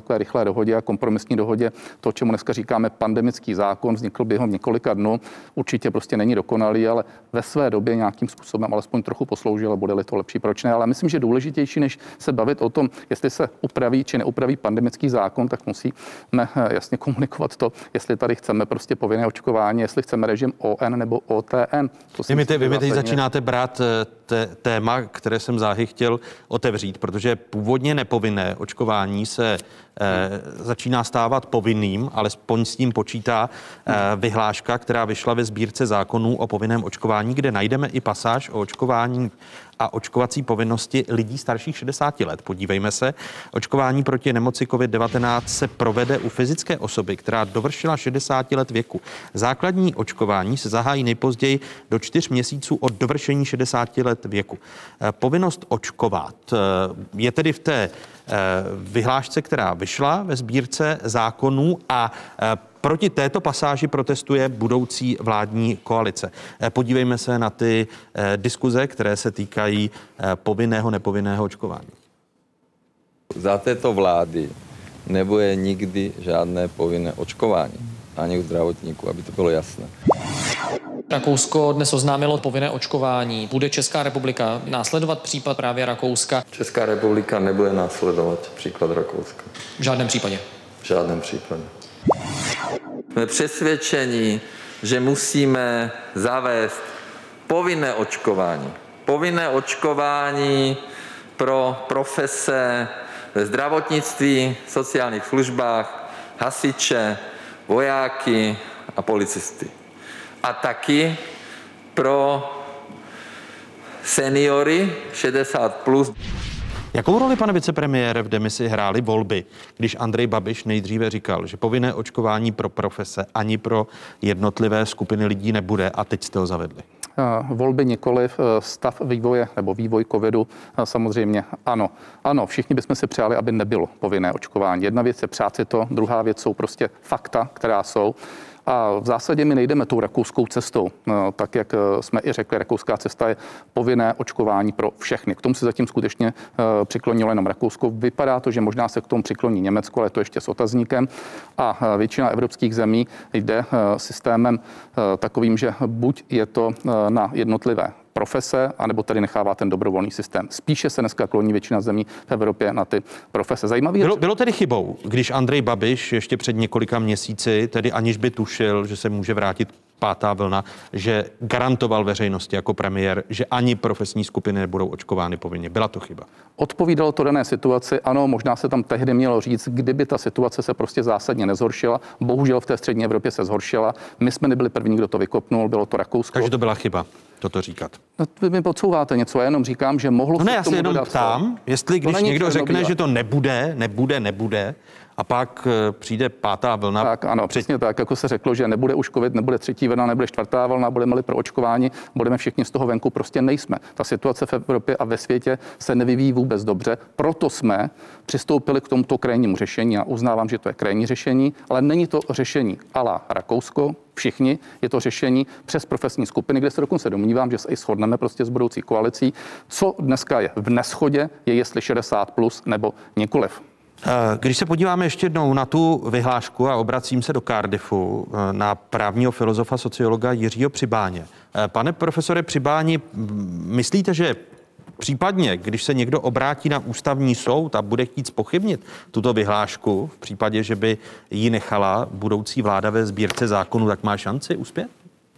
takové rychlé dohodě a kompromisní dohodě. To, čemu dneska říkáme pandemický zákon, vznikl během několika dnů. Určitě prostě není dokonalý, ale ve své době nějakým způsobem alespoň trochu posloužil a bude-li to lepší, proč ne? Ale myslím, že důležitější, než se bavit o tom, jestli se upraví či neupraví pandemický zákon, tak musíme jasně komunikovat to, jestli tady chceme prostě povinné očkování, jestli chceme režim ON nebo OTN. Vy mi teď začínáte brát téma, které jsem záhy chtěl otevřít, protože původně nepovinné očkování se začíná stávat povinným, alespoň s tím počítá vyhláška, která vyšla ve sbírce zákonů o povinném očkování, kde najdeme i pasáž o očkování a očkovací povinnosti lidí starších 60 let. Podívejme se, očkování proti nemoci COVID-19 se provede u fyzické osoby, která dovršila 60 let věku. Základní očkování se zahájí nejpozději do 4 měsíců od dovršení 60 let věku. Povinnost očkovat je tedy v té vyhlášce, která vyšla ve sbírce zákonů a proti této pasáži protestuje budoucí vládní koalice. Podívejme se na ty diskuze, které se týkají povinného, nepovinného očkování. Za této vlády nebude nikdy žádné povinné očkování, ani u zdravotníků, aby to bylo jasné. Rakousko dnes oznámilo povinné očkování. Bude Česká republika následovat případ právě Rakouska? Česká republika nebude následovat příklad Rakouska. V žádném případě? V žádném případě. Jsme přesvědčeni, že musíme zavést povinné očkování. Povinné očkování pro profese ve zdravotnictví, sociálních službách, hasiče, vojáky a policisty. A taky pro seniory 60+. Jakou roli, pane vicepremiére, v demisi hrály volby, když Andrej Babiš nejdříve říkal, že povinné očkování pro profese ani pro jednotlivé skupiny lidí nebude a teď jste ho zavedli? Volby nikoliv, stav vývoje nebo vývoj covidu samozřejmě ano. Ano, všichni bychom si přáli, aby nebylo povinné očkování. Jedna věc je přát si to, druhá věc jsou prostě fakta, která jsou. A v zásadě my nejdeme tou rakouskou cestou. Tak, jak jsme i řekli, rakouská cesta je povinné očkování pro všechny. K tomu se zatím skutečně přiklonilo jenom Rakousko. Vypadá to, že možná se k tomu přikloní Německo, ale to ještě s otazníkem. A většina evropských zemí jde systémem takovým, že buď je to na jednotlivé profese, anebo tady nechává ten dobrovolný systém. Spíše se dneska kloní většina zemí v Evropě na ty profese. Zajímavý bylo tedy chybou, když Andrej Babiš ještě před několika měsíci, tedy aniž by tušil, že se může vrátit pátá vlna, že garantoval veřejnosti jako premiér, že ani profesní skupiny nebudou očkovány povinně. Byla to chyba? Odpovídalo to dané situaci. Ano, možná se tam tehdy mělo říct, kdyby ta situace se prostě zásadně nezhoršila. Bohužel v té střední Evropě se zhoršila. My jsme nebyli první, kdo to vykopnul, bylo to Rakousko. Takže to byla chyba, toto říkat. No, vy mi podsouváte něco, já jenom říkám, že mohlo se k tomu jenom ptám, jestli když někdo řekne, že to nebude, a pak přijde pátá vlna. Tak ano, přesně tak, jako se řeklo, že nebude už covid, nebude třetí vlna, nebude čtvrtá vlna, budeme-li pro očkování, budeme všichni z toho venku, prostě nejsme. Ta situace v Evropě a ve světě se nevyvíjí vůbec dobře, proto jsme přistoupili k tomuto krajnímu řešení a uznávám, že to je krajní řešení, ale není to řešení a la Rakousko, všichni, je to řešení přes profesní skupiny, kde se dokonce domnívám, že se i shodneme prostě s budoucí koalicí. Co dneska je v neschodě, je jestli 60+ nebo nikoliv. Když se podíváme ještě jednou na tu vyhlášku a obracím se do Cardiffu, na právního filozofa, sociologa Jiřího Přibáně. Pane profesore Přibáni, myslíte, že případně, když se někdo obrátí na ústavní soud a bude chtít zpochybnit tuto vyhlášku, v případě, že by ji nechala budoucí vláda ve sbírce zákonu, tak má šanci uspět?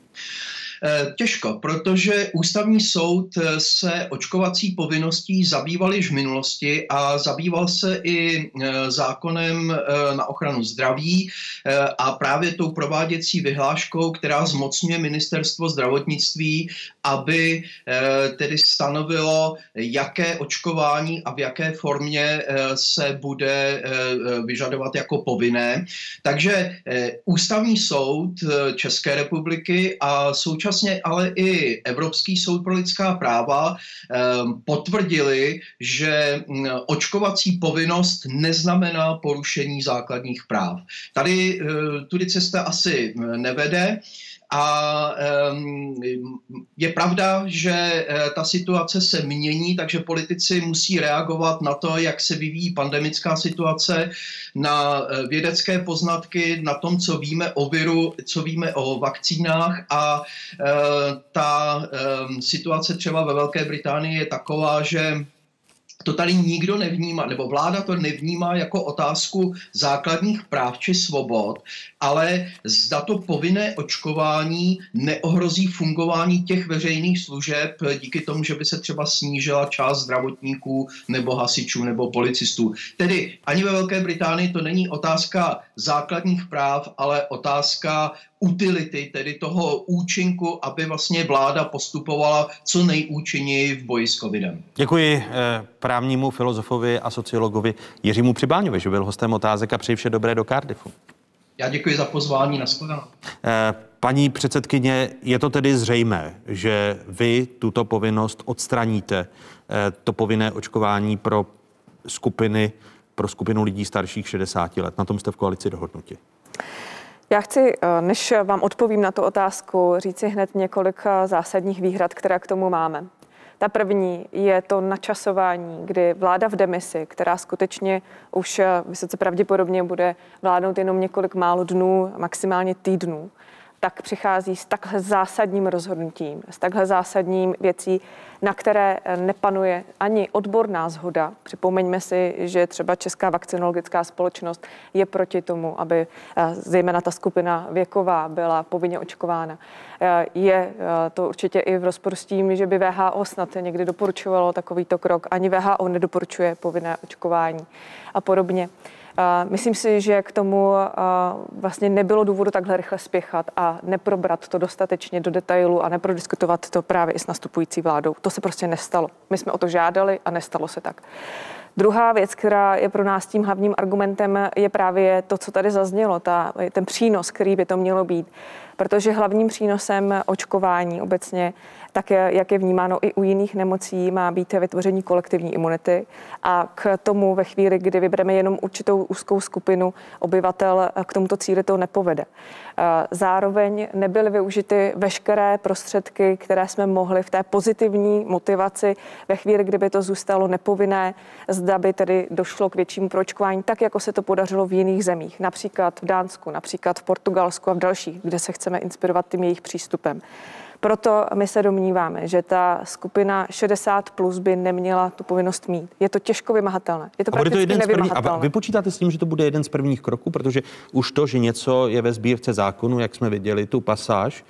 Těžko, protože ústavní soud se očkovací povinností zabýval již v minulosti a zabýval se i zákonem na ochranu zdraví a právě tou prováděcí vyhláškou, která zmocňuje ministerstvo zdravotnictví, aby tedy stanovilo, jaké očkování a v jaké formě se bude vyžadovat jako povinné. Takže ústavní soud České republiky a současně ale i Evropský soud pro lidská práva potvrdili, že očkovací povinnost neznamená porušení základních práv. Tady tudy cesta asi nevede. A je pravda, že ta situace se mění, takže politici musí reagovat na to, jak se vyvíjí pandemická situace, na vědecké poznatky, na tom, co víme o viru, co víme o vakcínách a ta situace třeba ve Velké Británii je taková, že to tady nikdo nevnímá, nebo vláda to nevnímá jako otázku základních práv či svobod, ale zda to povinné očkování neohrozí fungování těch veřejných služeb díky tomu, že by se třeba snížila část zdravotníků nebo hasičů nebo policistů. Tedy ani ve Velké Británii to není otázka základních práv, ale otázka utility, tedy toho účinku, aby vlastně vláda postupovala co nejúčinněji v boji s covidem. Děkuji právnímu filozofovi a sociologovi Jiřímu Přibáňovi, že byl hostem Otázek a přeji vše dobré do Cardiffu. Já děkuji za pozvání, nashledanou. Paní předsedkyně, je to tedy zřejmé, že vy tuto povinnost odstraníte, to povinné očkování pro skupinu lidí starších 60 let. Na tom jste v koalici dohodnuti. Já chci, než vám odpovím na tu otázku, říci hned několik zásadních výhrad, které k tomu máme. Ta první je to načasování, kdy vláda v demisi, která skutečně už vysoce pravděpodobně bude vládnout jenom několik málo dnů, maximálně týdnů, tak přichází s takhle zásadním rozhodnutím, s takhle zásadním věcí, na které nepanuje ani odborná shoda. Připomeňme si, že třeba Česká vakcinologická společnost je proti tomu, aby zejména ta skupina věková byla povinně očkována. Je to určitě i v rozporu s tím, že by WHO snad někdy doporučovalo takovýto krok. Ani WHO nedoporučuje povinné očkování a podobně. Myslím si, že k tomu vlastně nebylo důvodu takhle rychle spěchat a neprobrat to dostatečně do detailu a neprodiskutovat to právě i s nastupující vládou. To se prostě nestalo. My jsme o to žádali a nestalo se tak. Druhá věc, která je pro nás tím hlavním argumentem, je právě to, co tady zaznělo, ten přínos, který by to mělo být. Protože hlavním přínosem očkování obecně, tak jak je vnímáno i u jiných nemocí, má být vytvoření kolektivní imunity. A k tomu ve chvíli, kdy vybereme jenom určitou úzkou skupinu obyvatel, k tomuto cíli to nepovede. Zároveň nebyly využity veškeré prostředky, které jsme mohli v té pozitivní motivaci ve chvíli, kdyby to zůstalo nepovinné, zda by tedy došlo k většímu proočkování, tak jako se to podařilo v jiných zemích, například v Dánsku, například v Portugalsku a v dalších, kde se chceme inspirovat tím jejich přístupem. Proto my se domníváme, že ta skupina 60 plus by neměla tu povinnost mít. Je to těžko vymahatelné. Je to prakticky nevymahatelné. A vy počítáte s tím, že to bude jeden z prvních kroků, protože už to, že něco je ve sbírce zákonu, jak jsme viděli tu pasáž,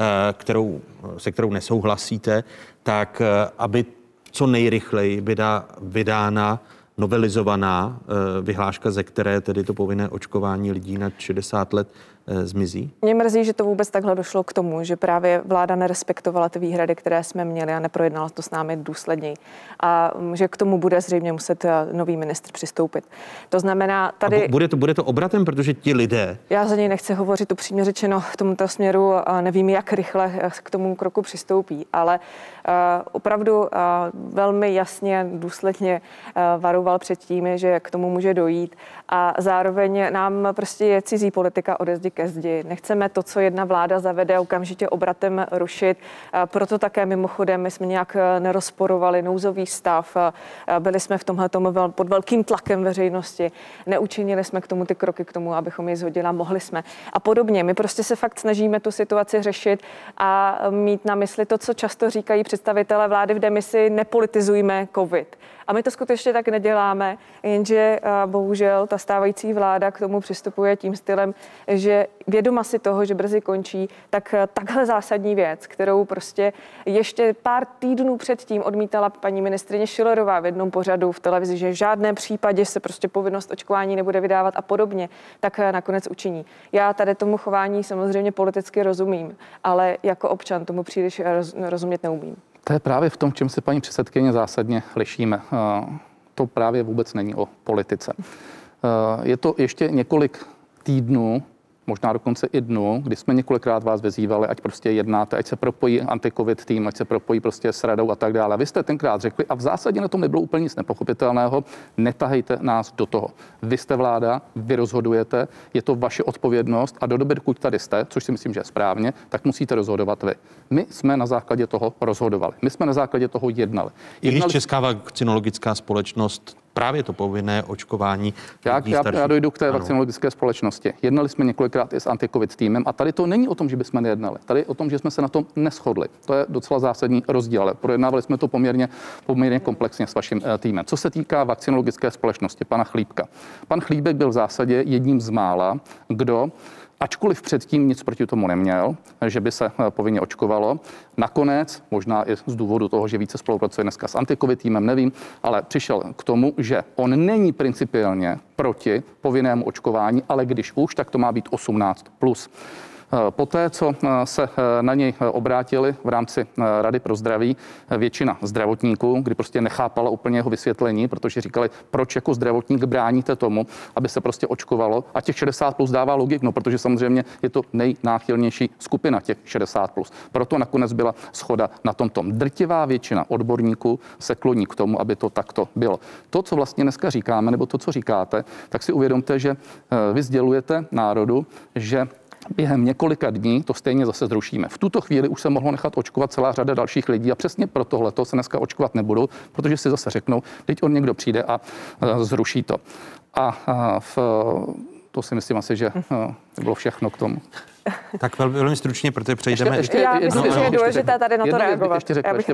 se kterou nesouhlasíte, tak aby co nejrychleji byla vydána novelizovaná vyhláška, ze které tedy to povinné očkování lidí nad 60 let zmizí? Mě mrzí, že to vůbec takhle došlo k tomu, že právě vláda nerespektovala ty výhrady, které jsme měli a neprojednala to s námi důsledněji. A že k tomu bude zřejmě muset nový ministr přistoupit. To znamená, tady... Bude to obratem, protože ti lidé... Já za něj nechci hovořit upřímně řečeno v tomto směru, nevím, jak rychle k tomu kroku přistoupí, ale opravdu velmi jasně, důsledně varoval před tím, že k tomu může dojít a zároveň nám prostě je cizí politika ode zdi ke zdi. Nechceme to, co jedna vláda zavede, okamžitě obratem rušit. Proto také mimochodem my jsme nějak nerozporovali nouzový stav. Byli jsme v tomhletom pod velkým tlakem veřejnosti. Neučinili jsme k tomu ty kroky k tomu, abychom ji zhodili a mohli jsme. A podobně. My prostě se fakt snažíme tu situaci řešit a mít na mysli to, co často říkají představitelé vlády v demisi, nepolitizujme covid. A my to skutečně tak neděláme, jenže bohužel ta stávající vláda k tomu přistupuje tím stylem, že vědoma si toho, že brzy končí, tak takhle zásadní věc, kterou prostě ještě pár týdnů předtím odmítala paní ministryně Schillerová v jednom pořadu v televizi, že v žádném případě se prostě povinnost očkování nebude vydávat a podobně, tak nakonec učiní. Já tady tomu chování samozřejmě politicky rozumím, ale jako občan tomu příliš rozumět neumím. To je právě v tom, v čem se paní předsedkyně zásadně lišíme. To právě vůbec není o politice. Je to ještě několik týdnů možná dokonce i dnu, kdy jsme několikrát vás vyzývali, ať prostě jednáte, ať se propojí anti-covid tým, ať se propojí prostě s radou a tak dále. Vy jste tenkrát řekli, a v zásadě na tom nebylo úplně nic nepochopitelného, netahejte nás do toho. Vy jste vláda, vy rozhodujete, je to vaše odpovědnost a do doby, dokud tady jste, což si myslím, že je správně, tak musíte rozhodovat vy. My jsme na základě toho rozhodovali. My jsme na základě toho jednali. I když Česká vakcinologická společnost právě to povinné očkování. Já dojdu k té vakcinologické společnosti. Jednali jsme několikrát i s anti-covid týmem a tady to není o tom, že bychom nejednali. Tady je o tom, že jsme se na tom neshodli. To je docela zásadní rozdíl, ale projednávali jsme to poměrně komplexně s vaším týmem. Co se týká vakcinologické společnosti, pana Chlíbka. Pan Chlíbek byl v zásadě jedním z mála, kdo ačkoliv předtím nic proti tomu neměl, že by se povinně očkovalo. Nakonec, možná i z důvodu toho, že více spolupracuje dneska s anti-covid týmem, nevím, ale přišel k tomu, že on není principiálně proti povinnému očkování, ale když už, tak to má být 18+. Poté, co se na něj obrátili v rámci Rady pro zdraví většina zdravotníků, kdy prostě nechápala úplně jeho vysvětlení, protože říkali, proč jako zdravotník bráníte tomu, aby se prostě očkovalo a těch 60+ dává logiku, no, protože samozřejmě je to nejnáchylnější skupina těch 60+. Proto nakonec byla shoda na tomto. Drtivá většina odborníků se kloní k tomu, aby to takto bylo. To, co vlastně dneska říkáme, nebo to, co říkáte, tak si uvědomte, že vy sdělujete národu, že během několika dní to stejně zase zrušíme. V tuto chvíli už se mohlo nechat očkovat celá řada dalších lidí a přesně pro tohleto se dneska očkovat nebudou, protože si zase řeknou, teď on někdo přijde a zruší to. To si myslím asi, že bylo všechno k tomu. Tak velmi stručně, protože přejdeme... Já myslím, že je důležité tady na to reagovat.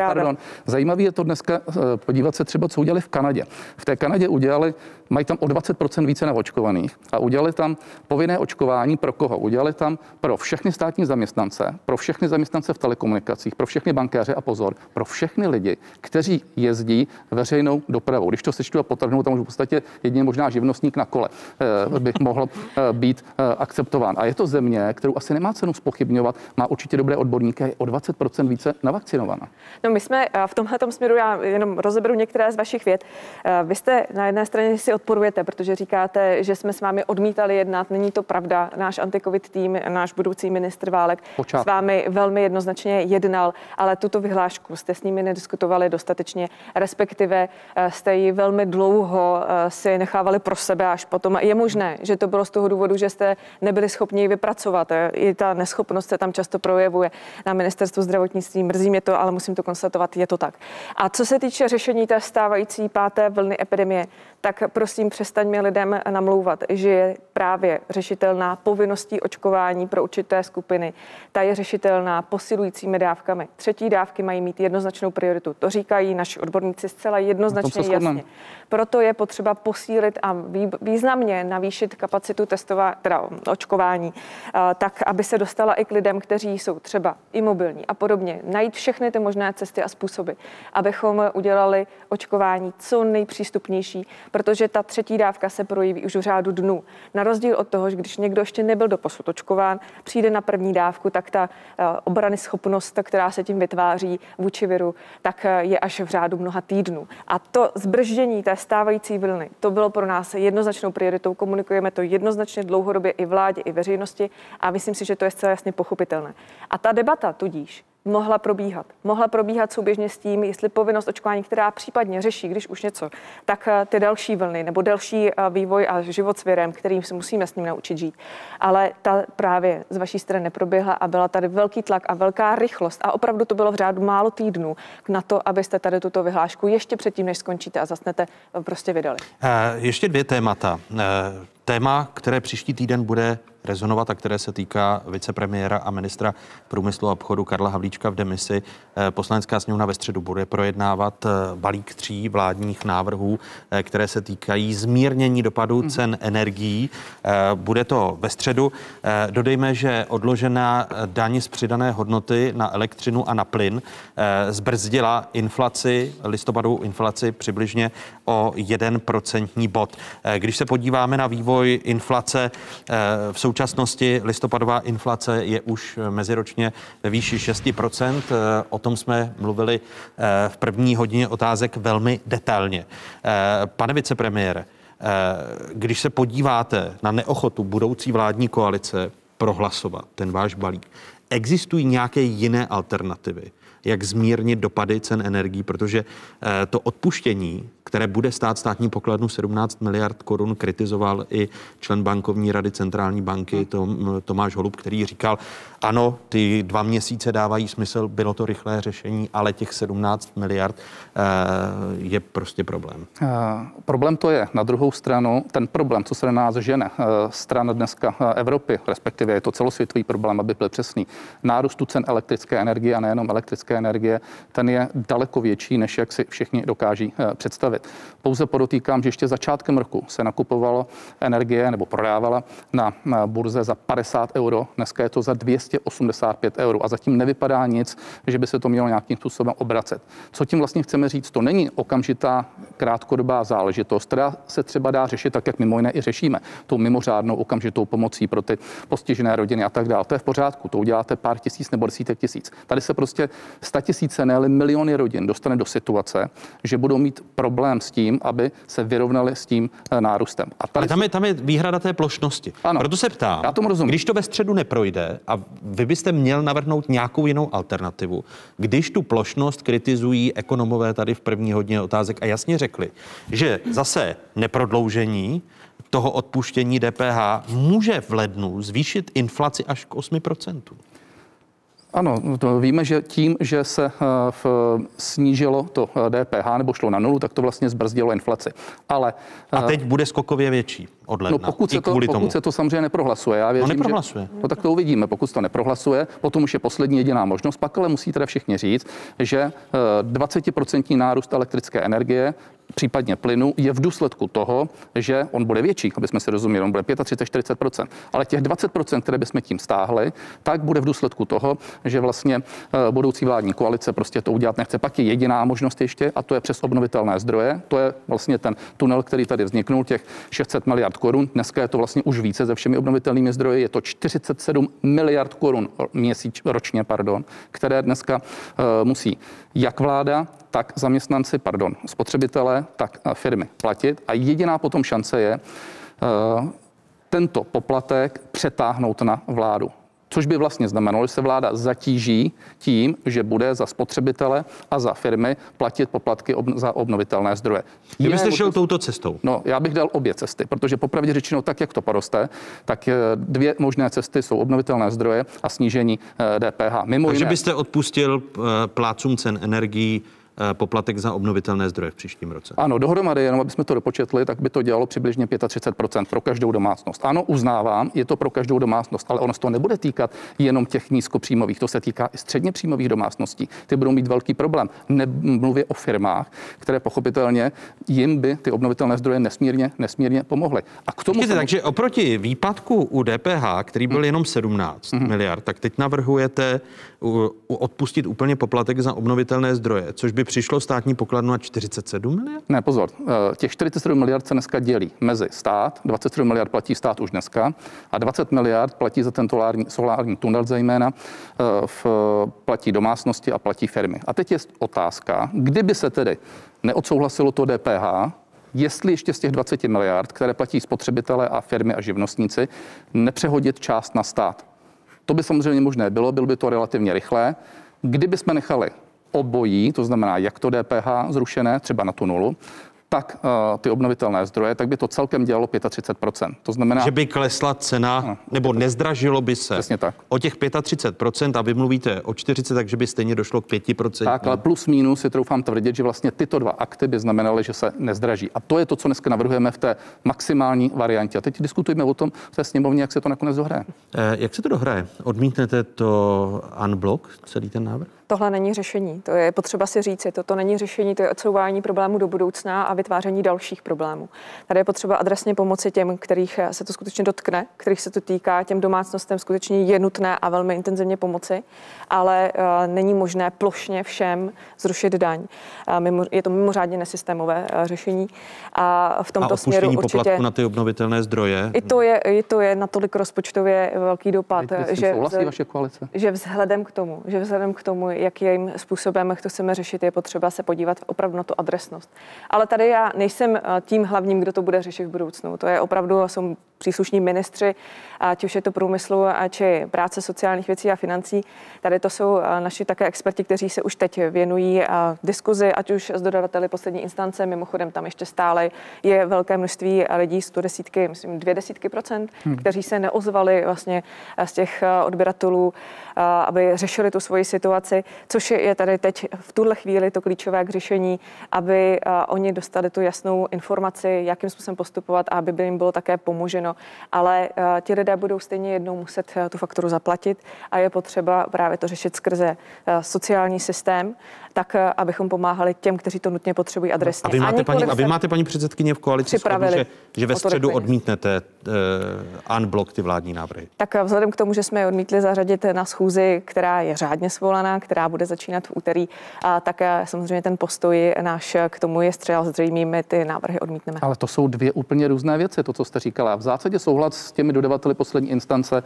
Zajímavé je to dneska podívat se třeba, co udělali v Kanadě. V té Kanadě mají tam o 20% více naočkovaných a udělali tam povinné očkování pro koho? Udělali tam pro všechny státní zaměstnance, pro všechny zaměstnance v telekomunikacích, pro všechny bankéře a pozor, pro všechny lidi, kteří jezdí veřejnou dopravou. Když to sečtu a potrhnu, tam už v podstatě jedině možná živnostník na kole by mohl být akceptován. A je to země, kterou asi nemá cenu zpochybňovat, má určitě dobré odborníky a je o 20% více navakcinovaná. No my jsme v tomhletom směru, já jenom rozeberu některé z vašich vět. Vy jste na jedné straně si odporujete, protože říkáte, že jsme s vámi odmítali jednat. Není to pravda. Náš anti-covid tým, náš budoucí ministr Válek s vámi velmi jednoznačně jednal, ale tuto vyhlášku jste s nimi nediskutovali dostatečně, respektive jste ji velmi dlouho si nechávali pro sebe až potom. Je možné, že to bylo z toho důvodu, že jste nebyli schopni ji vypracovat. I ta neschopnost se tam často projevuje na ministerstvu zdravotnictví. Mrzí mě to, ale musím to konstatovat, je to tak. A co se týče řešení té stávající 5. vlny epidemie, tak prosím přestaňme lidem namlouvat, že je právě řešitelná povinností očkování pro určité skupiny. Ta je řešitelná posilujícími dávkami. 3. dávky mají mít jednoznačnou prioritu. To říkají naši odborníci zcela jednoznačně jasně. Proto je potřeba posílit a významně navýšit kapacitu očkování, tak, aby se dostala i k lidem, kteří jsou třeba imobilní a podobně. Najít všechny ty možné cesty a způsoby, abychom udělali očkování co nejpřístupnější, protože ta 3. dávka se projeví už v řádu dnů. Na rozdíl od toho, že když někdo ještě nebyl doposud očkován, přijde na 1. dávku, tak ta obranyschopnost, která se tím vytváří vůči viru, tak je až v řádu mnoha týdnů. A to zbrždění té stávající vlny, to bylo pro nás jednoznačnou prioritou. Komunikujeme to jednoznačně dlouhodobě i vládě, i veřejnosti a myslím si, že to je zcela jasně pochopitelné. A ta debata tudíž mohla probíhat souběžně s tím, jestli povinnost očkování, která případně řeší, když už něco, tak ty další vlny nebo další vývoj a život s virem, kterým se musíme s ním naučit žít. Ale ta právě z vaší strany neproběhla a byla tady velký tlak a velká rychlost a opravdu to bylo v řádu málo týdnů na to, abyste tady tuto vyhlášku ještě předtím, než skončíte a zasnete, prostě vydali. Ještě 2 témata. Téma, které příští týden bude rezonovat a které se týká vicepremiéra a ministra průmyslu a obchodu Karla Havlíčka v demisi. Poslanecká sněmovna ve středu bude projednávat balík 3 vládních návrhů, které se týkají zmírnění dopadů cen energií. Bude to ve středu. Dodejme, že odložená daň z přidané hodnoty na elektřinu a na plyn zbrzdila listopadovou inflaci přibližně o 1% bod. Když se podíváme na vývoj inflace v současnosti, listopadová inflace je už meziročně ve výši 6%. O tom jsme mluvili v první hodině otázek velmi detailně. Pane vicepremiére, Když se podíváte na neochotu budoucí vládní koalice prohlasovat ten váš balík, existují nějaké jiné alternativy, jak zmírnit dopady cen energií, protože to odpuštění, které bude stát státní pokladnu 17 miliard korun, kritizoval i člen bankovní rady centrální banky Tomáš Holub, který říkal, ano, ty 2 měsíce dávají smysl, bylo to rychlé řešení, ale těch 17 miliard je prostě problém. Problém to je. Na druhou stranu, ten problém, co se na nás žene, strana dneska Evropy, respektive je to celosvětový problém, aby byl přesný, nárůstu cen elektrické energie a nejenom elektrické energie, ten je daleko větší, než jak si všichni dokáží představit. Pouze podotýkám, že ještě začátkem roku se nakupovalo energie nebo prodávala na burze za 50 euro, dneska je to za 285 euro a zatím nevypadá nic, že by se to mělo nějakým způsobem obracet. Co tím vlastně chceme říct? To není okamžitá krátkodobá záležitost, která se třeba dá řešit tak, jak mimo jiné i řešíme, tou mimořádnou okamžitou pomocí pro ty postižené rodiny a tak dále. To je v pořádku, to uděláte pár tisíc nebo desítek tisíc. Tady se prostě 100 000, ne miliony rodin dostane do situace, že budou mít problém s tím, aby se vyrovnali s tím nárůstem. A tady tam je výhrada té plošnosti. Ano, proto se ptám, já tomu rozumím. Když to ve středu neprojde a vy byste měl navrhnout nějakou jinou alternativu, když tu plošnost kritizují ekonomové tady v první hodině otázek a jasně řekli, že zase neprodloužení toho odpuštění DPH může v lednu zvýšit inflaci až k 8%. Ano, to víme, že tím, že se snížilo to DPH nebo šlo na nulu, tak to vlastně zbrzdilo inflaci. Ale a teď bude skokově větší od ledna. No pokud se to samozřejmě neprohlasuje. Já věřím, neprohlasuje. No tak to uvidíme. Pokud to neprohlasuje, potom už je poslední jediná možnost. Pak ale musí teda všichni říct, že 20% nárůst elektrické energie, případně plynu, je v důsledku toho, že on bude větší, aby jsme si rozuměli, on bude 35-40%. Ale těch 20%, které bychom tím stáhli, tak bude v důsledku toho, že vlastně budoucí vládní koalice prostě to udělat nechce. Pak je jediná možnost ještě, a to je přes obnovitelné zdroje. To je vlastně ten tunel, který tady vzniknul, těch 600 miliard korun. Dneska je to vlastně už více se všemi obnovitelnými zdroji. Je to 47 miliard korun ročně, které dneska musí jak vláda, tak zaměstnanci, spotřebitelé, tak firmy platit. A jediná potom šance je tento poplatek přetáhnout na vládu. Což by vlastně znamenalo, že se vláda zatíží tím, že bude za spotřebitele a za firmy platit poplatky za obnovitelné zdroje. Vy byste šel touto cestou? No, já bych dal obě cesty, protože popravdě řečeno, tak jak to poroste, tak 2 možné cesty jsou obnovitelné zdroje a snížení DPH. Takže byste odpustil plátcům cen energií poplatek za obnovitelné zdroje v příštím roce. Ano, dohromady, jenom abychom to dopočetli, tak by to dělalo přibližně 35% pro každou domácnost. Ano, uznávám, je to pro každou domácnost, ale ono se to nebude týkat jenom těch nízkopříjmových, to se týká i středněpříjmových domácností. Ty budou mít velký problém. Nemluvě o firmách, které pochopitelně jim by ty obnovitelné zdroje nesmírně pomohly. A k tomu takže oproti výpadku u DPH, který byl jenom 17 miliard, tak teď navrhujete odpustit úplně poplatek za obnovitelné zdroje, což by přišlo státní pokladnu na 47 miliard? Ne, pozor. Těch 47 miliard se dneska dělí mezi stát, 27 miliard platí stát už dneska a 20 miliard platí za ten solární tunel zejména, platí domácnosti a platí firmy. A teď je otázka, kdyby se tedy neodsouhlasilo to DPH, jestli ještě z těch 20 miliard, které platí spotřebitelé a firmy a živnostníci, nepřehodit část na stát. To by samozřejmě možné bylo by to relativně rychlé. Kdyby jsme nechali obojí, to znamená jak to DPH zrušené, třeba na tu nulu, tak ty obnovitelné zdroje, tak by to celkem dělalo 35%. To znamená, že by klesla cena, nebo nezdražilo by se tak. O těch 35% a vy mluvíte o 40%, takže by stejně došlo k 5%. Tak, ale plus minus si troufám tvrdit, že vlastně tyto 2 akty by znamenaly, že se nezdraží. A to je to, co dneska navrhujeme v té maximální variantě. A teď diskutujeme o tom v té sněmovně, jak se to nakonec dohraje. Jak se to dohraje? Odmítnete to unblock, celý ten návrh? Tohle není řešení. To je potřeba si říci. Toto není řešení, to je odsouvání problémů do budoucna a vytváření dalších problémů. Tady je potřeba adresně pomoci těm, kterých se to skutečně dotkne, kterých se to týká, těm domácnostem skutečně je nutné a velmi intenzivně pomoci, ale není možné plošně všem zrušit daň. Je to mimořádně nesystémové řešení a v tomto směru určitě poplatku na ty obnovitelné zdroje. I to je natolik rozpočtově velký dopad, vaše koalice? že vzhledem k tomu jakým způsobem to chceme řešit, je potřeba se podívat opravdu na tu adresnost. Ale tady já nejsem tím hlavním, kdo to bude řešit v budoucnu. To je opravdu, jsou příslušní ministři, ať už je to průmyslu, či práce, sociálních věcí a financí. Tady to jsou naši také experti, kteří se už teď věnují diskuzi, ať už s dodavateli poslední instance. Mimochodem tam ještě stále je velké množství lidí, 110, myslím 20%, kteří se neozvali vlastně z těch odběratelů, aby řešili tu svoji situaci, což je tady teď v tuhle chvíli to klíčové k řešení, aby oni dostali tu jasnou informaci, jakým způsobem postupovat a aby by jim bylo také pomoženo. Ale ti lidé budou stejně jednou muset tu fakturu zaplatit a je potřeba právě to řešit skrze sociální systém, tak abychom pomáhali těm, kteří to nutně potřebují adresně. A vy máte, paní předsedkyně, v koalici shodu, že ve středu odmítnete unblock ty vládní návrhy? Tak vzhledem k tomu, že jsme je odmítli zařadit na schůzi, která je řádně svolaná, která bude začínat v úterý, tak samozřejmě ten postoj náš k tomu je zcela zřejmý, my ty návrhy odmítneme. Ale to jsou dvě úplně různé věci, to, co jste říkala. V zásadě souhlas s těmi dodavateli poslední instance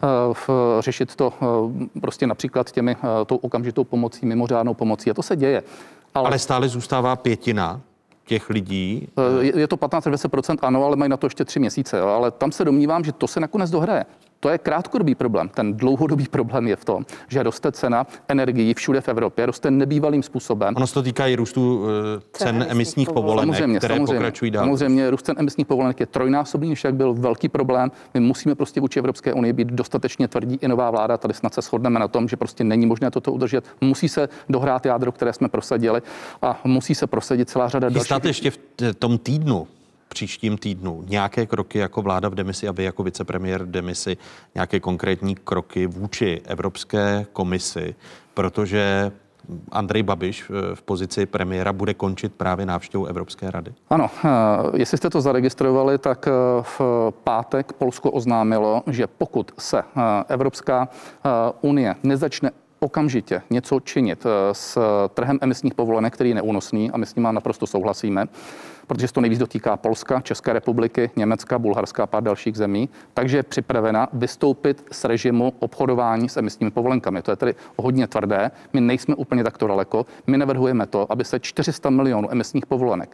řešit to prostě například tou okamžitou pomocí, mimořádnou pomocí. A to se děje. Ale stále zůstává pětina těch lidí. Je to 15-20%, ano, ale mají na to ještě 3 měsíce. Jo. Ale tam se domnívám, že to se nakonec dohraje. To je krátkodobý problém. Ten dlouhodobý problém je v tom, že roste cena energií všude v Evropě, roste nebývalým způsobem. Ono se to týká i růstu cen emisních povolenek, které pokračují dál. Samozřejmě růst cen emisních povolenek je trojnásobný, než jak byl velký problém. My musíme prostě vůči Evropské unii být dostatečně tvrdí, i nová vláda. Tady snad se shodneme na tom, že prostě není možné toto udržet. Musí se dohrát jádro, které jsme prosadili, a musí se prosadit celá řada dalších. Chystáte ještě v tom týdnu, příštím týdnu, nějaké kroky jako vláda v demisi, aby jako vicepremiér v demisi, nějaké konkrétní kroky vůči Evropské komisi, protože Andrej Babiš v pozici premiéra bude končit právě návštěvou Evropské rady? Ano, jestli jste to zaregistrovali, tak v pátek Polsko oznámilo, že pokud se Evropská unie nezačne okamžitě něco činit s trhem emisních povolenek, který je neúnosný, a my s ním naprosto souhlasíme, protože se to nejvíc dotýká Polska, České republiky, Německa, Bulharska a pár dalších zemí, takže je připravena vystoupit z režimu obchodování s emisními povolenkami. To je tedy hodně tvrdé, my nejsme úplně takto daleko. My navrhujeme to, aby se 400 milionů emisních povolenek,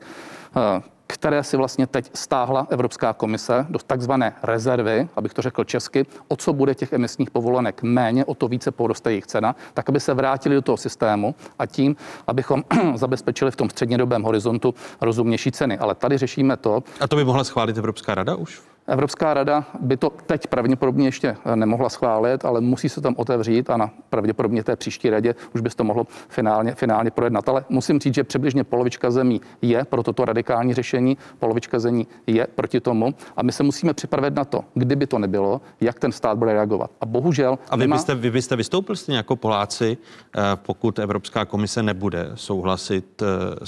které si vlastně teď stáhla Evropská komise do takzvané rezervy, abych to řekl česky, o co bude těch emisních povolenek méně, o to více poroste jejich cena, tak aby se vrátili do toho systému a tím, abychom zabezpečili v tom střednědobém horizontu rozumnější ceny. Ale tady řešíme to. A to by mohla schválit Evropská rada už? Evropská rada by to teď pravděpodobně ještě nemohla schválit, ale musí se tam otevřít a na pravděpodobně té příští radě už by se to mohlo finálně projednat. Ale musím říct, že přibližně polovička zemí je pro toto radikální řešení, polovička zemí je proti tomu a my se musíme připravit na to, kdyby to nebylo, jak ten stát bude reagovat. A bohužel... A vy byste vystoupil stejně jako Poláci, pokud Evropská komise nebude souhlasit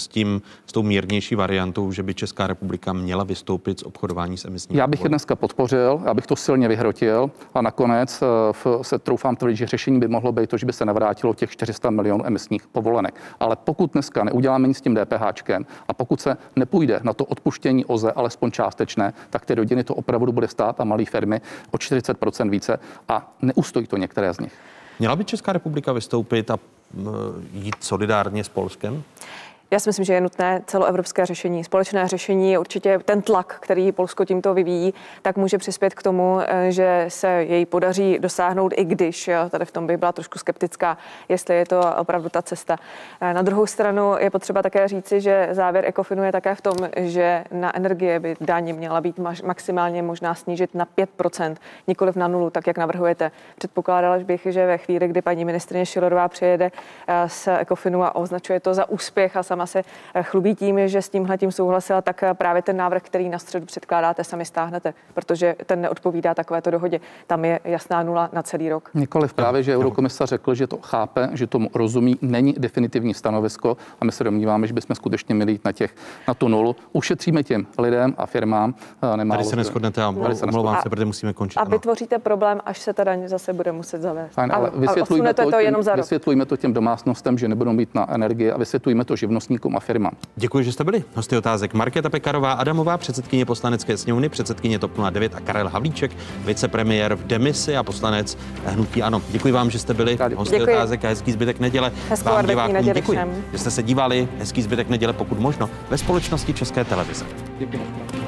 s tou mírnější variantou, že by Česká republika měla vystoupit z obchodování s emisními povolenkami? Dneska podpořil, abych to silně vyhrotil a nakonec se troufám tvrdit, že řešení by mohlo být to, že by se navrátilo těch 400 milionů emisních povolenek. Ale pokud dneska neuděláme nic s tím DPHčkem a pokud se nepůjde na to odpuštění OZE, alespoň částečné, tak ty rodiny to opravdu bude stát a malé firmy o 40% více a neustojí to některé z nich. Měla by Česká republika vystoupit a jít solidárně s Polskem? Já si myslím, že je nutné celoevropské řešení. Společné řešení je určitě ten tlak, který Polsko tímto vyvíjí, tak může přispět k tomu, že se jej podaří dosáhnout, i když tady v tom by byla trošku skeptická, jestli je to opravdu ta cesta. Na druhou stranu je potřeba také říci, že závěr Ecofinu je také v tom, že na energie by daň měla být maximálně možná snížit na 5%, nikoliv na 0, tak jak navrhujete. Předpokládala bych, že ve chvíli, kdy paní ministryně Schillerová přijede z Ecofinu a označuje to za úspěch a sama se chlubí tím, že s tímhletím souhlasila, tak právě ten návrh, který na středu předkládáte, sami stáhnete, protože ten neodpovídá takovéto dohodě. Tam je jasná 0 na celý rok. Nikoliv, právě, že eurokomisař řekl, že to chápe, že tomu rozumí, není definitivní stanovisko a my se domníváme, že bychom skutečně měli jít na tu 0. Ušetříme těm lidem a firmám. Tady se neshodnete a omlouvám se, protože musíme končit. A vytvoříte problém, až se ta daň zase bude muset zavést. Fajn, ale vysvětlujme to těm domácnostem, že nebudou mít na energie, a vysvětlujme to živnostníkům, živnostníkům a firmám. Děkuji, že jste byli. Hosty otázek Markéta Pekarová Adamová, předsedkyně Poslanecké sněmovny, předsedkyně TOP 09 a Karel Havlíček, vicepremiér v demisi a poslanec hnutí ANO. Děkuji vám, že jste byli. Hosty otázek a hezký zbytek neděle. Vám divákům děkuji, že jste se dívali. Hezký zbytek neděle, pokud možno, ve společnosti České televize. Děkuji.